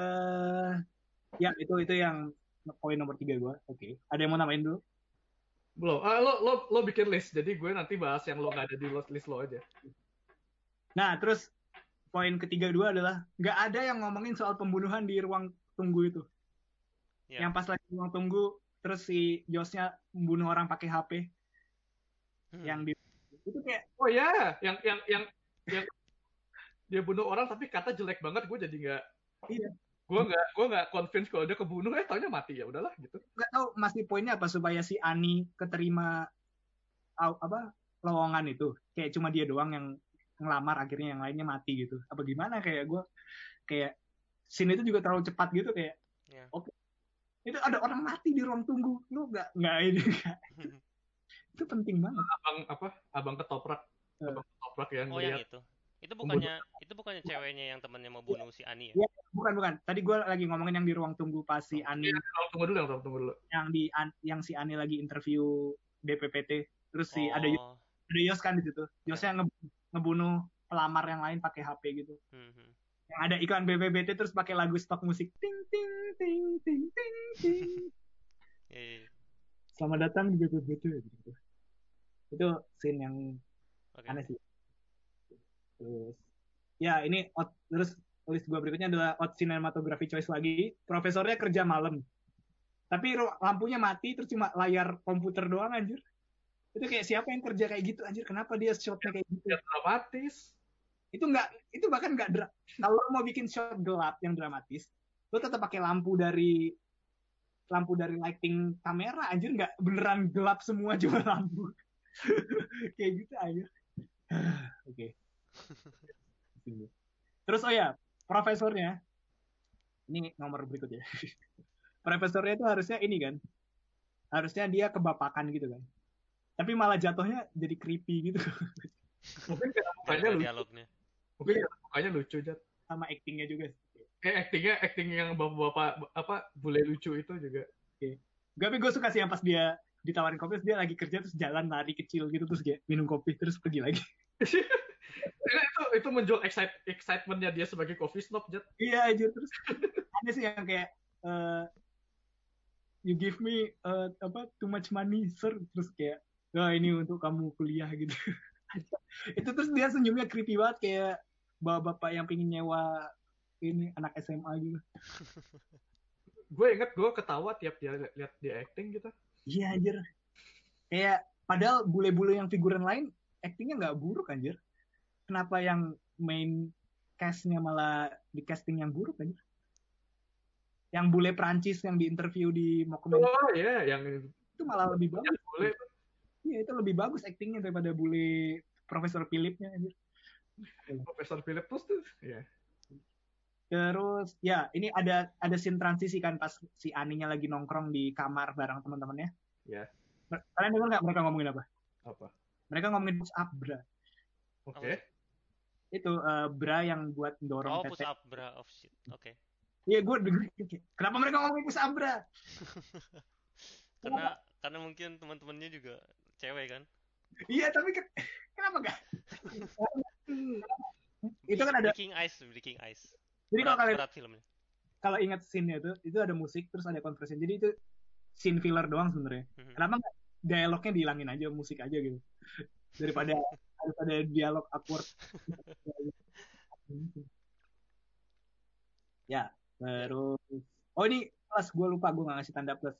Speaker 2: uh, ya itu itu yang poin nomor tiga gue. Oke, ada yang mau nambahin dulu?
Speaker 3: Belum. Ah, lo lo lo bikin list. Jadi gue nanti bahas yang lo nggak ada di list lo aja.
Speaker 2: Nah, terus poin ketiga dua adalah nggak ada yang ngomongin soal pembunuhan di ruang tunggu itu.
Speaker 1: Ya.
Speaker 2: Yang pas lagi ruang tunggu, terus si Josh-nya membunuh orang pakai H P.
Speaker 1: Hmm.
Speaker 2: Yang di itu kayak
Speaker 3: Oh ya, yang yang yang yang dia bunuh orang tapi kata jelek banget, gue jadi nggak.
Speaker 2: iya.
Speaker 3: Gue nggak gue nggak convince kalau dia kebunuh, eh taunya mati, ya udahlah gitu.
Speaker 2: Nggak tahu masih poinnya apa supaya si Ani keterima au- apa lowongan itu. Kayak cuma dia doang yang ngelamar, akhirnya yang lainnya mati gitu. Apa gimana, kayak gue kayak scene itu juga terlalu cepat gitu kayak.
Speaker 1: Ya.
Speaker 2: Oke. Itu ada orang mati di ruang tunggu. Lu nggak nggak ini nggak. Itu penting banget.
Speaker 3: Abang apa? Abang ketoprak.
Speaker 2: Eh.
Speaker 3: Abang ketoprak yang
Speaker 1: Oh, yang
Speaker 3: ngeliat.
Speaker 1: itu. Itu bukannya itu bukannya ceweknya yang temannya mau bunuh si Ani ya?
Speaker 2: Iya, bukan bukan. Tadi gue lagi ngomongin yang di ruang tunggu pas si
Speaker 1: Oh.
Speaker 2: Ani
Speaker 3: Iya, tolong tunggu dulu, yang tolong tunggu dulu.
Speaker 2: yang di an- yang si Ani lagi interview D P P T, terus si ada
Speaker 1: Oh.
Speaker 2: ada Yos kan di situ. Yosnya nge- ngebunuh pelamar yang lain pakai H P gitu.
Speaker 1: Hmm, hmm.
Speaker 2: Yang ada iklan B P P T terus pakai lagu stok musik ting ting ting ting ting ting.
Speaker 1: Iya, iya, iya.
Speaker 2: Selamat datang di B P P T gitu. Itu scene yang
Speaker 1: Oke.
Speaker 2: aneh sih. Terus ya ini out, terus list gua berikutnya adalah out cinematography choice lagi. Profesornya kerja malam. Tapi ru- lampunya mati terus cuma layar komputer doang anjir. Itu kayak siapa yang kerja kayak gitu anjir, kenapa dia shotnya kayak gitu?
Speaker 3: Ya dramatis.
Speaker 2: Itu nggak, itu bahkan nggak dra- kalau lo mau bikin shot gelap yang dramatis, lo tetap pakai lampu dari lampu dari lighting kamera anjir, nggak beneran gelap semua cuma lampu. Kayak gitu aja. Oke. Terus oh ya, profesornya ini nomor berikutnya. Profesornya itu harusnya ini kan, harusnya dia kebapakan gitu kan, tapi malah jatuhnya jadi creepy gitu.
Speaker 3: Mungkin karena mukanya
Speaker 1: Gara-gara
Speaker 3: lucu.
Speaker 1: dialognya.
Speaker 3: Mungkin karena mukanya lucu, Jat.
Speaker 2: Sama actingnya juga.
Speaker 3: Eh, actingnya acting yang bapak-bapak apa bule lucu itu juga.
Speaker 2: Oke. Tapi gue suka sih yang pas dia ditawarin kopi, terus dia lagi kerja terus jalan lari kecil gitu, terus kayak minum kopi terus pergi lagi.
Speaker 3: Karena itu itu menjual excite, excitementnya dia sebagai coffee snob, Jat.
Speaker 2: Iya aja. Terus ada sih yang kayak uh, you give me uh, apa too much money sir, terus kayak oh, ini untuk kamu kuliah gitu. Itu terus dia senyumnya creepy banget kayak bapak-bapak yang pengen nyewa ini anak S M A gitu.
Speaker 3: Gue inget gue ketawa tiap dia lihat dia acting gitu.
Speaker 2: Iya anjir. Kayak padahal bule-bule yang figuran lain actingnya nggak buruk anjir. Kenapa yang main cast-nya malah di casting yang buruk anjir? Yang bule Prancis yang diinterview di Mockumentary.
Speaker 3: Oh iya, yeah, yang
Speaker 2: itu malah lebih bagus.
Speaker 3: Bule.
Speaker 2: Iya, itu lebih bagus actingnya daripada bule Profesor Philip-nya anjir.
Speaker 3: Profesor Philip tuh tuh, ya.
Speaker 2: Terus ya ini ada ada scene transisi kan pas si Aninya lagi nongkrong di kamar bareng teman-temannya.
Speaker 3: Ya.
Speaker 2: Kalian dengar nggak mereka ngomongin apa?
Speaker 3: Apa?
Speaker 2: Mereka ngomongin push up bra.
Speaker 3: Oke. Okay.
Speaker 2: Itu uh, bra yang buat dorong
Speaker 1: oh,
Speaker 2: tete.
Speaker 1: Oh, push up bra. Oh shit. Oke. Okay.
Speaker 2: Iya, gue denger. Kenapa mereka ngomongin push up bra?
Speaker 1: karena karena mungkin teman-temannya juga cewek kan?
Speaker 2: Iya, tapi ke, kenapa gak? Itu kan ada
Speaker 1: Breaking Ice, Breaking Ice.
Speaker 2: Jadi kalau kalian
Speaker 1: berat filmnya.
Speaker 2: Kalau ingat scene-nya itu, itu ada musik terus ada conversation. Jadi itu scene filler doang sebenarnya. Mm-hmm. Kenapa nggak dialognya dihilangin aja, musik aja gitu. Daripada daripada dialog awkward. Ya, terus oh ini plus gue lupa gue nggak ngasih tanda plus.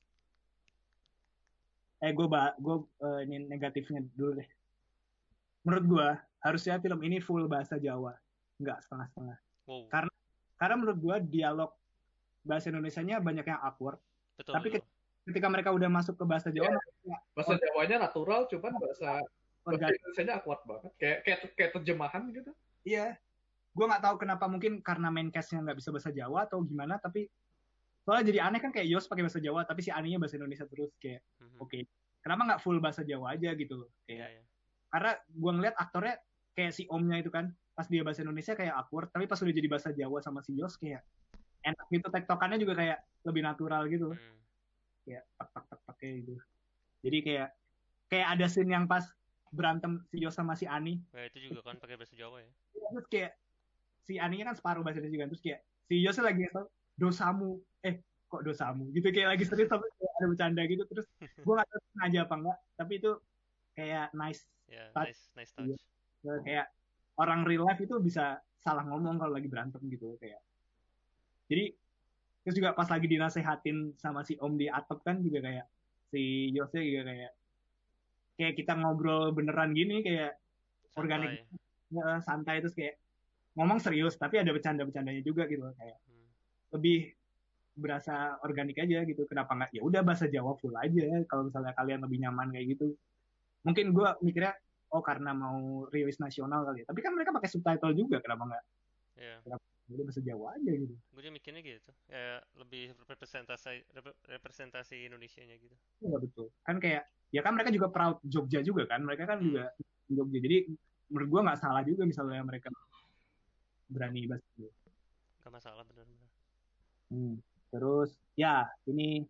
Speaker 2: Eh gue bah gue uh, ini negatifnya dulu deh. Menurut gue harusnya film ini full bahasa Jawa, nggak setengah-setengah. Wow. Karena karena menurut gue dialog bahasa Indonesianya banyak yang awkward.
Speaker 1: Betul,
Speaker 2: tapi
Speaker 1: betul.
Speaker 2: Ketika mereka udah masuk ke bahasa Jawa,
Speaker 3: yeah. bahasa oh, Jawanya natural, cuman bahasa bahasa Indonesianya awkward banget, kayak kayak kayak terjemahan gitu.
Speaker 2: Iya, gue nggak tahu kenapa, mungkin karena main cast-nya nggak bisa bahasa Jawa atau gimana, tapi soalnya jadi aneh kan kayak Yos pakai bahasa Jawa, tapi si Aninya bahasa Indonesia terus kayak, mm-hmm. oke, okay. Kenapa nggak full bahasa Jawa aja gitu? Kayak, yeah, yeah. Karena gue ngeliat aktornya kayak si Omnya itu kan, pas dia bahasa Indonesia kayak awkward, tapi pas udah jadi bahasa Jawa sama si Yos kayak enak gitu, tektokannya juga kayak lebih natural gitu. Mm. Kayak tak tak tak pakai gitu. Jadi kayak kayak ada scene yang pas berantem si Yos sama si Ani.
Speaker 1: Ya, itu juga kan pakai bahasa Jawa ya.
Speaker 2: Terus kayak si Aninya kan separuh bahasa Indonesia kan, terus kayak si Yosnya lagi dosamu, eh kok dosamu gitu, kayak lagi serius tapi kayak ada bercanda gitu, terus gue nggak tahu sengaja apa enggak, tapi itu kayak nice
Speaker 1: Ya,
Speaker 2: touch.
Speaker 1: nice, nice touch.
Speaker 2: Kayak orang real life itu bisa salah ngomong kalau lagi berantem gitu kayak. Jadi terus juga pas lagi dinasehatin sama si Om di atap kan juga kayak si Yosnya juga kayak kayak kita ngobrol beneran gini kayak organik
Speaker 1: Santai.
Speaker 2: ya, santai terus kayak ngomong serius tapi ada bercanda-bercandanya juga gitu kayak
Speaker 1: Hmm.
Speaker 2: lebih berasa organik aja gitu. Kenapa nggak ya udah bahasa Jawa full aja kalau misalnya kalian lebih nyaman kayak gitu. Mungkin gue mikirnya oh karena mau rilis nasional kali ya. Tapi kan mereka pakai subtitle juga, kenapa nggak?
Speaker 1: Ya,
Speaker 2: Kenapa udah bahasa Jawa aja gitu.
Speaker 1: gue juga mikirnya gitu. Ya, lebih representasi rep- representasi Indonesianya gitu.
Speaker 2: Iya betul. Kan kayak ya kan mereka juga proud Jogja juga kan. Mereka kan
Speaker 1: Hmm.
Speaker 2: juga Jogja. Jadi menurut gue nggak salah juga misalnya mereka berani bahasa Jawa.
Speaker 1: Gak masalah benar-benar.
Speaker 2: Hmm. Terus ya ini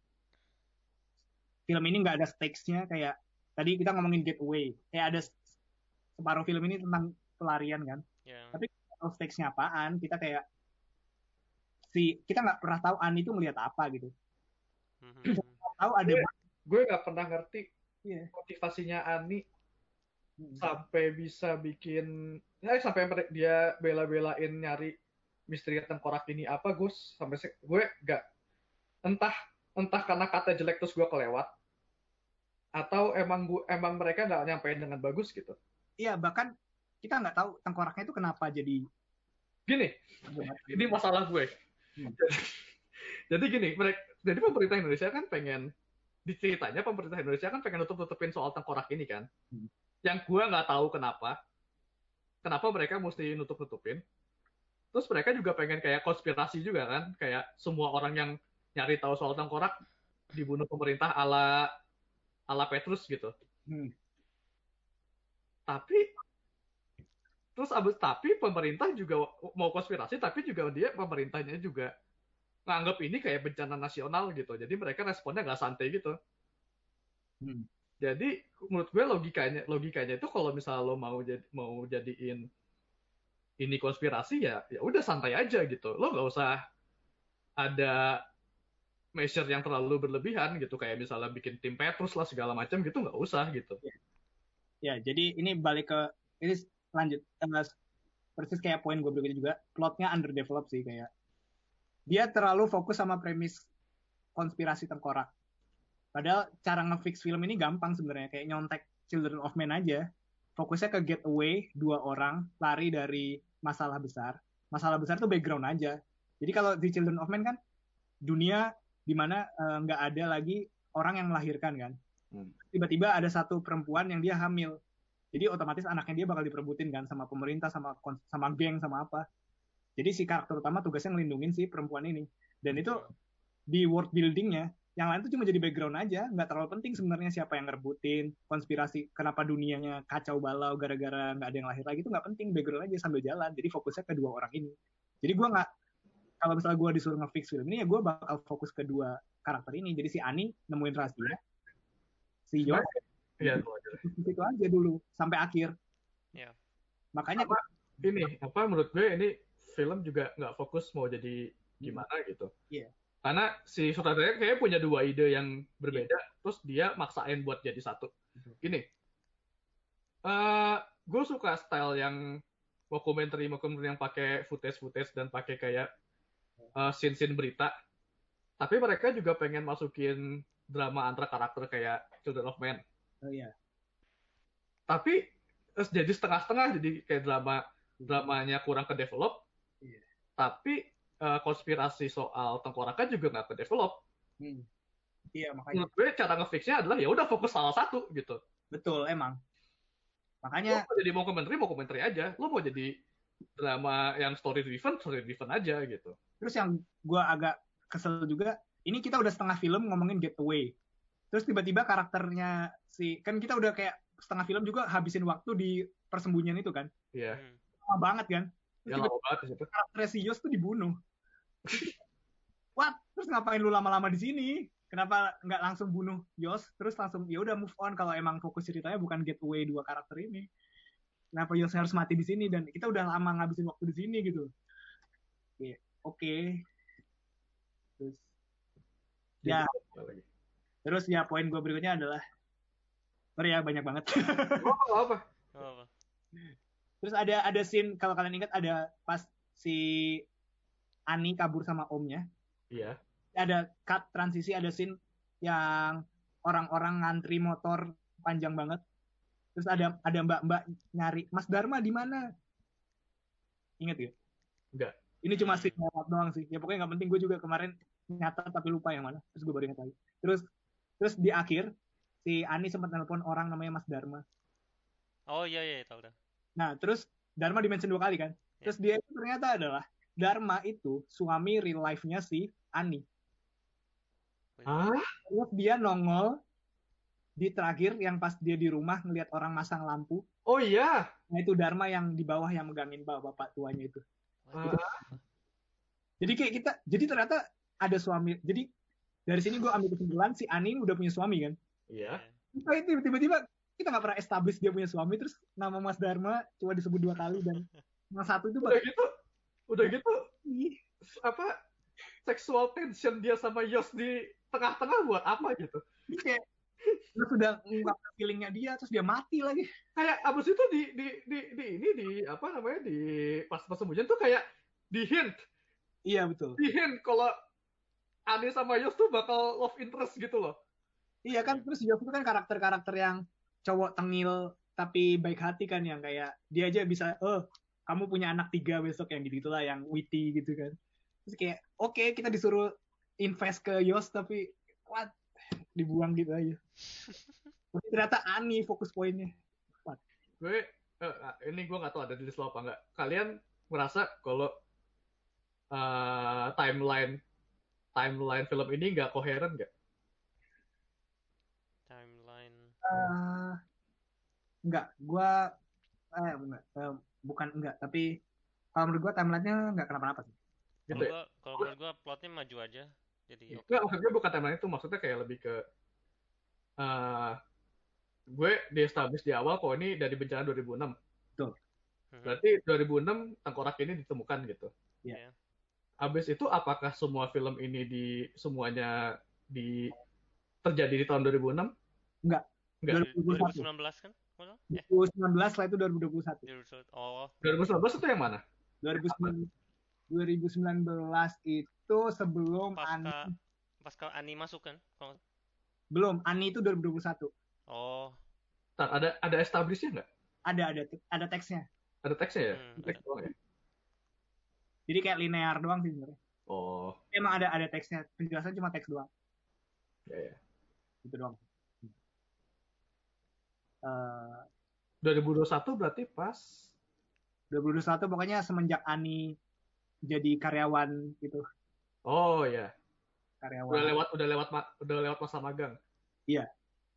Speaker 2: film ini nggak ada stakes-nya kayak tadi kita ngomongin Getaway. Kayak ada separuh film ini tentang pelarian kan.
Speaker 1: Ya.
Speaker 2: Tapi kalau stakes-nya apaan, kita kayak si kita nggak pernah tahu Ani itu melihat apa gitu.
Speaker 1: Hmm.
Speaker 2: Tahu ada
Speaker 3: gue gue nggak pernah ngerti
Speaker 2: yeah.
Speaker 3: motivasinya Ani
Speaker 2: Hmm.
Speaker 3: sampai bisa bikin ya sampai mere- dia bela-belain nyari misteri tengkorak ini apa Gus sampai se- gue nggak entah entah karena kata jelek terus gue kelewat atau emang gue emang mereka nggak nyampein dengan bagus gitu.
Speaker 2: Iya, bahkan kita nggak tahu tengkoraknya itu kenapa jadi
Speaker 3: Gini, ini masalah gue.
Speaker 2: Hmm.
Speaker 3: Jadi gini, mereka, jadi pemerintah Indonesia kan pengen, diceritanya pemerintah Indonesia kan pengen nutup-nutupin soal tengkorak ini kan.
Speaker 2: Hmm.
Speaker 3: Yang gue nggak tahu kenapa, kenapa mereka mesti nutup-nutupin. Terus mereka juga pengen kayak konspirasi juga kan, kayak semua orang yang nyari tahu soal tengkorak dibunuh pemerintah ala ala Petrus gitu.
Speaker 2: Hmm.
Speaker 3: Tapi terus abis tapi pemerintah juga mau konspirasi, tapi juga dia pemerintahnya juga nganggap ini kayak bencana nasional gitu. Jadi mereka responnya nggak santai gitu.
Speaker 2: Hmm.
Speaker 3: Jadi menurut gue logikanya logikanya itu kalau misalnya lo mau jadi mau jadiin ini konspirasi ya ya udah santai aja gitu. Lo nggak usah ada measure yang terlalu berlebihan gitu kayak misalnya bikin tim Petrus lah segala macam gitu nggak usah gitu.
Speaker 2: Ya. Ya, jadi ini balik ke ini lanjut uh, persis kayak poin gue berikutnya juga plotnya underdeveloped sih kayak dia terlalu fokus sama premis konspirasi tengkorak. Padahal cara ngefix film ini gampang sebenarnya kayak nyontek Children of Men aja. Fokusnya ke getaway dua orang lari dari masalah besar. Masalah besar tuh background aja. Jadi kalau di Children of Men kan dunia di mana nggak uh, ada lagi orang yang melahirkan kan. Hmm. Tiba-tiba ada satu perempuan yang dia hamil. Jadi otomatis anaknya dia bakal diperebutin kan sama pemerintah, sama sama geng, sama apa. Jadi si karakter utama tugasnya ngelindungin si perempuan ini. Dan itu di world buildingnya, yang lain tuh cuma jadi background aja. Nggak terlalu penting sebenarnya siapa yang ngerebutin, konspirasi, kenapa dunianya kacau balau gara-gara nggak ada yang lahir lagi, itu nggak penting. Background aja sambil jalan. Jadi fokusnya ke dua orang ini. Jadi gue nggak, kalau misalnya gue disuruh nge-fix film ini, ya gue bakal fokus ke dua karakter ini. Jadi si Ani nemuin rahasia, si Yo
Speaker 3: ya,
Speaker 2: itu aja dulu sampai akhir.
Speaker 1: Ya.
Speaker 2: Makanya
Speaker 3: apa, ini apa menurut gue ini film juga nggak fokus mau jadi gimana hmm. gitu.
Speaker 2: Iya. Yeah.
Speaker 3: Karena si sutradara kayaknya punya dua ide yang berbeda, yeah. terus dia maksain buat jadi satu. Gini, uh, gue suka style yang dokumenter-dokumenter yang pakai footage-footage dan pakai kayak uh, scene-scene berita. Tapi mereka juga pengen masukin drama antara karakter kayak Children of Men.
Speaker 2: Oh iya.
Speaker 3: Tapi terus jadi setengah-setengah, jadi kayak drama dramanya kurang ke develop.
Speaker 2: Yeah.
Speaker 3: Tapi uh, konspirasi soal tengkorakan juga nggak ke develop.
Speaker 2: Hmm. Iya makanya.
Speaker 3: Menurut gue cara ngefixnya adalah ya udah fokus salah satu gitu.
Speaker 2: Betul emang. Makanya.
Speaker 3: Lo mau jadi mau komentari mau komentari aja. Lo mau jadi drama yang story driven story driven aja gitu.
Speaker 2: Terus yang gue agak kesel juga, ini kita udah setengah film ngomongin Getaway. Terus tiba-tiba karakternya si kan kita udah kayak setengah film juga habisin waktu di persembunyian itu kan.
Speaker 3: Iya.
Speaker 1: Hmm.
Speaker 2: Lama banget kan.
Speaker 3: Ya lama banget di situ.
Speaker 2: Karakternya si Yos tuh dibunuh. What? Terus ngapain lu lama-lama di sini? Kenapa nggak langsung bunuh Yos? Terus langsung ya udah move on kalau emang fokus ceritanya bukan Getaway dua karakter ini. Kenapa Yos harus mati di sini dan kita udah lama ngabisin waktu di sini gitu. Oke. Okay. Terus ya. Terus ya poin gue berikutnya adalah, sorry ya banyak banget.
Speaker 3: Oh, apa?
Speaker 1: Oh, apa?
Speaker 2: Terus ada ada scene, kalau kalian ingat, ada pas si Ani kabur sama omnya.
Speaker 3: Iya.
Speaker 2: Ada cut transisi, ada scene yang orang-orang ngantri motor panjang banget. Terus ada ada mbak-mbak nyari Mas Dharma di mana? Ingat gak?
Speaker 3: Enggak.
Speaker 2: Ini cuma scene lewat doang sih. Ya pokoknya nggak penting, gue juga kemarin nyata tapi lupa yang mana. Terus gue baru ingat lagi. Terus terus di akhir si Ani sempat nelpon orang namanya Mas Dharma.
Speaker 1: Oh iya iya tahu dah.
Speaker 2: Nah, terus Dharma di-mention dua kali kan. Terus dia itu ternyata adalah Dharma itu suami real life-nya si Ani.
Speaker 3: Hah?
Speaker 2: Terus dia nongol di terakhir yang pas dia di rumah ngelihat orang masang lampu.
Speaker 3: Oh iya.
Speaker 2: Nah itu Dharma yang di bawah yang megangin bapak tuanya itu.
Speaker 3: Ah.
Speaker 2: Jadi kayak kita, jadi ternyata ada suami. Jadi dari sini gue ambil kesimpulan si Ani ini udah punya suami kan.
Speaker 3: Iya.
Speaker 2: Kita tiba-tiba kita nggak pernah establish dia punya suami, terus nama Mas Dharma cuma disebut dua kali, dan yang satu itu
Speaker 3: Udah
Speaker 2: pakai
Speaker 3: gitu, udah gitu, apa sexual tension dia sama Yos di tengah-tengah buat apa gitu?
Speaker 2: Ini kayak lu sudah ngungkapkan feelingnya dia, terus dia mati lagi.
Speaker 3: Kayak abis itu di di di di ini di apa namanya di pas pas pembunuhan tuh kayak di hint.
Speaker 2: Iya betul.
Speaker 3: Di hint kalau Ani sama Yos tuh bakal love interest gitu loh.
Speaker 2: Iya kan, terus Yos itu kan karakter-karakter yang cowok tengil tapi baik hati kan, yang kayak dia aja bisa, oh kamu punya anak tiga besok, yang gitu lah, yang witty gitu kan. Terus kayak oke okay, kita disuruh invest ke Yos tapi what, dibuang gitu aja. Tapi ternyata Ani fokus poinnya. What?
Speaker 3: Gue uh, ini gue nggak tahu ada di list lo apa nggak. Kalian merasa kalau uh, timeline timeline film ini nggak koheren nggak?
Speaker 1: Timeline.
Speaker 2: Uh, enggak, gue eh enggak, uh, bukan enggak, tapi kalau menurut gue timelinenya enggak kenapa-napa sih.
Speaker 1: Gitu ya? Kalau menurut gue plotnya maju aja. Jadi
Speaker 3: oke. Okay. Maksudnya bukan timeline itu, maksudnya kayak lebih ke uh, gue di-establish di awal kok ini dari bencana dua ribu enam.
Speaker 2: Betul.
Speaker 3: Berarti dua ribu enam tengkorak ini ditemukan gitu.
Speaker 2: Iya. Yeah.
Speaker 3: Habis itu apakah semua film ini di semuanya di terjadi di tahun dua ribu enam?
Speaker 2: Enggak.
Speaker 3: Enggak.
Speaker 1: dua ribu sembilan belas kan?
Speaker 2: Eh? dua ribu sembilan belas lah, itu dua ribu dua puluh satu.
Speaker 1: Oh.
Speaker 3: dua ribu sembilan belas itu yang mana?
Speaker 2: dua ribu sembilan belas itu sebelum
Speaker 1: pasca,
Speaker 2: Ani.
Speaker 1: Pasca Ani masuk kan?
Speaker 2: Belum, Ani itu dua ribu dua puluh satu.
Speaker 1: Oh.
Speaker 3: Ntar, ada ada establishnya nggak?
Speaker 2: Ada, ada ada teksnya.
Speaker 3: Ada teksnya ya?
Speaker 1: Hmm,
Speaker 3: teks doang ya?
Speaker 2: Jadi kayak linear doang sih sebenarnya.
Speaker 3: Oh.
Speaker 2: Emang ada ada teksnya, penjelasan cuma teks doang.
Speaker 3: Ya ya.
Speaker 2: Itu doang. Uh,
Speaker 3: dua ribu dua puluh satu berarti pas
Speaker 2: dua ribu dua puluh satu pokoknya semenjak Ani jadi karyawan gitu.
Speaker 3: Oh ya.
Speaker 2: Karyawan.
Speaker 3: Udah lewat udah lewat udah lewat masa magang.
Speaker 2: Iya.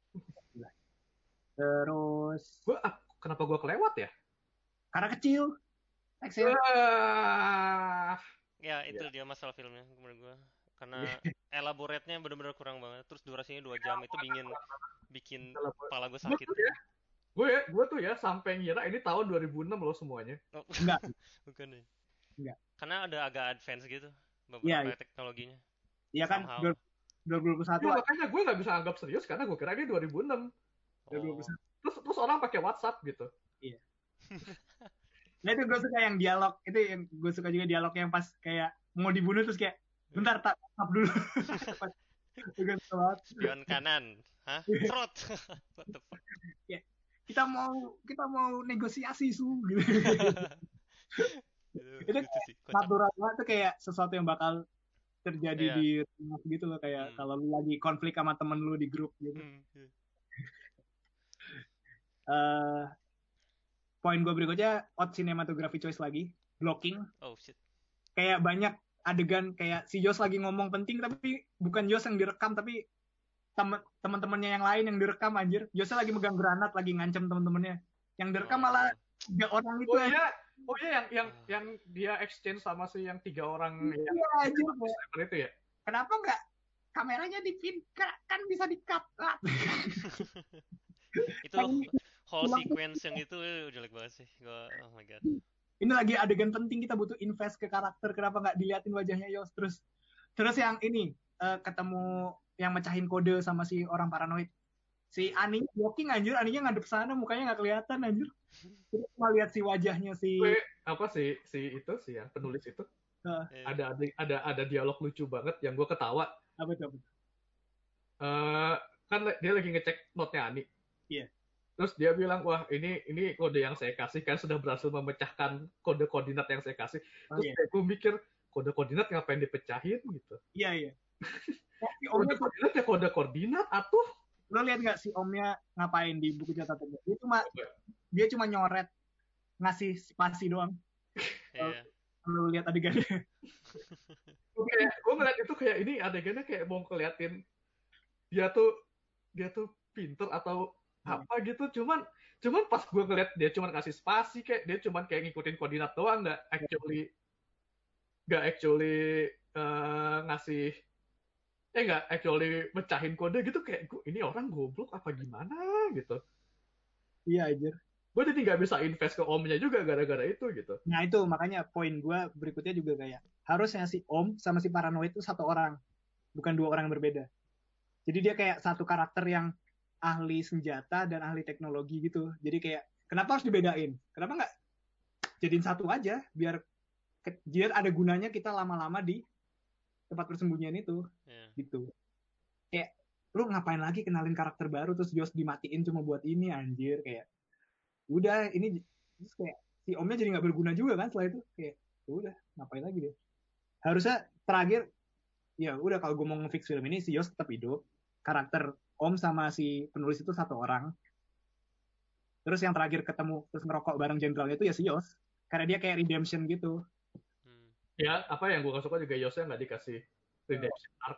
Speaker 2: Terus
Speaker 3: gua ah, kenapa gua kelewat ya?
Speaker 2: Karena kecil. Teksnya.
Speaker 3: Uh,
Speaker 1: ya itu
Speaker 3: ya.
Speaker 1: dia masalah filmnya menurut gua. Karena elaborate-nya benar-benar kurang banget. Terus durasinya dua jam, itu bikin bikin kepala gue sakit.
Speaker 3: Gue ya, gue ya, gue tuh ya sampai ngira ini tahun dua ribu enam loh semuanya.
Speaker 1: Oh,
Speaker 2: enggak.
Speaker 1: Bukan ya.
Speaker 2: Enggak.
Speaker 1: Karena ada agak advance gitu beberapa
Speaker 2: ya,
Speaker 1: teknologinya.
Speaker 2: Iya kan, dua ribu dua puluh satu.
Speaker 3: Ya, makanya gue nggak bisa anggap serius karena gue kira ini dua ribu enam.
Speaker 1: Oh.
Speaker 3: Terus terus orang pakai WhatsApp gitu.
Speaker 2: Iya. Nah itu gue suka yang dialog, itu yang gue suka juga dialog yang pas kayak mau dibunuh terus kayak bentar tak tap dulu.
Speaker 1: Spion kanan, hah? Trot. What the fuck?
Speaker 2: Ya, kita mau kita mau negosiasi su gitu. Itu natural banget tuh, kayak sesuatu yang bakal terjadi yeah. di rumah gitu loh, kayak hmm. kalau lu lagi konflik sama temen lu di grup gitu. Hmm. uh, poin gue berikutnya, odd cinematography choice lagi, blocking.
Speaker 1: Oh shit. Kayak
Speaker 2: banyak adegan kayak si Yos lagi ngomong penting tapi bukan Yos yang direkam, tapi teman-temannya yang lain yang direkam, anjir. Yosnya lagi megang granat, lagi ngancem teman-temannya. Yang direkam oh. malah tiga orang itu.
Speaker 3: Oh iya, oh iya yang yang yang dia exchange sama si yang tiga orang
Speaker 2: iya,
Speaker 3: yang
Speaker 2: anjir,
Speaker 3: itu ya.
Speaker 2: Kenapa nggak kameranya dipin, kan bisa di-cut.
Speaker 1: Itu whole sequence yang itu jelek banget sih. Gua, oh my god.
Speaker 2: Ini lagi adegan penting, kita butuh invest ke karakter, kenapa nggak diliatin wajahnya Yos. Terus terus yang ini uh, ketemu yang mecahin kode sama si orang paranoid. Si Ani walking anjir, Aninya ngadep sana, mukanya nggak kelihatan anjir. Terus cuma lihat si wajahnya si
Speaker 3: Gue, apa sih si itu sih yang penulis itu
Speaker 2: uh,
Speaker 3: ada ada ada ada dialog lucu banget yang gue ketawa.
Speaker 2: apa itu? Apa itu?
Speaker 3: Uh, kan dia lagi ngecek note-nya Ani.
Speaker 2: Iya.
Speaker 3: Terus dia bilang, wah ini ini kode yang saya kasih kan sudah berhasil memecahkan kode koordinat yang saya kasih.
Speaker 2: Oh,
Speaker 3: Terus
Speaker 2: iya.
Speaker 3: gue mikir kode koordinat ngapain dipecahin gitu?
Speaker 2: Iya iya. Si
Speaker 3: Kode
Speaker 2: omnya
Speaker 3: koordinat ya kode koordinat atuh.
Speaker 2: lo lihat nggak si omnya ngapain di buku catatannya? Dia cuma dia cuma nyoret ngasih spasi doang.
Speaker 1: Iya.
Speaker 2: Lo lihat adegannya.
Speaker 3: Gue kayak gue ngeliat itu kayak ini adegannya kayak mau ngeliatin dia tuh dia tuh pinter atau apa gitu. Cuman cuman pas gue ngeliat dia cuma kasih spasi kayak dia cuma kayak ngikutin koordinat doang, nggak actually nggak actually uh, ngasih eh nggak actually mecahin kode gitu kayak gue ini orang goblok apa gimana gitu.
Speaker 2: Iya aja.
Speaker 3: Gue jadi nggak bisa invest ke omnya juga gara-gara itu gitu.
Speaker 2: Nah itu makanya poin gue berikutnya juga kayak harusnya si om sama si paranoid itu satu orang, bukan dua orang yang berbeda. Jadi dia kayak satu karakter yang ahli senjata dan ahli teknologi gitu. Jadi kayak kenapa harus dibedain? Kenapa nggak jadiin satu aja biar biar ada gunanya kita lama-lama di tempat persembunyian itu.
Speaker 1: Yeah.
Speaker 2: Gitu. Kayak lu ngapain lagi kenalin karakter baru terus Joss dimatiin cuma buat ini anjir kayak udah ini terus kayak si omnya jadi nggak berguna juga kan setelah itu kayak udah ngapain lagi deh. Harusnya terakhir ya udah kalau gue mau ngefix film ini si Joss tetap hidup, karakter om sama si penulis itu satu orang, terus yang terakhir ketemu terus ngerokok bareng jenderalnya itu ya si Joss karena dia kayak redemption gitu.
Speaker 3: hmm. Ya apa yang gue gak suka juga Jossnya nggak dikasih redemption arc.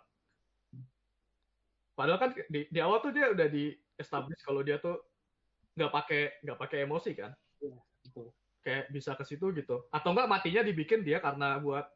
Speaker 3: Padahal kan di, di awal tuh dia udah di establish kalau dia tuh nggak pakai nggak pakai emosi kan.
Speaker 2: Iya, betul.
Speaker 3: Kayak bisa ke situ gitu. Atau enggak matinya dibikin dia karena buat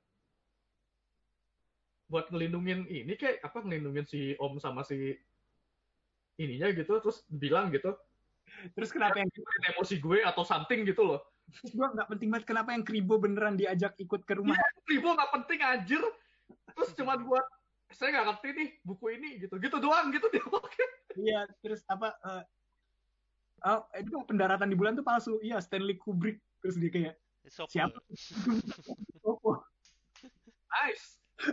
Speaker 3: buat ngelindungin ini kayak apa ngelindungin si om sama si ininya gitu terus bilang gitu.
Speaker 2: Terus kenapa yang
Speaker 3: emosi gue atau something gitu loh.
Speaker 2: Terus gue nggak penting banget kenapa yang Kribo beneran diajak ikut ke rumah.
Speaker 3: Ya, Kribo nggak penting anjir. Terus cuma buat saya nggak ngerti nih buku ini gitu gitu doang gitu dia pakai.
Speaker 2: Iya terus apa uh, oh itu pendaratan di bulan tuh palsu. Iya Stanley Kubrick terus dia kayak
Speaker 1: Sopo.
Speaker 2: siapa? Sopo.
Speaker 3: Nice.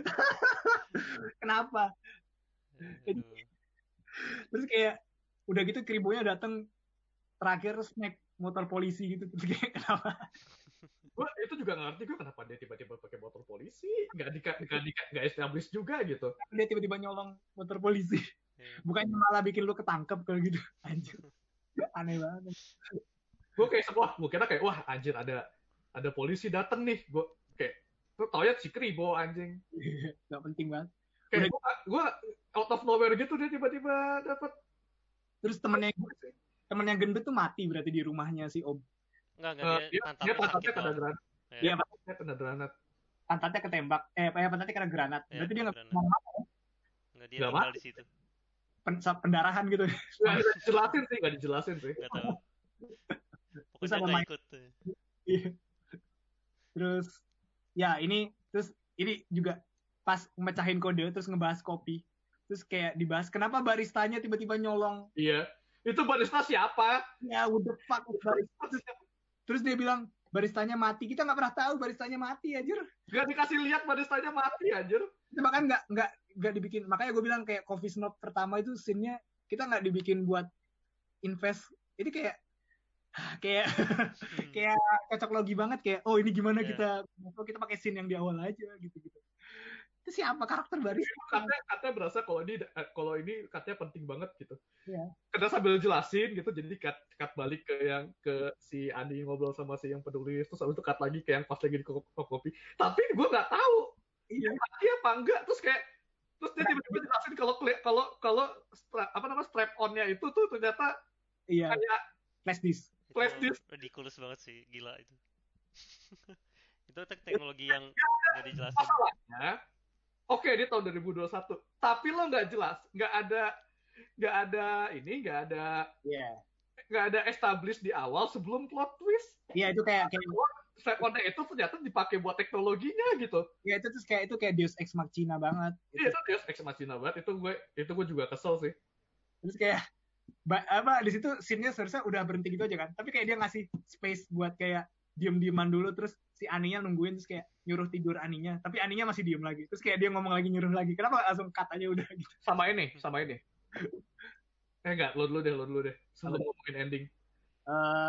Speaker 2: Kenapa?
Speaker 1: Aduh.
Speaker 2: Terus kayak udah gitu Kribonya datang terakhir terus naik motor polisi gitu terus kayak kenapa?
Speaker 3: Gue itu juga nggak ngerti gue kenapa dia tiba-tiba pakai motor polisi nggak di nggak di nggak establish juga gitu.
Speaker 2: Dia tiba-tiba nyolong motor polisi. Yeah. Bukannya malah bikin lu ketangkep kalau gitu anjir. Aneh banget.
Speaker 3: Gue kayak wah gue kira kayak wah anjir ada ada polisi dateng nih gue kayak tuh tau ya si Kribo anjing.
Speaker 2: Gak penting banget.
Speaker 3: Kayak gue gue out of nowhere gitu dia tiba-tiba dapat.
Speaker 2: Terus temennya temennya gendut tuh mati berarti di rumahnya si Om.
Speaker 1: Enggak, enggak, uh, dia,
Speaker 3: dia pantatnya kena granat. Iya, pantatnya kena granat.
Speaker 2: Pantatnya ketembak. Eh, pantatnya kena granat. Ya, berarti dia nggak mau
Speaker 1: apa? Enggak, dia tinggal di situ.
Speaker 2: Pen, pendarahan gitu.
Speaker 3: Nggak dijelasin sih, nggak dijelasin sih.
Speaker 1: Nggak tahu. Pokoknya nggak ikut.
Speaker 2: Iya. Terus, ya ini, terus ini juga pas mecahin kode, terus ngebahas kopi. Terus kayak dibahas, kenapa baristanya tiba-tiba nyolong?
Speaker 3: Iya. Itu barista siapa?
Speaker 2: Ya, what the fuck, barista. Terus dia bilang, baristanya mati. Kita nggak pernah tahu baristanya mati, anjir.
Speaker 3: Nggak dikasih lihat baristanya mati, anjir.
Speaker 2: Bahkan nggak nggak nggak dibikin. Makanya gue bilang kayak Coffee Snob pertama itu scene-nya kita nggak dibikin buat invest. Ini kayak kayak hmm. kayak cocok logi banget kayak oh ini gimana yeah. kita kita pakai scene yang di awal aja gitu-gitu. Itu siapa karakter barista?
Speaker 3: Katanya, katanya berasa kalau ini kalau ini katanya penting banget gitu.
Speaker 2: Iya.
Speaker 3: Kita sambil jelasin gitu, jadi cut, cut balik ke yang ke si Andi ngobrol sama si yang penulis, terus habis itu cut lagi ke yang pas lagi di kopi. Tapi gue nggak tahu iya mati apa enggak, terus kayak terus dia tiba-tiba jelasin kalau kalau kalau apa namanya strap on-nya itu tuh ternyata
Speaker 2: iya.
Speaker 3: kayak
Speaker 2: flash disk.
Speaker 3: Flash disk.
Speaker 1: Ridiculous banget sih, gila itu. Itu teknologi yang nggak dijelasin.
Speaker 3: Masalahnya oke, dia tahun dua ribu dua puluh satu. Tapi lo nggak jelas, nggak ada, nggak ada ini, nggak ada,
Speaker 2: yeah.
Speaker 3: nggak ada establish di awal sebelum plot twist.
Speaker 2: Iya yeah, itu kayak, kayak
Speaker 3: strap-on itu ternyata dipakai buat teknologinya gitu.
Speaker 2: Ya itu tuh kayak itu kayak Deus Ex Machina banget.
Speaker 3: Iya itu Deus Ex Machina banget. Itu gue itu gue juga kesel sih.
Speaker 2: Terus kayak ba- apa di situ scene-nya seharusnya udah berhenti gitu aja kan. Tapi kayak dia ngasih space buat kayak diem-dieman dulu, terus si Aninya nungguin, terus kayak nyuruh tidur Aninya, tapi Aninya masih diem lagi, terus kayak dia ngomong lagi nyuruh lagi, kenapa nggak langsung cut aja udah gitu.
Speaker 3: Sama ini, sama ini. Eh enggak, lo dulu deh, lo dulu deh. Sebelum ngomongin ending.
Speaker 2: Uh,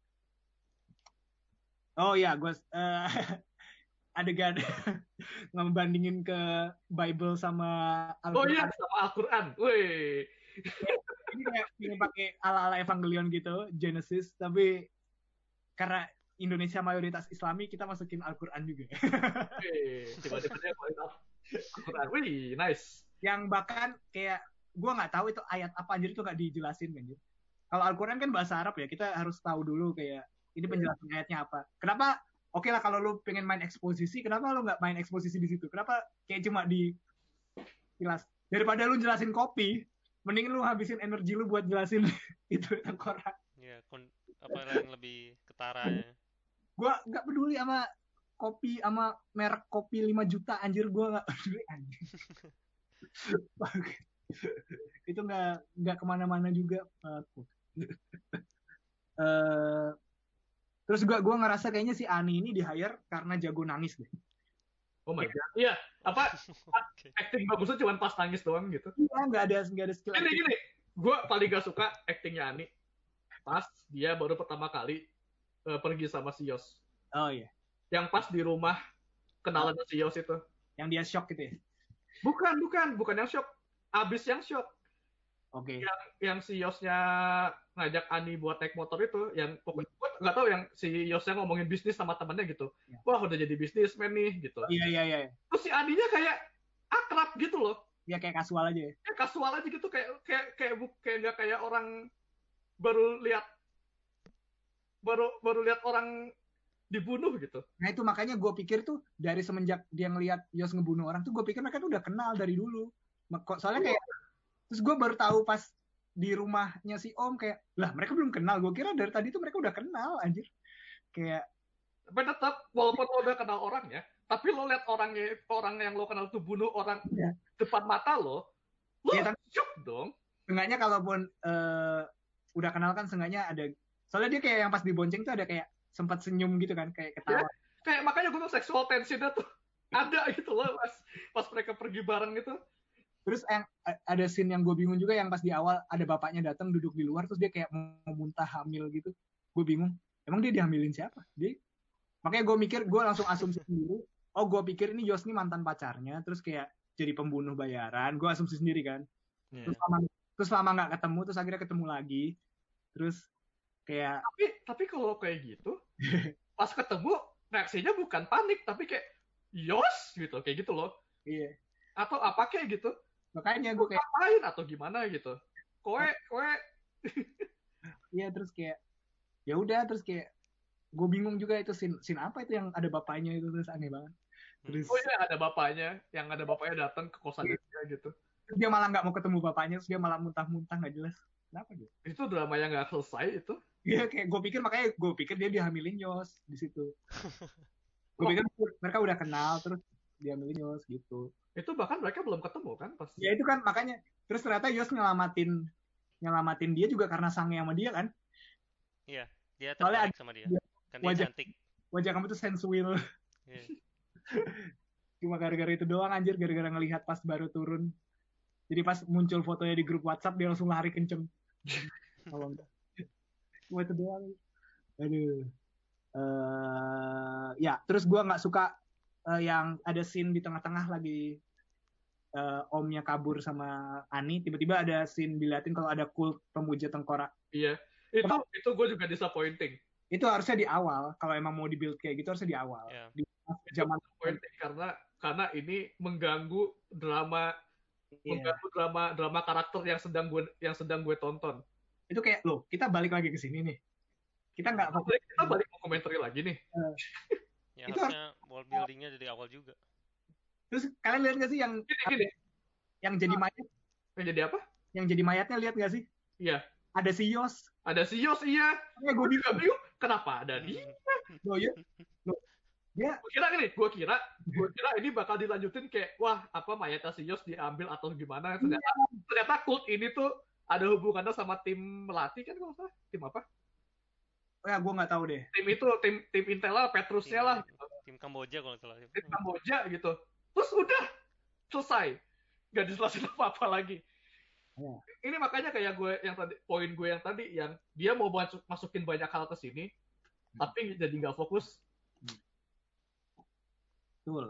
Speaker 2: oh ya, gue uh, adegan ngebandingin ke Bible sama Al-Quran.
Speaker 3: Oh iya, sama Al-Quran. Wih.
Speaker 2: Ini kayak pengen pakai ala-ala Evangelion gitu, Genesis, tapi karena Indonesia mayoritas Islami, kita masukin Al-Quran juga.
Speaker 3: Wih, tiba-tiba dia kualitas Al-Quran. Wih, nice.
Speaker 2: Yang bahkan kayak gue nggak tahu itu ayat apa, anjir itu nggak dijelasin kan. Kalau Al-Quran kan bahasa Arab ya, kita harus tahu dulu kayak ini penjelasan ayatnya apa. Kenapa? Oke lah kalau lu pengen main eksposisi, kenapa lu nggak main eksposisi di situ? Kenapa kayak cuma di jelas? Daripada lu jelasin kopi, mending lu habisin energi lu buat jelasin itu Al-Quran.
Speaker 1: Iya, kon- apa yang lebih ketara ya.
Speaker 2: Gue nggak peduli sama kopi, sama merek kopi lima juta, anjir gue nggak peduli anjir. Itu nggak nggak kemana-mana juga. uh, terus gue gue ngerasa kayaknya si Ani ini di hire karena jago nangis deh.
Speaker 3: Oh my god. Iya, apa okay. Acting bagusnya cuma pas nangis doang gitu.
Speaker 2: Iya, nggak ada nggak ada skill.
Speaker 3: Gini gini, gue paling gak suka actingnya Ani pas dia baru pertama kali uh, pergi sama si Yos.
Speaker 2: Oh iya.
Speaker 3: Yang pas di rumah kenalan oh. si Yos itu.
Speaker 2: Yang dia shock gitu ya?
Speaker 3: Bukan, bukan, bukan yang shock. Abis yang shock.
Speaker 2: Oke. Okay.
Speaker 3: Yang yang si Yosnya ngajak Ani buat naik motor itu, yang pokoknya gue nggak tahu yang si Yosnya ngomongin bisnis sama temannya gitu. Ya. Wah udah jadi bisnismen nih gitu.
Speaker 2: Iya iya iya.
Speaker 3: Terus si Aninya kayak akrab gitu loh.
Speaker 2: Ya kayak kasual aja ya.
Speaker 3: Kayak kasual aja gitu, kayak kayak kayak kayak nggak kayak orang baru lihat baru baru lihat orang dibunuh gitu.
Speaker 2: Nah itu makanya gue pikir tuh dari semenjak dia ngelihat Yos ngebunuh orang tuh gue pikir mereka tuh udah kenal dari dulu. Soalnya kayak terus gue baru tahu pas di rumahnya si Om kayak lah mereka belum kenal. Gue kira dari tadi tuh mereka udah kenal anjir. Kayak
Speaker 3: tapi tetap walaupun lo udah kenal orangnya, tapi lo lihat orangnya orang yang lo kenal tuh bunuh orang ya. Depan mata lo, lo ya, shock dong. Seenggaknya
Speaker 2: kalaupun uh, udah kenal kan seenggaknya ada. Soalnya dia kayak yang pas dibonceng tuh ada kayak sempat senyum gitu kan, kayak ketawa. Ya,
Speaker 3: kayak makanya gue tuh sexual tensionnya tuh ada gitu loh pas pas mereka pergi bareng gitu.
Speaker 2: Terus yang ada scene yang gue bingung juga yang pas di awal ada bapaknya datang duduk di luar terus dia kayak mau muntah hamil gitu. Gue bingung, emang dia dihamilin siapa? Dia makanya gue mikir, gue langsung asumsi sendiri. Oh gue pikir ini Yos ini mantan pacarnya, terus kayak jadi pembunuh bayaran. Gue asumsi sendiri kan. Yeah. Terus lama terus lama nggak ketemu, terus akhirnya ketemu lagi. Terus kayak
Speaker 3: tapi tapi kalau kayak gitu pas ketemu reaksinya bukan panik tapi kayak Yos gitu kayak gitu loh.
Speaker 2: Iya.
Speaker 3: Atau apa kayak gitu.
Speaker 2: Makanya gue kayak
Speaker 3: ngapain atau gimana gitu. Koe koe.
Speaker 2: Iya terus kayak ya udah terus kayak gue bingung juga itu scene scene apa itu yang ada bapaknya itu terus aneh banget.
Speaker 3: Terus oh iya ada bapaknya, yang ada bapaknya datang ke kosan dia gitu.
Speaker 2: Terus dia malah nggak mau ketemu bapaknya, terus dia malah muntah-muntah nggak jelas. Kenapa gitu?
Speaker 3: Itu drama yang nggak selesai itu.
Speaker 2: Iya kayak gue pikir makanya gue pikir dia dihamilin Yos di situ. Gue pikir mereka udah kenal terus dihamilin Yos gitu.
Speaker 3: Itu bahkan mereka belum ketemu kan pas.
Speaker 2: Ya itu kan makanya terus ternyata Yos nyelamatin nyelamatin dia juga karena sange sama dia kan.
Speaker 1: Iya, dia tertarik sama dia. dia kan dia
Speaker 2: wajah,
Speaker 1: cantik.
Speaker 2: Wajah kamu tuh sensual. Yeah. Cuma gara-gara itu doang anjir, gara-gara ngelihat pas baru turun. Jadi pas muncul fotonya di grup WhatsApp dia langsung lari kenceng. Kalau enggak. Cuma itu doang. Aduh. Uh, ya, terus gue nggak suka uh, yang ada scene di tengah-tengah lagi uh, omnya kabur sama Ani, tiba-tiba ada scene diliatin kalau ada kult pemuja tengkorak.
Speaker 3: Iya, itu Kenapa? Itu gue juga disappointing.
Speaker 2: Itu harusnya di awal, kalau emang mau dibuild kayak gitu harusnya di awal.
Speaker 3: Yeah.
Speaker 2: Di zaman
Speaker 3: disappointing karena karena ini mengganggu drama yeah. mengganggu drama drama karakter yang sedang gue yang sedang gue tonton.
Speaker 2: Itu kayak loh, kita balik lagi ke sini nih. Kita nggak
Speaker 3: balik, kita balik mau komentari lagi nih.
Speaker 2: Uh,
Speaker 1: ya itu harusnya world buildingnya dari awal juga.
Speaker 2: Terus kalian lihat nggak sih yang
Speaker 3: gini, gini.
Speaker 2: yang jadi mayat?
Speaker 3: Yang jadi apa?
Speaker 2: Yang jadi mayatnya lihat nggak sih?
Speaker 3: Iya.
Speaker 2: Ada si Yos.
Speaker 3: Ada si Yos iya.
Speaker 2: Ya gue juga
Speaker 3: bingung kenapa ada dia.
Speaker 2: Loh ya, loh dia
Speaker 3: Gue kira gini, gue kira, gue kira ini bakal dilanjutin kayak, wah apa mayatnya si Yos diambil atau gimana? Ternyata, ternyata Cult ini tuh ada hubungannya sama tim Melati kan kalau salah, tim apa?
Speaker 2: oh ya gue nggak tahu deh.
Speaker 3: Tim itu, tim tim Intela, Petrusnya lah,
Speaker 1: tim, tim Kamboja kalau nggak salah.
Speaker 3: tim Kamboja gitu. Terus udah selesai, nggak dijelasin apa apa lagi.
Speaker 2: Ya.
Speaker 3: Ini makanya kayak gue yang tadi, poin gue yang tadi, yang dia mau masuk, masukin banyak hal ke sini, hmm. tapi jadi nggak fokus.
Speaker 2: Betul.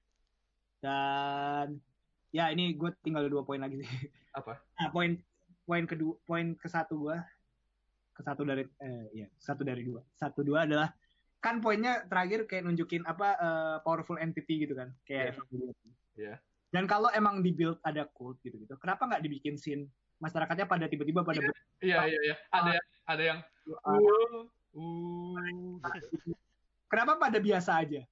Speaker 2: Dan ya ini gue tinggal dua poin lagi sih.
Speaker 3: Apa?
Speaker 2: Nah, poin poin kedua, poin ke satu gue, ke satu dari eh ya satu dari dua. Satu dua adalah kan poinnya terakhir kayak nunjukin apa uh, powerful entity gitu kan, kayak.
Speaker 3: Iya. Yeah.
Speaker 2: Dan kalau emang di build ada cult gitu gitu, kenapa nggak dibikin scene masyarakatnya pada tiba-tiba pada
Speaker 3: iya iya iya, iya. ada yang ada yang uh, uh.
Speaker 2: Kenapa pada biasa aja?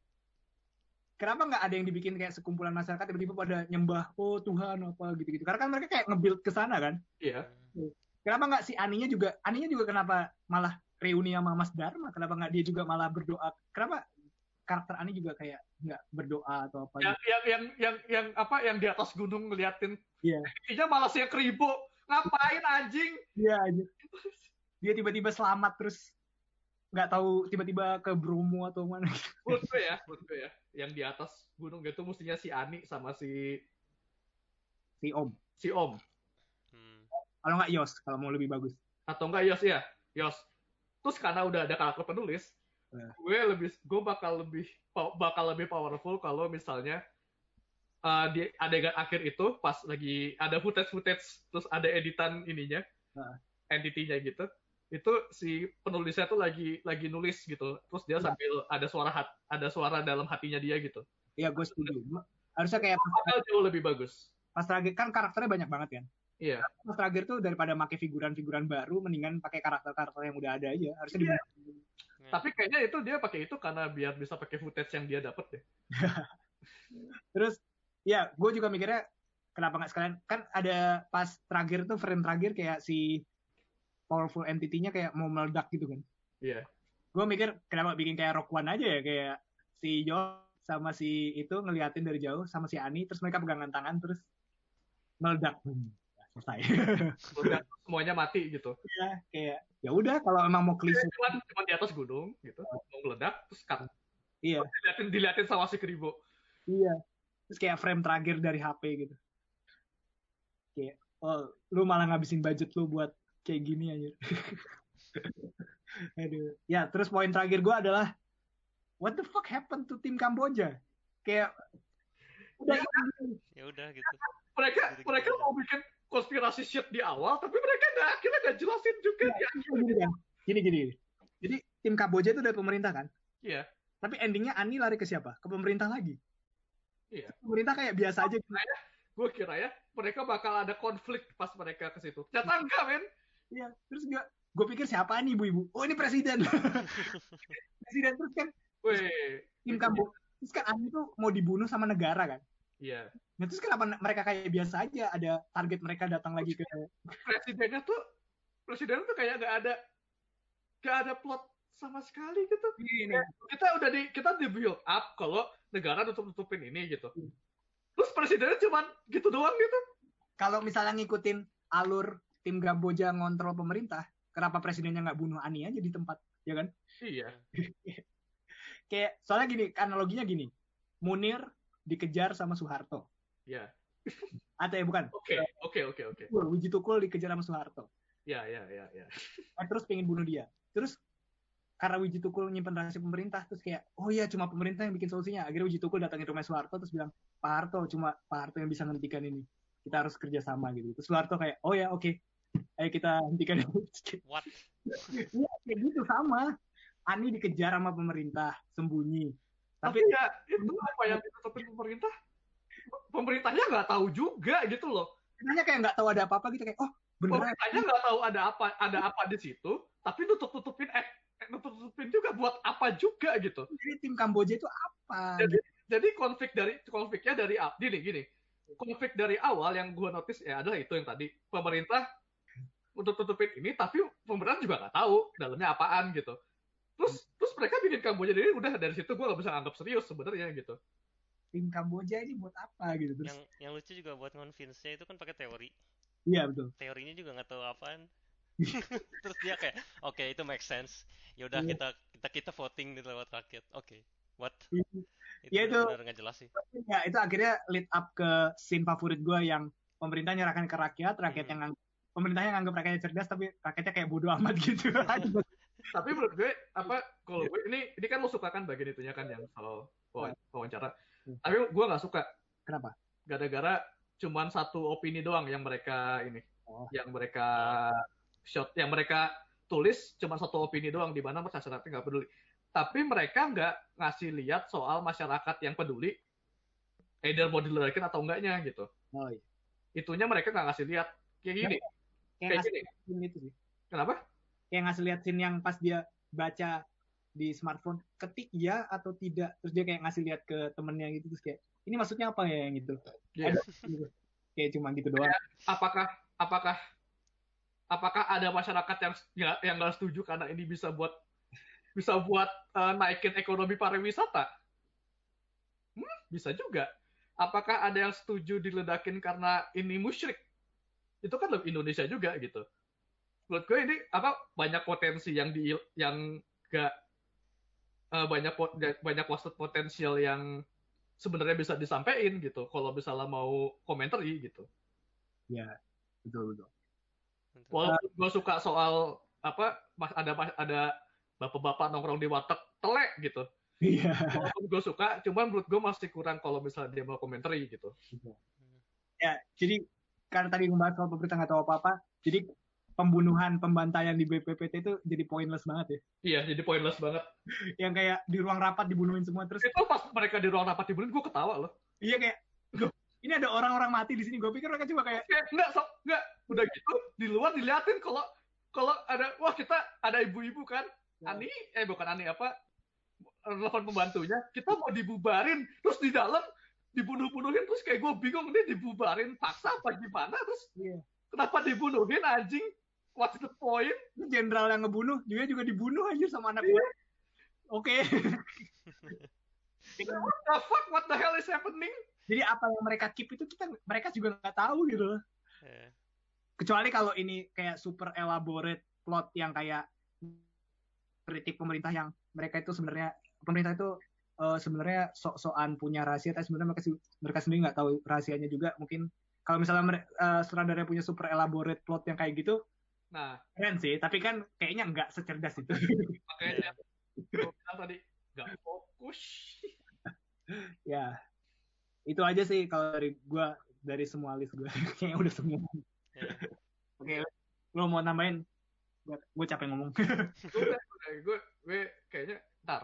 Speaker 2: Kenapa nggak ada yang dibikin kayak sekumpulan masyarakat tiba-tiba pada nyembah oh Tuhan apa gitu-gitu? Karena kan mereka kayak nge-build ke sana kan?
Speaker 3: Iya.
Speaker 2: Kenapa nggak si Aninya juga? Aninya juga kenapa malah reuni sama Mas Dharma? Kenapa nggak dia juga malah berdoa? Kenapa karakter Ani juga kayak nggak berdoa atau apa?
Speaker 3: Yang,
Speaker 2: gitu?
Speaker 3: yang yang yang yang apa? Yang di atas gunung ngeliatin.
Speaker 2: Iya.
Speaker 3: Intinya malah si Kribo ngapain anjing?
Speaker 2: Iya aja. Dia tiba-tiba selamat terus nggak tahu tiba-tiba ke Bromo atau mana gitu.
Speaker 3: Menurut gue ya, menurut gue ya, yang di atas gunung gitu mestinya si Ani sama si
Speaker 2: si Om.
Speaker 3: Si Om.
Speaker 1: Hmm.
Speaker 2: Kalau nggak Yos, kalau mau lebih bagus.
Speaker 3: Atau nggak Yos ya, Yos. Terus karena udah ada karakter penulis, yeah. gue lebih, gue bakal lebih, bakal lebih powerful kalau misalnya uh, di adegan akhir itu pas lagi ada footage-footage, terus ada editan ininya, uh. entity-nya gitu. Itu si penulisnya tuh lagi lagi nulis gitu, terus dia ya. Sambil ada suara hat, ada suara dalam hatinya dia gitu.
Speaker 2: Iya, gue setuju. Harusnya kayak
Speaker 3: pas jauh lebih bagus.
Speaker 2: Pas terakhir kan karakternya banyak banget kan.
Speaker 3: Iya.
Speaker 2: Pas terakhir tuh daripada pakai figuran-figuran baru, mendingan pakai karakter-karakter yang udah ada aja. Harusnya
Speaker 3: iya.
Speaker 2: dibantu.
Speaker 3: Tapi kayaknya itu dia pakai itu karena biar bisa pakai footage yang dia dapat deh.
Speaker 2: Terus, ya, gue juga mikirnya kenapa nggak sekalian kan ada pas terakhir tuh frame terakhir kayak si powerful entity-nya kayak mau meledak gitu kan.
Speaker 3: Iya. Yeah.
Speaker 2: Gue mikir kenapa bikin kayak Rock One aja ya, kayak si Jo sama si itu ngeliatin dari jauh sama si Ani, terus mereka pegangan tangan terus meledak. Hmm, selesai.
Speaker 3: Udah semuanya mati gitu.
Speaker 2: Iya, kayak ya udah kalau emang mau klise.
Speaker 3: Cuma cuma di atas gunung gitu, mau meledak terus cut.
Speaker 2: Iya.
Speaker 3: Terus diliatin diliatin sama si Kribo.
Speaker 2: Iya. Terus kayak frame terakhir dari H P gitu. Kayak oh, lu malah ngabisin budget lu buat kayak gini aja. Aduh. Ya, terus poin terakhir gue adalah what the fuck happened to tim Kamboja? Kayak
Speaker 1: udah ya udah gitu.
Speaker 3: Mereka gitu, mereka gitu mau bikin konspirasi shit di awal, tapi mereka nggak akhirnya nggak jelasin juga ya, di akhir.
Speaker 2: Gini, kan? gini gini. Jadi tim Kamboja itu dari pemerintah kan?
Speaker 3: Iya.
Speaker 2: Tapi endingnya Ani lari ke siapa? Ke pemerintah lagi.
Speaker 3: Iya.
Speaker 2: Pemerintah kayak biasa aja. Gitu.
Speaker 3: Gue kira ya mereka bakal ada konflik pas mereka ke situ. Ternyata enggak, men.
Speaker 2: Iya, terus gue gue pikir siapa nih ibu-ibu? Oh, ini presiden. Presiden terus kan.
Speaker 3: Weh,
Speaker 2: tim Kamboja. Terus kan Ani tuh mau dibunuh sama negara kan?
Speaker 3: Iya.
Speaker 2: Nah, terus kenapa mereka kayak biasa aja ada target mereka datang lagi ke
Speaker 3: presidennya tuh presidennya tuh kayak nggak ada nggak ada plot sama sekali gitu.
Speaker 2: Ini.
Speaker 3: Kita udah di kita di build up kalau negara tutup-tutupin ini gitu. Terus presidennya cuman gitu doang gitu.
Speaker 2: Kalau misalnya ngikutin alur tim Kamboja ngontrol pemerintah, kenapa presidennya nggak bunuh Ani aja di tempat, ya kan?
Speaker 3: Iya.
Speaker 2: Kayak soalnya gini, analoginya gini. Munir dikejar sama Soeharto.
Speaker 3: Iya.
Speaker 2: Atau ya bukan?
Speaker 3: Oke, oke, oke, oke.
Speaker 2: Wiji Tukul dikejar sama Soeharto.
Speaker 3: Iya, iya, iya, iya.
Speaker 2: Terus pengen bunuh dia. Terus karena Wiji Tukul nyimpen rahasia pemerintah, terus kayak, oh iya cuma pemerintah yang bikin solusinya. Akhirnya Wiji Tukul datangin rumah Soeharto, terus bilang, Pak Harto, cuma Pak Harto yang bisa menghentikan ini. Kita harus kerja sama gitu. Terus Soeharto kayak, oh ya oke, okay. Ayo kita hentikan ini.
Speaker 1: What?
Speaker 2: Iya, kayak gitu sama. Ani dikejar sama pemerintah, sembunyi.
Speaker 3: Tapi, Tapi ya, itu apa yang ditutupin pemerintah? Pemerintahnya nggak tahu juga gitu loh.
Speaker 2: Sebenarnya kayak nggak tahu ada apa-apa gitu, kayak, oh beneran.
Speaker 3: Pemerintahnya nggak tahu ada apa ada apa di situ, tapi nutup-tutupin eh nutup-tutupin juga buat apa juga gitu.
Speaker 2: Jadi tim Kamboja itu apa?
Speaker 3: Jadi, jadi konflik dari konfliknya dari gini gini. Konflik dari awal yang gue notice ya adalah itu yang tadi pemerintah untuk tutupin ini, tapi pemerintah juga nggak tahu dalamnya apaan gitu. terus terus mereka bikin Kamboja jadi udah dari situ gue gak bisa anggap serius sebenarnya gitu.
Speaker 2: Tim Kamboja ini buat apa gitu terus.
Speaker 1: Yang yang lucu juga buat ngonvince-nya itu kan pakai teori.
Speaker 2: Iya betul.
Speaker 1: Teorinya juga nggak tahu apaan. Terus dia kayak, oke okay, itu make sense. Yaudah
Speaker 2: Iya.
Speaker 1: kita kita kita voting di lewat rakyat. Oke, okay. What?
Speaker 2: Iya.
Speaker 1: Itu
Speaker 2: Ya itu
Speaker 1: benar nggak jelas sih.
Speaker 2: ya itu akhirnya lead up ke scene favorit gue yang pemerintah nyerahkan ke rakyat, rakyat
Speaker 1: Hmm.
Speaker 2: yang ngang- pemerintahnya nganggap rakyatnya cerdas tapi rakyatnya kayak bodoh amat gitu.
Speaker 3: Tapi menurut gue apa kalau gue ini ini kan lo suka kan bagian itunya kan yang soal wawan- wawancara.
Speaker 2: Hmm.
Speaker 3: Tapi gue nggak suka
Speaker 2: Kenapa?
Speaker 3: gara-gara cuman satu opini doang yang mereka ini,
Speaker 2: Oh.
Speaker 3: yang mereka shot, yang mereka tulis cuma satu opini doang di mana masyarakatnya nggak peduli. Tapi mereka nggak ngasih lihat soal masyarakat yang peduli, either mau dilarikan atau enggaknya gitu.
Speaker 2: Oh iya.
Speaker 3: Itunya mereka nggak ngasih lihat kayak gini.
Speaker 2: Kayak
Speaker 3: Kayak
Speaker 2: ngasih
Speaker 3: gini.
Speaker 2: lihat scene itu sih.
Speaker 3: Kenapa?
Speaker 2: Kayak ngasih lihat scene yang pas dia baca di smartphone ketik ya atau tidak terus dia kayak ngasih lihat ke temennya gitu terus kayak ini maksudnya apa ya yang gitu.
Speaker 3: Yeah.
Speaker 2: Ada gitu. Kayak cuma gitu doang.
Speaker 3: Apakah apakah apakah ada masyarakat yang ya, yang nggak setuju karena ini bisa buat bisa buat uh, naikin ekonomi pariwisata? Hmm, bisa juga. Apakah ada yang setuju diledakin karena ini musyrik? Itu kan lebih Indonesia juga gitu. Menurut gue ini apa banyak potensi yang di yang gak uh, banyak banyak potensial yang sebenarnya bisa disampaikan gitu. Kalau misalnya mau komentari gitu.
Speaker 2: Ya betul betul.
Speaker 3: Walaupun gue suka soal apa ada ada bapak-bapak nongkrong di warteg telek gitu.
Speaker 2: Iya.
Speaker 3: Walaupun gue suka, cuman menurut gue masih kurang kalau misalnya dia mau komentari gitu.
Speaker 2: Ya, jadi karena tadi ngebahas soal pemerintah nggak tahu apa-apa, jadi pembunuhan, pembantaian di B P P T itu jadi pointless banget ya.
Speaker 3: Iya, jadi pointless banget.
Speaker 2: Yang kayak di ruang rapat dibunuhin semua terus.
Speaker 3: Itu pas mereka di ruang rapat dibunuhin, gue ketawa loh.
Speaker 2: Iya kayak, loh, ini ada orang-orang mati di sini. Gue pikir mereka cuma kayak,
Speaker 3: kayak enggak, so, enggak, udah gitu di luar diliatin kalau kalau ada, wah kita ada ibu-ibu kan, ya. Ani, eh bukan Ani apa, telepon pembantunya, kita mau dibubarin, terus di dalam dibunuh-bunuhin, terus kayak gue bingung ini dibubarin paksa apa gimana, terus yeah. Kenapa dibunuhin anjing? What's the point?
Speaker 2: Jenderal yang ngebunuh juga juga dibunuh aja sama anak gue. Yeah. Oke. Okay.
Speaker 3: What the fuck? What the hell is happening?
Speaker 2: Jadi apa yang mereka keep itu kita mereka juga nggak tahu gitu loh. Yeah. Kecuali kalau ini kayak super elaborate plot yang kayak kritik pemerintah yang mereka itu sebenarnya pemerintah itu uh, sebenarnya sok-sokan punya rahasia tapi sebenarnya mereka, mereka sendiri nggak tahu rahasianya juga. Mungkin kalau misalnya uh, sutradaranya punya super elaborate plot yang kayak gitu,
Speaker 3: nah
Speaker 2: keren sih, tapi kan kayaknya nggak secerdas itu.
Speaker 3: Makanya gue bilang tadi nggak fokus.
Speaker 2: Ya itu aja sih kalau dari gue, dari semua list gue kayaknya udah semua. Yeah. Oke, okay, lo mau nambahin? Gue capek ngomong.
Speaker 3: gue, gue, gue kayaknya ntar.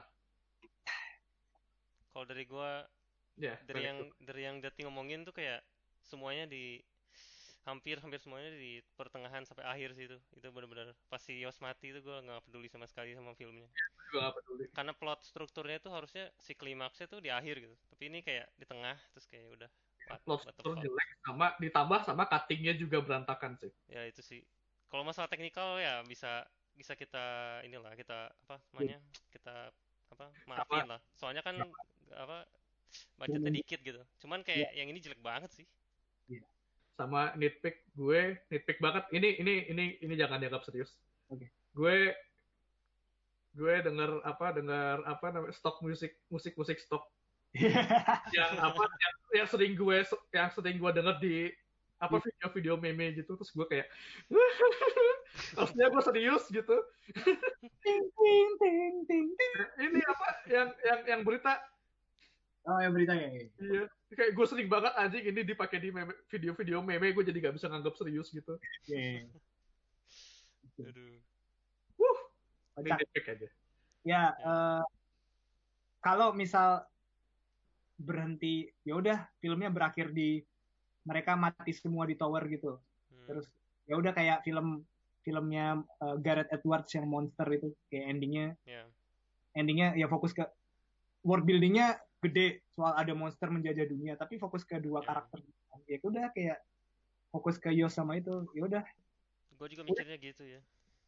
Speaker 1: Kalau dari gue, yeah, dari yang itu. dari yang Dati ngomongin tuh kayak semuanya di hampir hampir semuanya di pertengahan sampai akhir sih itu. Itu benar-benar pas si Yos mati itu gue nggak peduli sama sekali sama filmnya.
Speaker 3: Gue nggak peduli.
Speaker 1: Karena plot strukturnya tuh harusnya si klimaksnya tuh di akhir gitu. Tapi ini kayak di tengah terus kayak udah.
Speaker 3: What, plot struktur jelek sama ditambah sama cuttingnya juga berantakan sih.
Speaker 1: Ya itu sih. Kalau masalah teknikal ya bisa bisa kita inilah kita apa namanya kita apa maafin lah. Soalnya kan apa budgetnya dikit gitu. Cuman kayak yeah. yang ini jelek banget sih.
Speaker 3: Yeah. Sama nitpick gue nitpick banget. Ini ini ini ini jangan dianggap serius.
Speaker 2: Oke. Okay.
Speaker 3: Gue gue denger apa denger apa namanya stok musik musik musik stok yang apa yang, yang sering gue yang sering gue denger di apa video-video meme gitu terus gue kayak harusnya gue serius gitu.
Speaker 2: ting, ting, ting, ting, ting.
Speaker 3: Ini apa yang yang yang berita.
Speaker 2: Oh yang berita ya.
Speaker 3: Iya, kayak gue sering banget anjing ini dipakai di meme, video-video meme gue jadi gak bisa nganggap serius gitu.
Speaker 2: Iya.
Speaker 1: Yeah. Aduh.
Speaker 3: Wuh. Ini nitpick aja.
Speaker 2: Ya, uh, kalau misal berhenti, ya udah filmnya berakhir di mereka mati semua di tower gitu. Hmm. Terus ya udah kayak film filmnya uh, Gareth Edwards yang Monster itu kayak endingnya. Yeah. Endingnya ya fokus ke world buildingnya gede soal ada monster menjajah dunia, tapi fokus ke dua yeah. karakter. Ya udah kayak fokus ke Yos sama itu. Ya udah.
Speaker 1: Gue juga mikirnya gitu ya.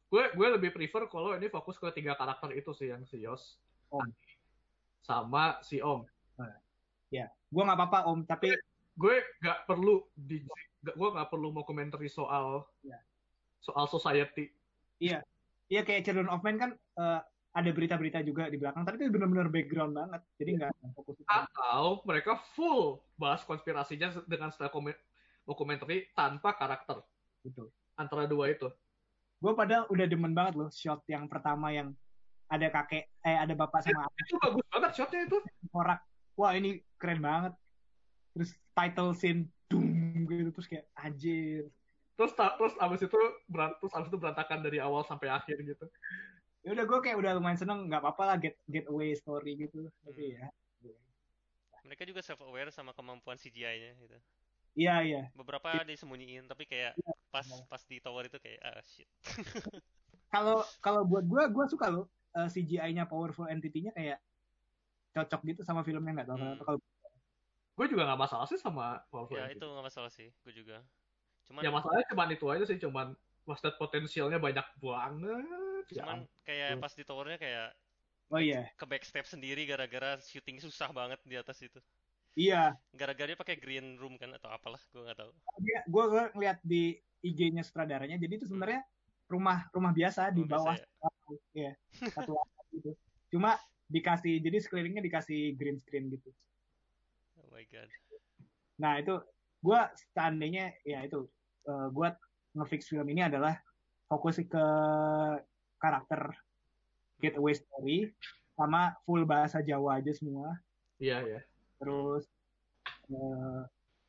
Speaker 3: gue gue lebih prefer kalau ini fokus ke tiga karakter itu sih, yang si Yos,
Speaker 2: Om.
Speaker 3: sama si Om.
Speaker 2: Nah, ya, gue nggak apa-apa Om, tapi
Speaker 3: gue nggak perlu di gue nggak perlu mau komentari soal
Speaker 2: ya.
Speaker 3: soal society.
Speaker 2: Iya, iya kayak Children of Men kan uh, ada berita-berita juga di belakang, tapi itu benar-benar background banget, jadi nggak ya. fokus.
Speaker 3: Atau mereka full bahas konspirasinya dengan style dokumenter tanpa karakter.
Speaker 2: Betul.
Speaker 3: Antara dua itu.
Speaker 2: Gue padahal udah demen banget loh shot yang pertama yang ada kakek, eh ada bapak sama
Speaker 3: anak. Itu bagus banget shotnya itu.
Speaker 2: Korak. Wah ini keren banget. Terus title scene, dum gitu, terus kayak anjir.
Speaker 3: Terus terus abis itu terus abis itu berantakan dari awal sampai akhir gitu.
Speaker 2: Ya udah gue kayak udah lumayan seneng, nggak apa-apa lah get getaway story gitu. Tapi hmm. ya.
Speaker 1: Mereka juga self aware sama kemampuan C G I-nya gitu.
Speaker 2: Iya iya.
Speaker 1: Beberapa disembunyiin, tapi kayak ya, pas ya. pas di tower itu kayak ah shit.
Speaker 2: Kalau kalau buat gue, gue suka loh uh, C G I-nya Powerful Entity-nya kayak cocok gitu sama filmnya, nggak tahu
Speaker 3: hmm.
Speaker 2: kenapa. Kalau
Speaker 3: gue juga nggak masalah sih sama Powerful
Speaker 1: ya,
Speaker 3: Entity.
Speaker 1: Ya itu nggak masalah sih, gue juga.
Speaker 3: Cuman ya masalahnya cuman itu aja sih, cuman wasted potensialnya banyak banget.
Speaker 1: Cuman ya. Kayak pas di towernya kayak
Speaker 2: oh iya.
Speaker 1: Ke backstep sendiri gara-gara syuting susah banget di atas itu.
Speaker 2: Iya.
Speaker 1: Gara-gara dia pakai green room kan atau apalah, gue nggak tahu.
Speaker 2: Dia, gue ngeliat di I G-nya sutradaranya, jadi itu sebenarnya rumah rumah biasa di bawah, ya, satu lantai gitu. Cuma dikasih, jadi sekelilingnya dikasih green screen gitu.
Speaker 1: Oh my god.
Speaker 2: Nah itu, gue seandainya ya itu, uh, gue ngefix film ini adalah fokus ke karakter getaway story sama full bahasa Jawa aja semua.
Speaker 3: Iya ya.
Speaker 2: Terus uh,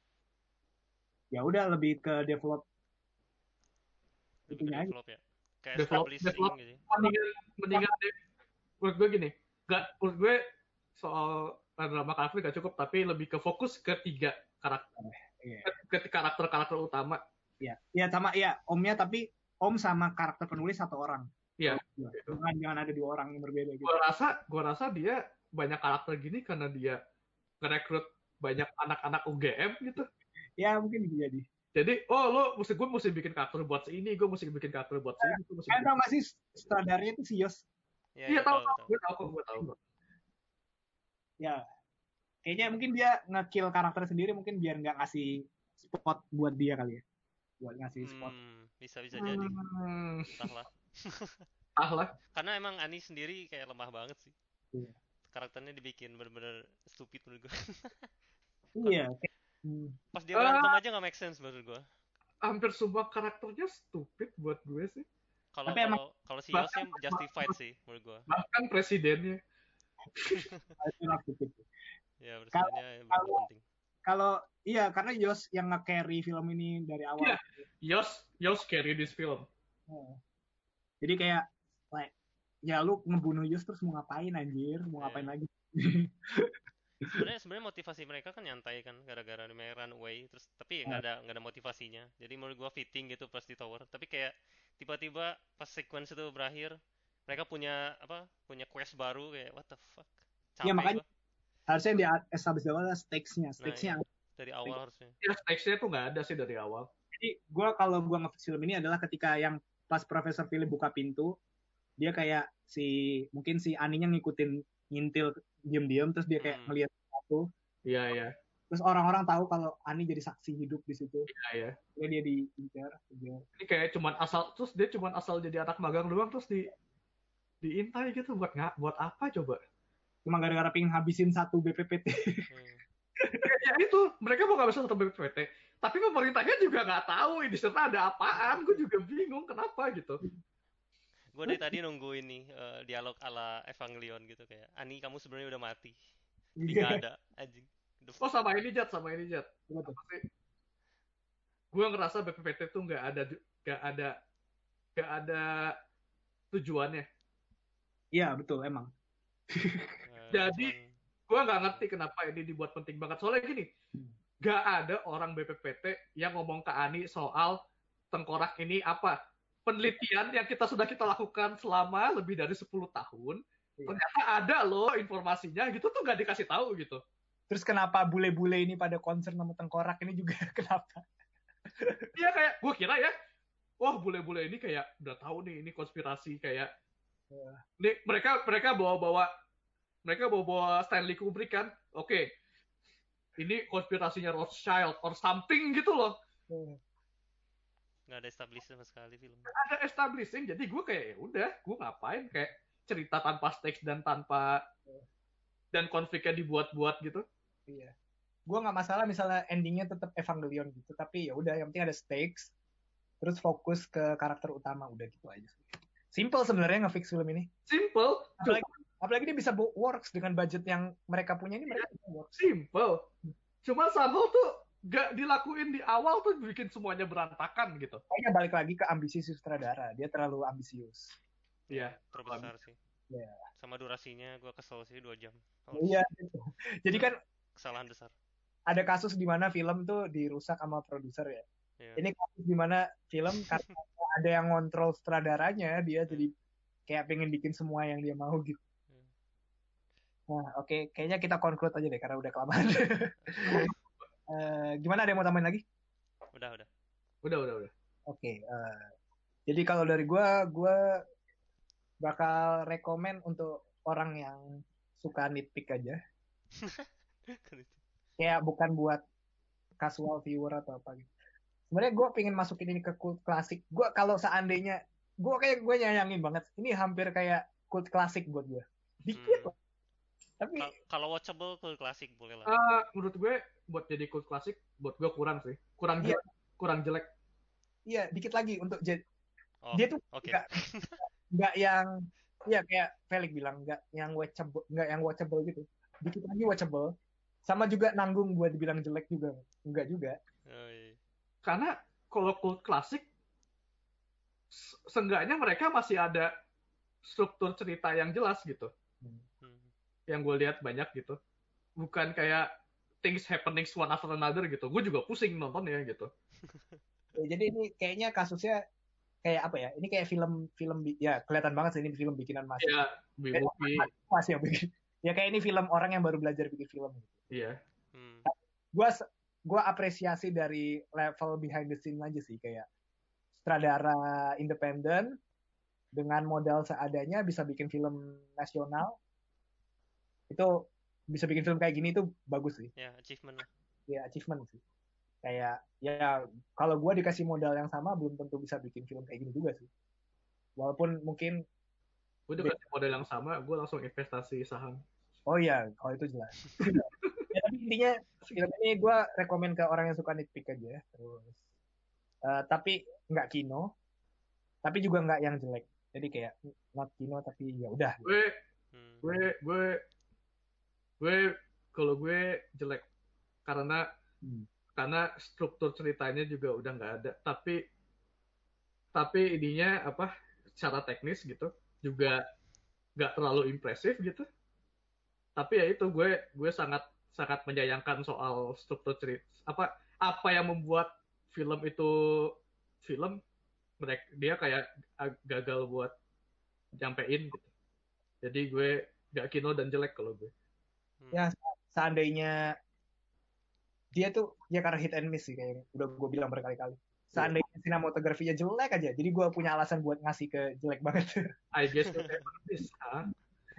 Speaker 2: ya udah lebih ke develop
Speaker 1: lebih ke develop ya. Kayak
Speaker 3: develop, develop gitu. Mendingan mendingan deh. Menurut gue gini, gak menurut gue soal drama karakter gak cukup, tapi lebih ke fokus ke tiga karakter. Yeah. Ke karakter-karakter utama.
Speaker 2: Iya, ya sama ya omnya, tapi om sama karakter penulis satu orang.
Speaker 3: Iya.
Speaker 2: Jangan jangan ada dua orang yang berbeda gitu.
Speaker 3: Gue rasa, gue rasa dia banyak karakter gini karena dia ngerekrut banyak anak-anak U G M gitu.
Speaker 2: Ya mungkin bisa jadi.
Speaker 3: Jadi, oh lo mesti gue mesti bikin karakter buat si ini, gue mesti bikin karakter buat si ini.
Speaker 2: Kalian tau gak sih sutradaranya itu si Yos?
Speaker 1: Ya,
Speaker 3: iya tahu, gue tahu kok, gue tahu.
Speaker 2: Ya, kayaknya mungkin dia nge-kill karakter sendiri mungkin biar nggak ngasih spot buat dia kali ya. Buat ngasih spot.
Speaker 1: Hmm, bisa bisa jadi.
Speaker 3: Hmm.
Speaker 1: Entahlah.
Speaker 3: Ah lah.
Speaker 1: Karena emang Ani sendiri kayak lemah banget sih.
Speaker 2: Iya.
Speaker 1: Karakternya dibikin bener-bener stupid menurut gue.
Speaker 2: Iya.
Speaker 1: Pas dia berantem uh, aja nggak make sense menurut gue.
Speaker 3: Hampir semua karakternya stupid buat gue sih.
Speaker 1: Kalau kalau kalau si Yosnya justified sih menurut gue.
Speaker 3: Bahkan presidennya.
Speaker 1: Ya presidennya
Speaker 2: kalau,
Speaker 1: penting.
Speaker 2: Kalau iya karena Yos yang nge-carry film ini dari awal.
Speaker 3: Iya. Yos Yos carry this film.
Speaker 2: Oh. Jadi kayak like, ya lu ngebunuh Yos terus mau ngapain anjir, mau ngapain yeah. lagi?
Speaker 1: sebenarnya sebenarnya motivasi mereka kan nyantai kan gara-gara mereka run away terus tapi nggak ada nggak ada motivasinya, jadi menurut gua fitting gitu pas di tower. Tapi kayak tiba-tiba pas sequence itu berakhir mereka punya apa punya quest baru, kayak what the fuck.
Speaker 2: Capek ya makanya gua. Harusnya dia establish awal stakes-nya stakes-nya
Speaker 1: nah, ya, dari awal Stakes. harusnya
Speaker 3: ya stakes-nya tuh nggak ada sih dari awal.
Speaker 2: Jadi gua kalau gua nge-fix film ini adalah ketika yang pas Profesor Philip buka pintu, dia kayak si mungkin si Aninya ngikutin ngintil diam-diam terus dia kayak hmm. ngelihat sesuatu.
Speaker 3: Iya, iya.
Speaker 2: Terus orang-orang tahu kalau Ani jadi saksi hidup di situ.
Speaker 3: Iya, iya.
Speaker 2: Terus dia diincar.
Speaker 3: Ini kayak cuman asal terus dia cuman asal jadi anak magang doang terus di diintai gitu buat nggak buat apa coba?
Speaker 2: Cuma gara-gara pengen habisin satu B P P T.
Speaker 3: Hmm. ya itu, mereka mau ngabisin satu B P P T, tapi pemerintahnya juga nggak tahu ini serta ada apaan. Gue juga bingung kenapa gitu.
Speaker 1: Gue dari tadi nunggu ini uh, dialog ala Evangelion gitu, kayak Ani kamu sebenarnya udah mati, nggak ada anjing.
Speaker 3: Oh sama ini Jat, sama ini Jat. Gue ngerasa B P P T tuh nggak ada nggak ada nggak ada tujuannya.
Speaker 2: Iya betul emang.
Speaker 3: uh, Jadi gue nggak ngerti kenapa ini dibuat penting banget. Soalnya gini, nggak ada orang B P P T yang ngomong ke Ani soal tengkorak ini apa. Penelitian yang kita sudah kita lakukan selama lebih dari sepuluh tahun, iya. Ternyata ada loh informasinya gitu tuh nggak dikasih tahu gitu.
Speaker 2: Terus kenapa bule-bule ini pada concern sama tengkorak ini juga kenapa?
Speaker 3: Iya kayak gue kira ya, wah bule-bule ini kayak udah tahu nih ini konspirasi kayak
Speaker 2: Ya.
Speaker 3: nih mereka mereka bawa-bawa mereka bawa-bawa Stanley Kubrick kan, oke okay. Ini konspirasinya Rothschild or something gitu loh.
Speaker 2: Hmm.
Speaker 1: Nggak ada established sama sekali film.
Speaker 3: Ada establishing, jadi gue kayak ya udah, gue ngapain kayak cerita tanpa stakes dan tanpa dan konfliknya dibuat-buat gitu.
Speaker 2: Iya. Gue nggak masalah misalnya endingnya tetap Evangelion gitu, tapi ya udah yang penting ada stakes, terus fokus ke karakter utama, udah gitu aja. Simple sebenarnya nge-fix film ini.
Speaker 3: Simple.
Speaker 2: Apalagi, apalagi dia bisa works dengan budget yang mereka punya ini, mereka bisa works.
Speaker 3: Simple. Cuma somehow tuh gak dilakuin di awal tuh bikin semuanya berantakan gitu.
Speaker 2: Kayaknya balik lagi ke ambisi sutradara, dia terlalu ambisius.
Speaker 3: Iya.
Speaker 1: Terbesar sih.
Speaker 2: Iya.
Speaker 1: Sama durasinya gue kesel sih dua jam. Oh,
Speaker 2: Iya. Jadi kan
Speaker 1: kesalahan besar.
Speaker 2: ada kasus di mana film tuh dirusak sama produser ya.
Speaker 1: Iya.
Speaker 2: Ini kasus di mana film karena ada yang ngontrol sutradaranya, dia jadi kayak pengen bikin semua yang dia mau gitu.
Speaker 1: Hmm.
Speaker 2: Nah, oke, okay. Kayaknya kita conclude aja deh karena udah kelamaan. uh, gimana, ada yang mau tambahin lagi?
Speaker 1: Udah, udah.
Speaker 3: Udah, udah, udah.
Speaker 2: Oke, okay, uh, jadi kalau dari gue, gue bakal rekomen untuk orang yang suka nitpick aja. Kayak bukan buat casual viewer atau apa gitu. Sebenarnya gue pengen masukin ini ke cult klasik. Gue kalau seandainya, gue kayak gue nyayangin banget. Ini hampir kayak cult klasik buat gue. Dikit
Speaker 1: Hmm.
Speaker 2: lah. Tapi
Speaker 1: kalau watchable cult klasik boleh lah.
Speaker 3: Uh, menurut gue buat jadi cult klasik, buat gue kurang sih. Kurang jelek. Iya. Kurang jelek.
Speaker 2: Iya, dikit lagi untuk jadi.
Speaker 1: Oh,
Speaker 2: dia tuh
Speaker 1: okay.
Speaker 2: nggak nggak yang, ya kayak Felix bilang nggak yang watchable, nggak yang watchable gitu. Dikit lagi watchable. Sama juga nanggung buat dibilang jelek juga, enggak juga.
Speaker 1: Oh, iya.
Speaker 3: Karena kalau cult klasik, seenggaknya mereka masih ada struktur cerita yang jelas gitu. Hmm. Yang gue lihat banyak gitu. Bukan kayak things happening one after another gitu. Gue juga pusing nontonnya gitu.
Speaker 2: Ya, jadi ini kayaknya kasusnya kayak apa ya? Ini kayak film-film, ya kelihatan banget sih ini film bikinan Mas.
Speaker 3: Iya, movie.
Speaker 2: Mas yang bikin. Ya kayak ini film orang yang baru belajar bikin film.
Speaker 3: Iya.
Speaker 2: Hmm. Gua gua apresiasi dari level behind the scene aja sih, kayak sutradara independen dengan modal seadanya bisa bikin film nasional. Itu bisa bikin film kayak gini itu bagus sih.
Speaker 1: Ya, achievement lah.
Speaker 2: Ya, achievement sih. Kayak ya kalau gua dikasih modal yang sama belum tentu bisa bikin film kayak gini juga sih. Walaupun mungkin
Speaker 3: gue dikasih modal yang sama, gue langsung investasi saham.
Speaker 2: Oh iya, kalau itu jelas. Ya, tapi intinya film ini gue rekomen ke orang yang suka nitpick aja. Terus, uh, tapi nggak kino, tapi juga nggak yang jelek. Jadi kayak not kino tapi ya udah.
Speaker 3: Gue, hmm. gue, gue, gue, kalau gue jelek karena hmm. karena struktur ceritanya juga udah nggak ada. Tapi, tapi ininya apa? Secara teknis gitu juga nggak terlalu impresif gitu. Tapi ya itu gue gue sangat sangat menyayangkan soal struktur cerita, apa apa yang membuat film itu film mereka dia kayak gagal buat nyampein gitu. Jadi gue gak kino dan jelek kalau gue.
Speaker 2: Ya seandainya dia tuh ya karena hit and miss sih kayaknya udah gue bilang berkali-kali. Seandainya yeah. sinematografinya jelek aja, jadi gue punya alasan buat ngasih ke jelek banget.
Speaker 3: I guess itu bisa.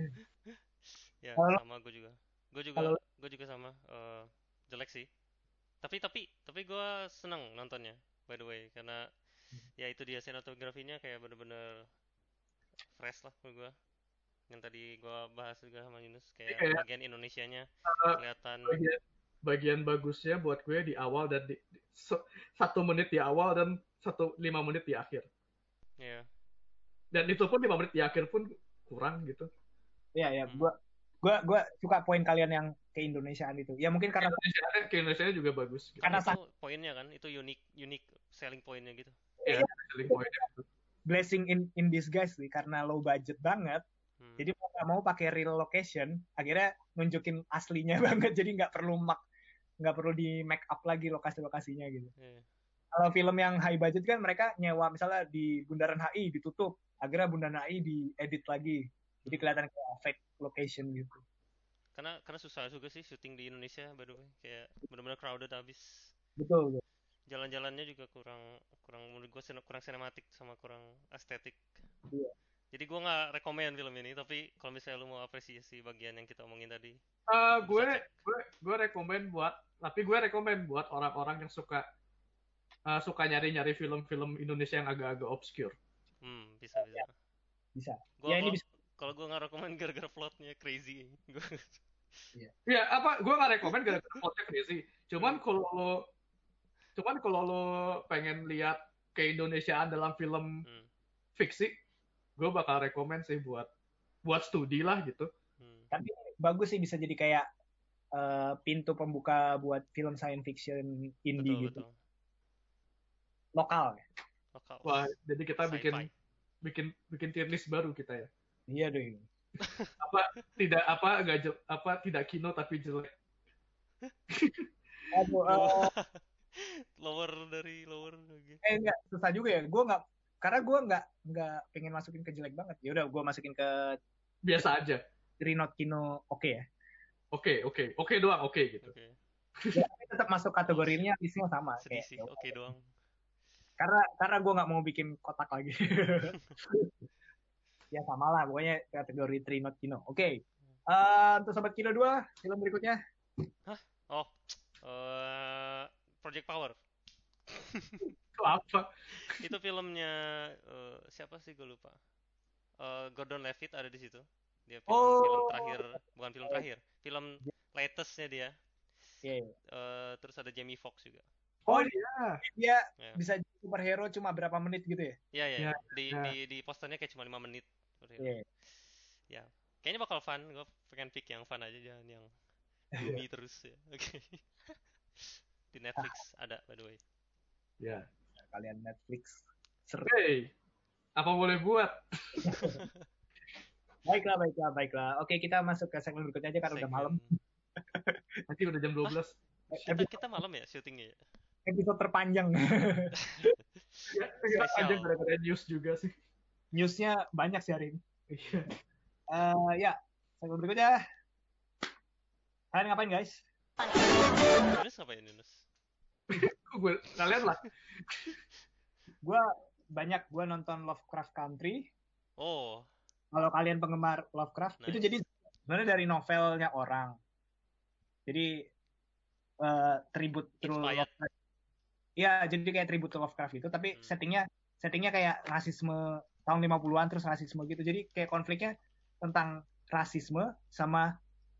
Speaker 1: Ya
Speaker 2: Halo.
Speaker 1: sama gue juga gue juga gue juga sama uh, jelek sih tapi tapi tapi gue seneng nontonnya by the way karena ya itu dia sinematografinya kayak bener-bener fresh lah menurut gue yang tadi gue bahas juga sama Yunus kayak yeah. bagian Indonesianya uh, kelihatan
Speaker 3: bagian, bagian bagusnya buat gue di awal dan di, di so, satu menit di awal dan satu lima menit di akhir
Speaker 1: ya yeah.
Speaker 3: Dan itu pun lima menit di akhir pun kurang gitu.
Speaker 2: Iya ya, hmm. gue gue gue suka poin kalian yang ke Indonesiaan itu. Ya mungkin karena
Speaker 3: Indonesia ke Indonesia juga bagus.
Speaker 1: Gitu. Karena itu poinnya kan, itu unik unik selling pointnya gitu.
Speaker 3: Iya, yeah, selling pointnya.
Speaker 2: Blessing in in disguise sih, karena low budget banget. Hmm. Jadi mau nggak mau pakai real location, akhirnya nunjukin aslinya banget. Jadi nggak perlu mak nggak perlu di make up lagi lokasi-lokasinya gitu. Yeah. Kalau film yang high budget kan mereka nyewa misalnya di Bundaran H I ditutup, akhirnya Bundaran H I diedit lagi. Jadi kelihatan kayak fake location gitu.
Speaker 1: Karena karena susah juga sih syuting di Indonesia by the way, kayak benar-benar crowded abis.
Speaker 2: Betul. betul.
Speaker 1: jalan-jalannya juga kurang kurang menurut gue kurang sinematik sama kurang estetik.
Speaker 2: Iya.
Speaker 1: Jadi gue nggak rekomen film ini, tapi kalau misalnya lu mau apresiasi bagian yang kita omongin tadi,
Speaker 3: Uh,
Speaker 1: lu bisa
Speaker 3: gue
Speaker 1: cek.
Speaker 3: gue gue rekomen buat tapi gue rekomen buat orang-orang yang suka uh, suka nyari-nyari film-film Indonesia yang agak-agak obscure.
Speaker 1: Hmm, bisa bisa.
Speaker 2: Bisa.
Speaker 1: Gua
Speaker 2: Ya ini
Speaker 1: kalau
Speaker 2: bisa.
Speaker 1: kalau gue nggak rekomen gara-gara plotnya crazy. Gua
Speaker 3: Ya apa? Gue nggak rekomen gara-gara plotnya crazy. Cuman
Speaker 1: Hmm.
Speaker 3: kalau lo cuman kalau lo pengen lihat keindonesiaan dalam film
Speaker 1: Hmm.
Speaker 3: fiksi, gue bakal rekomen sih buat buat studi lah gitu.
Speaker 1: Hmm.
Speaker 2: Tapi bagus sih, bisa jadi kayak uh, pintu pembuka buat film science fiction indie
Speaker 1: Betul
Speaker 2: gitu.
Speaker 1: betul.
Speaker 2: Lokal.
Speaker 1: Lokal.
Speaker 3: Wah, jadi kita
Speaker 1: Sci-fi.
Speaker 3: bikin bikin bikin tier list baru kita ya.
Speaker 2: Iya deh.
Speaker 3: Apa tidak apa enggak jel- apa tidak kino tapi jelek.
Speaker 2: Aduh, uh,
Speaker 1: Lower dari lower lagi.
Speaker 2: eh enggak, susah juga ya. Gue nggak, karena gue nggak nggak pengen masukin ke jelek banget. Ya udah, gue masukin ke
Speaker 3: Biasa aja.
Speaker 2: Three Not Kino, oke ya.
Speaker 3: Oke, oke. Oke doang, oke gitu.
Speaker 1: Oke.
Speaker 2: Ya, tapi tetap masuk kategorinya, isinya sama.
Speaker 1: Sedih
Speaker 2: Kayak,
Speaker 1: sih.
Speaker 2: ya
Speaker 1: Oke doang.
Speaker 2: karena karena gue nggak mau bikin kotak lagi. Ya sama lah, pokoknya kategori Three Not Kino. Oke. Eh, untuk Sobat Kino dua, film berikutnya.
Speaker 1: Hah? Oh. eh, Project Power.
Speaker 3: Itu apa?
Speaker 1: Itu filmnya eh, siapa sih gue lupa. Eh, Gordon Levitt ada di situ. Dia film
Speaker 2: Oh.
Speaker 1: film terakhir, bukan film terakhir, film latestnya dia.
Speaker 2: Iya.
Speaker 1: Eh, terus ada Jamie Foxx juga.
Speaker 2: Oh,
Speaker 3: Oh iya.
Speaker 2: dia
Speaker 1: Ya.
Speaker 2: bisa jadi superhero cuma berapa menit gitu ya?
Speaker 1: Iya ya,
Speaker 3: Ya,
Speaker 1: di
Speaker 3: ya.
Speaker 1: di di posternya kayak cuma lima menit.
Speaker 2: Iya.
Speaker 1: Ya, kayaknya bakal fun. Gue pengen pick yang fun aja, jangan yang gloomy terus ya. Oke. Di Netflix ada by the way.
Speaker 3: Ya.
Speaker 2: Kalian Netflix. Seru.
Speaker 3: Oke. Apa boleh buat?
Speaker 2: Baiklah, baiklah, baiklah. Oke, kita masuk ke segmen berikutnya aja karena udah malam.
Speaker 1: Segmen.
Speaker 3: Nanti udah jam dua belas.
Speaker 1: Kita kita malam ya syutingnya ya.
Speaker 2: Episode terpanjang.
Speaker 3: Ya, ya
Speaker 1: Spesial.
Speaker 3: aja gara-gara news juga sih.
Speaker 2: Newsnya banyak sih hari ini.
Speaker 3: Iya.
Speaker 2: Eh, ya, segmen berikutnya. Kalian ngapain, guys?
Speaker 1: Yunus ngapain Yunus?
Speaker 3: Gue kalian lah.
Speaker 2: Gue banyak gue nonton Lovecraft Country.
Speaker 1: Oh,
Speaker 2: Kalau kalian penggemar Lovecraft,
Speaker 1: Nice.
Speaker 2: itu jadi sebenarnya dari novelnya orang. Jadi eh tribute to
Speaker 1: Inspired.
Speaker 2: Lovecraft. Iya, jadi kayak tribute to Lovecraft itu, tapi
Speaker 1: Hmm.
Speaker 2: settingnya settingnya kayak rasisme tahun lima puluhan terus rasisme gitu. Jadi kayak konfliknya tentang rasisme sama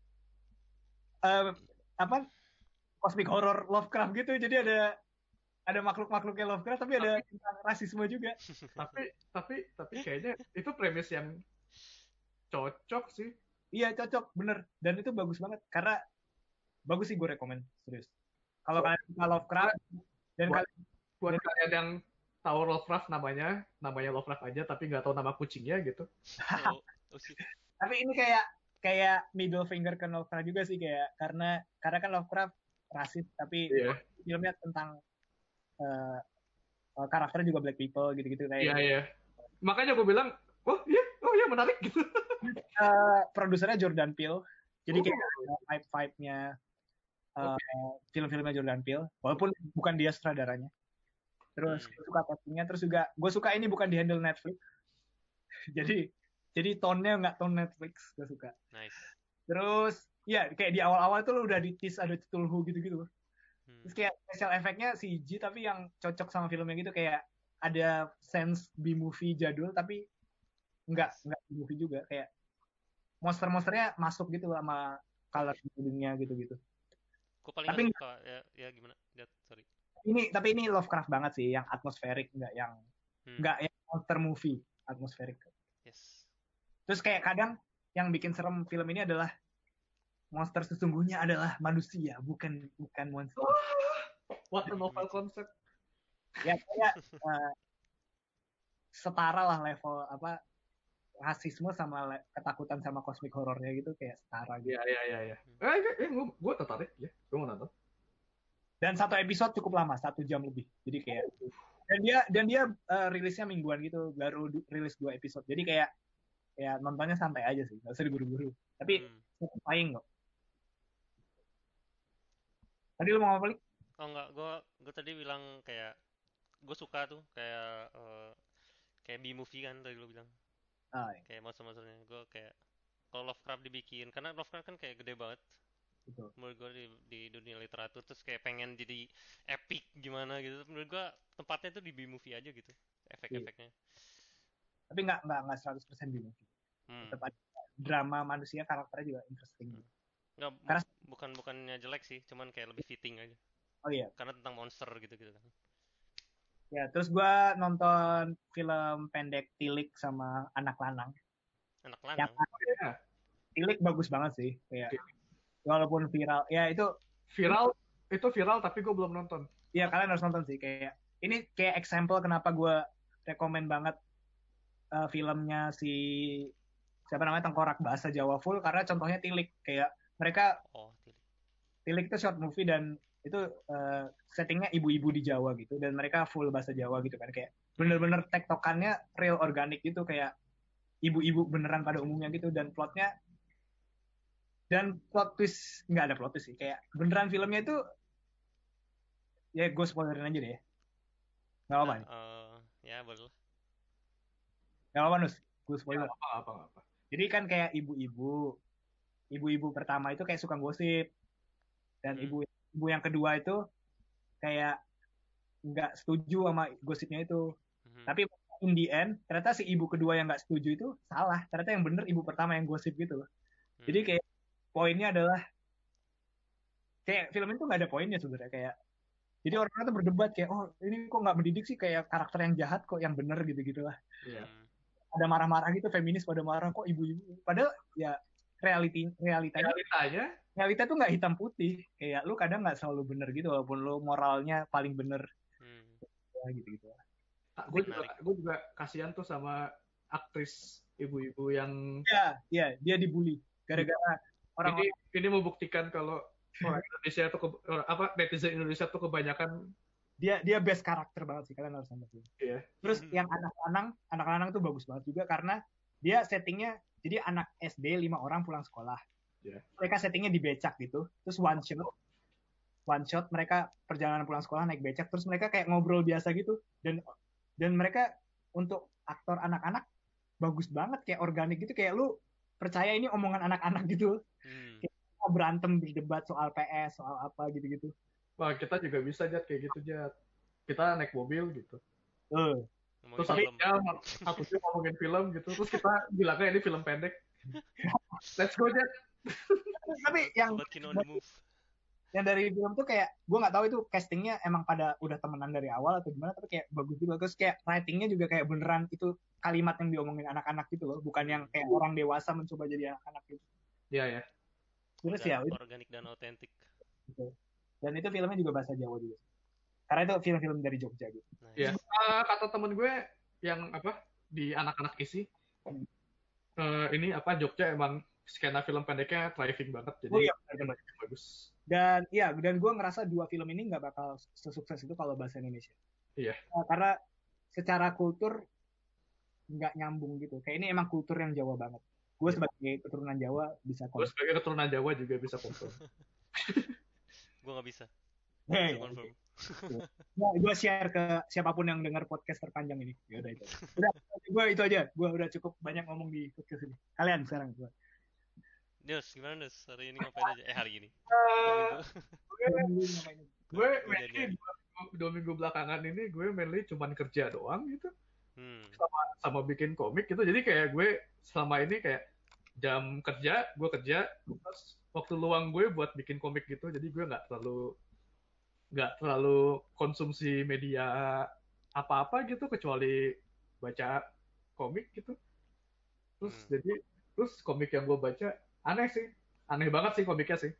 Speaker 2: eh, apa cosmic horror Lovecraft gitu. Jadi ada ada makhluk-makhluknya Lovecraft tapi ada tentang rasisme juga.
Speaker 3: Tapi tapi tapi kayaknya itu premis yang cocok sih.
Speaker 2: Iya, cocok, bener. Dan itu bagus banget karena bagus sih, gue rekomen serius. Kalau
Speaker 3: Buat-
Speaker 2: kalian suka Lovecraft dan
Speaker 3: buat-
Speaker 2: kalian
Speaker 3: Buat kalian yang tahu Lovecraft namanya, namanya Lovecraft aja tapi nggak tahu nama kucingnya gitu.
Speaker 1: Oh, oh shit.
Speaker 2: tapi ini kayak kayak middle finger ke Lovecraft juga sih, kayak karena karena kan Lovecraft rasis tapi
Speaker 3: Iya.
Speaker 2: filmnya tentang uh, uh, karakternya juga black people gitu-gitu kayak
Speaker 3: Iya, iya. Makanya gue bilang, oh iya, oh iya menarik gitu.
Speaker 2: uh, produsernya Jordan Peele, jadi
Speaker 3: Oh.
Speaker 2: kayak ada vibe-vibe-nya uh, film-filmnya Jordan Peele walaupun bukan dia sutradaranya. Terus
Speaker 1: Hmm.
Speaker 2: gue suka castingnya, terus juga gue suka ini bukan di handle Netflix. jadi jadi tone-nya nggak tone Netflix, gue suka.
Speaker 1: Nice.
Speaker 2: Terus ya kayak di awal-awal tuh lu udah di tease ada Cthulhu gitu-gitu.
Speaker 1: Hmm.
Speaker 2: Terus kayak special effect-nya C G tapi yang cocok sama filmnya gitu, kayak ada sense B-movie jadul tapi enggak enggak B-movie juga, kayak monster-monsternya masuk gitu sama color grading-nya gitu-gitu.
Speaker 1: Gue paling
Speaker 2: Tapi-
Speaker 1: nggak suka ya, ya gimana? Lihat, sorry.
Speaker 2: Ini tapi ini Lovecraft banget sih, yang atmosferik, enggak yang
Speaker 1: Hmm.
Speaker 2: enggak yang monster movie, atmosferik.
Speaker 1: Yes.
Speaker 2: Terus kayak kadang yang bikin serem film ini adalah monster sesungguhnya adalah manusia, bukan bukan monster.
Speaker 3: What a novel concept.
Speaker 2: Ya kayak uh, setara lah level apa rasisme sama le- ketakutan sama cosmic horrornya gitu, kayak setara gitu.
Speaker 3: Iya, iya, iya, iya. Eh, eh, gue gue tertarik ya. Gue mau nonton.
Speaker 2: Dan satu episode cukup lama, satu jam lebih. Jadi kayak dan dia dan dia uh, rilisnya mingguan gitu, baru du- rilis dua episode. Jadi kayak ya nontonnya santai aja sih, nggak usah diburu-buru. Tapi
Speaker 1: Hmm.
Speaker 2: satisfying kok. Tadi lu mau apa, Lik?
Speaker 1: Oh enggak, gue gue tadi bilang kayak gue suka tuh kayak eh, kayak B-movie kan tadi lo bilang.
Speaker 2: Ah, ya,
Speaker 1: Kayak monster-monsternya gue kayak kalau Lovecraft dibikin karena Lovecraft kan kayak gede banget
Speaker 2: betul.
Speaker 1: menurut gue di, di dunia literatur terus kayak pengen jadi epic gimana gitu menurut gue tempatnya tuh di B-movie aja gitu
Speaker 2: Iya.
Speaker 1: efek-efeknya.
Speaker 2: Tapi nggak nggak nggak seratus persen B-movie.
Speaker 1: Hmm.
Speaker 2: Tetap ada drama manusia karakternya juga interesting
Speaker 1: Hmm.
Speaker 2: gitu.
Speaker 1: Nggak,
Speaker 2: Karena
Speaker 1: bukan bukannya jelek sih cuman kayak lebih fitting aja
Speaker 2: oh iya,
Speaker 1: karena tentang monster gitu gitu kan.
Speaker 2: ya terus gue nonton film pendek Tilik sama Anak Lanang.
Speaker 1: Anak
Speaker 2: Yang
Speaker 1: lanang.
Speaker 3: Ya,
Speaker 2: Tilik bagus banget sih, kayak walaupun viral, ya itu ini
Speaker 3: viral itu viral tapi gue belum nonton.
Speaker 2: ya kalian harus nonton sih, kayak ini kayak example kenapa gue rekomen banget uh, filmnya si siapa namanya Tengkorak Bahasa Jawa Full karena contohnya Tilik, kayak mereka
Speaker 1: Oh tilik.
Speaker 2: Tilik itu short movie dan itu uh, settingnya ibu-ibu di Jawa gitu dan mereka full bahasa Jawa gitu kan, kayak bener-bener tektokannya real organik gitu, kayak ibu-ibu beneran pada umumnya gitu, dan plotnya dan plot twist nggak ada plot twist sih, kayak beneran filmnya itu ya gue spoilerin aja deh ya. Nggak apa
Speaker 1: Nah,
Speaker 2: nih,
Speaker 1: eh, ya boleh lah.
Speaker 2: nggak apa nus, gue
Speaker 3: Ya
Speaker 2: spoiler.
Speaker 3: apa apa apa.
Speaker 2: Jadi kan kayak ibu-ibu ibu-ibu pertama itu kayak suka gosip, dan
Speaker 1: Hmm.
Speaker 2: ibu ibu yang kedua itu kayak nggak setuju sama gosipnya itu.
Speaker 1: Mhm.
Speaker 2: Tapi in the end ternyata si ibu kedua yang nggak setuju itu salah, ternyata yang bener ibu pertama yang gosip gitu loh. Jadi
Speaker 1: Hmm.
Speaker 2: kayak poinnya adalah kayak film itu nggak ada poinnya sebenarnya, kayak jadi orang-orang tuh berdebat kayak oh ini kok nggak mendidik sih, kayak karakter yang jahat kok yang bener gitu gitulah.
Speaker 3: Iya.
Speaker 1: Hmm.
Speaker 2: Ada marah-marah gitu, feminis pada marah kok ibu-ibu, padahal ya reality realitanya
Speaker 3: Realitanya
Speaker 2: realita tuh nggak hitam putih, kayak lu kadang nggak selalu bener gitu walaupun lu moralnya paling bener
Speaker 1: Hmm.
Speaker 2: ya, gitu gitu.
Speaker 3: gue juga
Speaker 1: Menarik.
Speaker 3: gue juga kasihan tuh sama aktris ibu-ibu yang
Speaker 2: Ya ya dia dibully gara-gara orang
Speaker 3: ini ini membuktikan kalau orang Indonesia tuh ke- orang- apa netizen Indonesia tuh kebanyakan
Speaker 2: dia dia best karakter banget sih, kalian harus nonton.
Speaker 3: ya.
Speaker 2: Terus yang anak lanang anak lanang tuh bagus banget juga karena dia settingnya jadi anak S D lima orang pulang sekolah,
Speaker 3: Ya.
Speaker 2: mereka settingnya di becak gitu, terus one shot one shot mereka perjalanan pulang sekolah naik becak, terus mereka kayak ngobrol biasa gitu, dan dan mereka untuk aktor anak-anak bagus banget, kayak organik gitu, kayak lu percaya ini omongan anak-anak gitu,
Speaker 1: Hmm.
Speaker 2: kayak berantem berdebat soal P S soal apa gitu-gitu.
Speaker 3: Wah, kita juga bisa Jat kayak gitu Jat. Kita naik mobil gitu.
Speaker 2: Uh.
Speaker 3: Terus
Speaker 1: Ngomongin
Speaker 3: satu
Speaker 1: film.
Speaker 3: jam, satu jam ngomongin film gitu. Terus kita bilangnya ini film pendek. Let's go Jat.
Speaker 2: Tapi yang
Speaker 1: Sobat Kino on the move.
Speaker 2: yang dari film tuh kayak gue nggak tahu itu castingnya emang pada udah temenan dari awal atau gimana, tapi kayak bagus juga, terus kayak writingnya juga kayak beneran itu kalimat yang diomongin anak-anak gitu loh, bukan yang kayak orang dewasa mencoba jadi anak-anak gitu.
Speaker 3: Iya ya.
Speaker 2: Terus
Speaker 1: Organ-
Speaker 2: ya itu
Speaker 1: organik dan autentik.
Speaker 2: gitu. Dan itu filmnya juga bahasa Jawa juga, karena itu film-film dari Jogja gitu.
Speaker 3: Iya.
Speaker 1: Nice.
Speaker 3: Uh, kata temen gue yang apa di anak-anak isi uh, ini apa Jogja emang skena film pendeknya thriving banget. Jadi
Speaker 2: Oh iya, benar-benar.
Speaker 3: bagus.
Speaker 2: Dan iya, dan gue ngerasa dua film ini nggak bakal sesukses itu kalau bahasa Indonesia.
Speaker 3: Iya.
Speaker 2: Nah, karena secara kultur nggak nyambung gitu. Kayak ini emang kultur yang Jawa banget. Gue
Speaker 3: Iya.
Speaker 2: sebagai keturunan Jawa bisa
Speaker 3: Gue
Speaker 2: confirm.
Speaker 3: sebagai keturunan Jawa juga bisa confirm.
Speaker 1: Gue nggak bisa.
Speaker 2: Hey,
Speaker 1: Bisa confirm.
Speaker 2: Nah, gue share ke siapapun yang dengar podcast terpanjang ini. Ya udah itu. Udah, gue itu aja. Gue udah cukup banyak ngomong di podcast ini. Kalian sekarang. Gua.
Speaker 1: Nus, gimana Nus? Hari ini ngapain aja? Eh hari ini.
Speaker 3: Uh,
Speaker 1: Dua minggu.
Speaker 3: gue gue
Speaker 1: Gue
Speaker 3: mainly
Speaker 1: Januari.
Speaker 3: dua, minggu- dua minggu belakangan ini gue mainly cuman kerja doang gitu
Speaker 1: Hmm.
Speaker 3: sama sama bikin komik gitu. Jadi kayak gue selama ini kayak jam kerja gue kerja terus waktu luang gue buat bikin komik gitu. Jadi gue nggak terlalu nggak terlalu konsumsi media apa-apa gitu kecuali baca komik gitu. Terus
Speaker 1: Hmm.
Speaker 3: jadi terus komik yang gue baca aneh sih, aneh banget sih komiknya sih.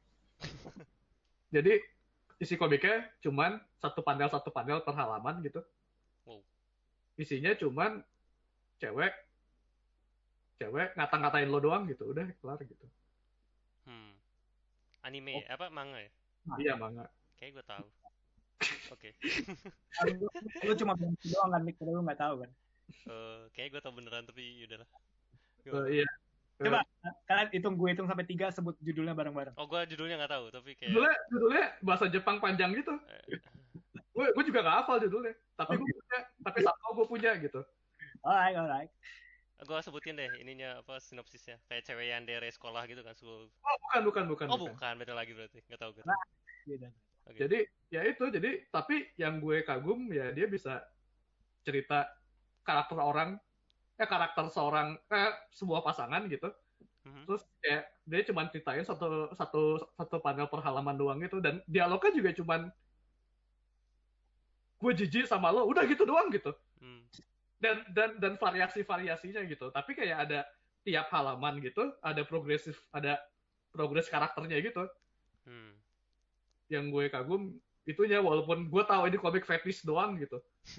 Speaker 3: Jadi isi komiknya cuman satu panel satu panel per halaman gitu.
Speaker 1: Wow.
Speaker 3: Isinya cuman cewek cewek ngata-ngatain lo doang gitu, udah kelar gitu.
Speaker 1: Hmm. Anime ya? Apa manga ya?
Speaker 2: Nah,
Speaker 3: Iya manga.
Speaker 1: Kayak gue tahu. Oke.
Speaker 2: lu, lu cuma bilang gitu doang kan, Nick, lu nggak tahu kan.
Speaker 1: Eh, kayak gue tahu beneran tapi yaudahlah.
Speaker 3: Uh, iya.
Speaker 2: Coba kalian hitung, gue hitung sampai tiga, sebut judulnya bareng-bareng.
Speaker 1: Oh, gue judulnya nggak tahu, tapi kayak
Speaker 3: Judulnya, judulnya bahasa Jepang panjang gitu. Gue gue juga nggak hafal judulnya, tapi gue punya, tapi satu gue punya gitu.
Speaker 2: Alright, alright.
Speaker 1: gue sebutin deh ininya apa sinopsisnya. Kayak cewek yang dari sekolah gitu kan, school.
Speaker 3: Oh bukan bukan bukan.
Speaker 1: Oh bukan, beda lagi berarti. Nggak tahu gue.
Speaker 2: Nah, beda.
Speaker 1: Okay.
Speaker 3: Jadi ya itu, jadi tapi yang gue kagum ya dia bisa cerita karakter orang, ya karakter seorang eh, sebuah pasangan gitu. Mm-hmm. Terus kayak dia cuma ceritain satu satu satu panel per halaman doang gitu, dan dialognya juga cuman gue jijik sama lo, udah gitu doang gitu. Mm. Dan dan dan variasi-variasinya gitu. Tapi kayak ada tiap halaman gitu, ada progresif, ada progres karakternya gitu. Mm. Yang gue kagum itunya, walaupun gue tahu ini komik fetish doang gitu.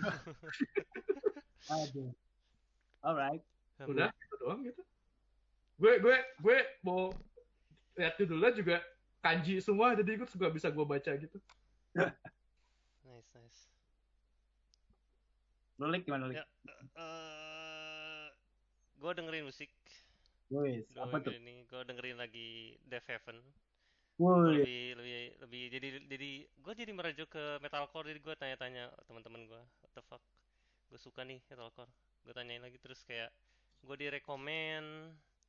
Speaker 2: Aduh. Alright.
Speaker 3: Udah gitu doang gitu. Gue gue gue mau lihat judulnya juga kanji semua, jadi gue juga bisa gue baca gitu.
Speaker 1: Nice nice.
Speaker 2: Lo Lik gimana Lik?
Speaker 1: Ya, uh, gue dengerin musik.
Speaker 2: Wih, apa tuh?
Speaker 1: Ini gue dengerin lagi Death Heaven.
Speaker 2: Wih.
Speaker 1: Lebih lebih lebih jadi jadi gue jadi merujuk ke metalcore, jadi gue tanya-tanya teman-teman gue, what the fuck, gue suka nih metalcore, gue tanyain lagi terus kayak gue direkomend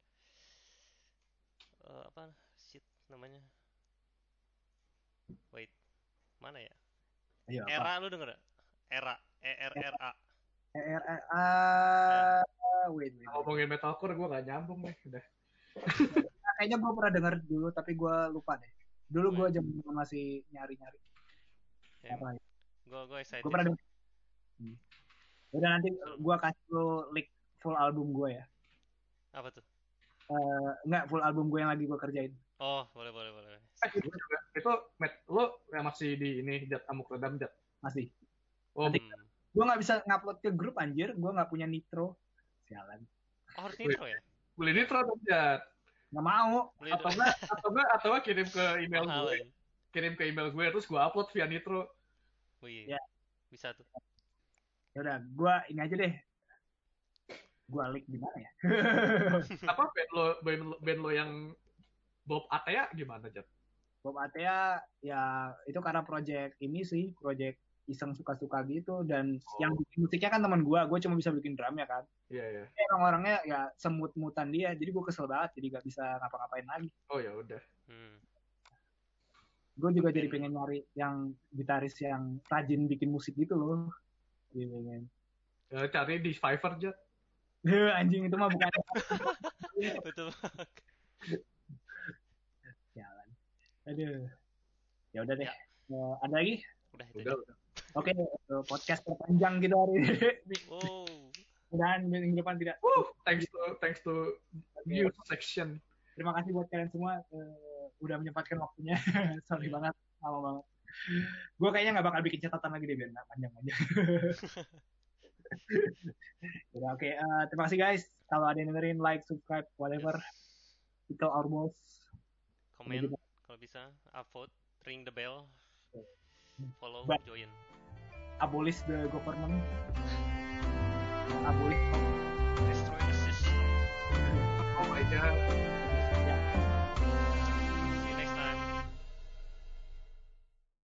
Speaker 1: uh, apa shit namanya, wait mana ya?
Speaker 2: Ayo,
Speaker 1: Era, lu denger gak? Era, E R R A.
Speaker 2: E R R A. Wait, wait.
Speaker 3: Ngomongin metalcore gue gak nyambung nih, udah.
Speaker 2: Kayaknya gue pernah denger dulu, tapi gue lupa deh. Dulu gue jam masih nyari-nyari.
Speaker 1: Ya, apa? Gue gue excited.
Speaker 2: Gue pernah denger. Hmm. Udah nanti gue kasih lo link full album gue ya.
Speaker 1: Apa tuh?
Speaker 2: Uh, enggak, full album gue yang lagi gue kerjain.
Speaker 1: Oh, boleh boleh boleh.
Speaker 3: Eh, itu juga. Itu lo yang masih di ini Jat Amuk Redam Jat?
Speaker 2: Masih.
Speaker 3: Oh.
Speaker 2: Nanti, gue nggak bisa ngupload ke grup anjir, gue nggak punya Nitro. Sialan.
Speaker 1: Oh, harus Nitro ya?
Speaker 3: Beli Nitro dong Jat.
Speaker 2: Nggak mau.
Speaker 3: Atau enggak, atau enggak, atau enggak kirim ke email Mahal, gue. Kirim ke email gue, terus gue upload via Nitro.
Speaker 1: Oh iya. Ya. Bisa tuh.
Speaker 2: Yaudah, gue ini aja deh. Gue link di mana ya?
Speaker 3: Apa band lo, band, band lo yang Bob Atea gimana, Jat?
Speaker 2: Bob Atea ya itu karena project ini sih, project iseng suka-suka gitu, dan oh. yang bikin musiknya kan teman gue, gue cuma bisa bikin drum ya kan.
Speaker 3: Iya, yeah, iya.
Speaker 2: Yeah. Orang-orangnya ya semut-mutan dia, jadi gue kesel banget, jadi gak bisa ngapa-ngapain lagi.
Speaker 3: Oh ya udah. Hmm.
Speaker 2: Gue juga jadi pengen nyari yang gitaris yang rajin bikin musik gitu loh. Jadi pengen.
Speaker 3: Ya, cari di Fiverr, Jat.
Speaker 2: Anjing itu mah bukan.
Speaker 1: Betul.
Speaker 2: Jalan. Aduh. Ya udah deh. Ya. Uh, ada lagi?
Speaker 1: Udah itu.
Speaker 3: Udah, udah.
Speaker 2: Oke, okay, podcast terpanjang kita hari ini.
Speaker 1: Oh.
Speaker 2: Dan minggu depan tidak.
Speaker 3: Uh, thanks to thanks to news section.
Speaker 2: Terima kasih buat kalian semua uh, udah menyempatkan waktunya. Sorry yeah. banget, lama banget. Gue kayaknya nggak bakal bikin catatan lagi deh biar nggak panjang-panjang. Udah oke. Okay. Uh, terima kasih guys. Kalau ada yang dengerin, like, subscribe, whatever. Yes. Tickle our balls.
Speaker 1: Comment kalau bisa, upvote, ring the bell, follow, But, join.
Speaker 2: Abolish the government. Abolish.
Speaker 1: Destroy the system.
Speaker 3: Oh my god.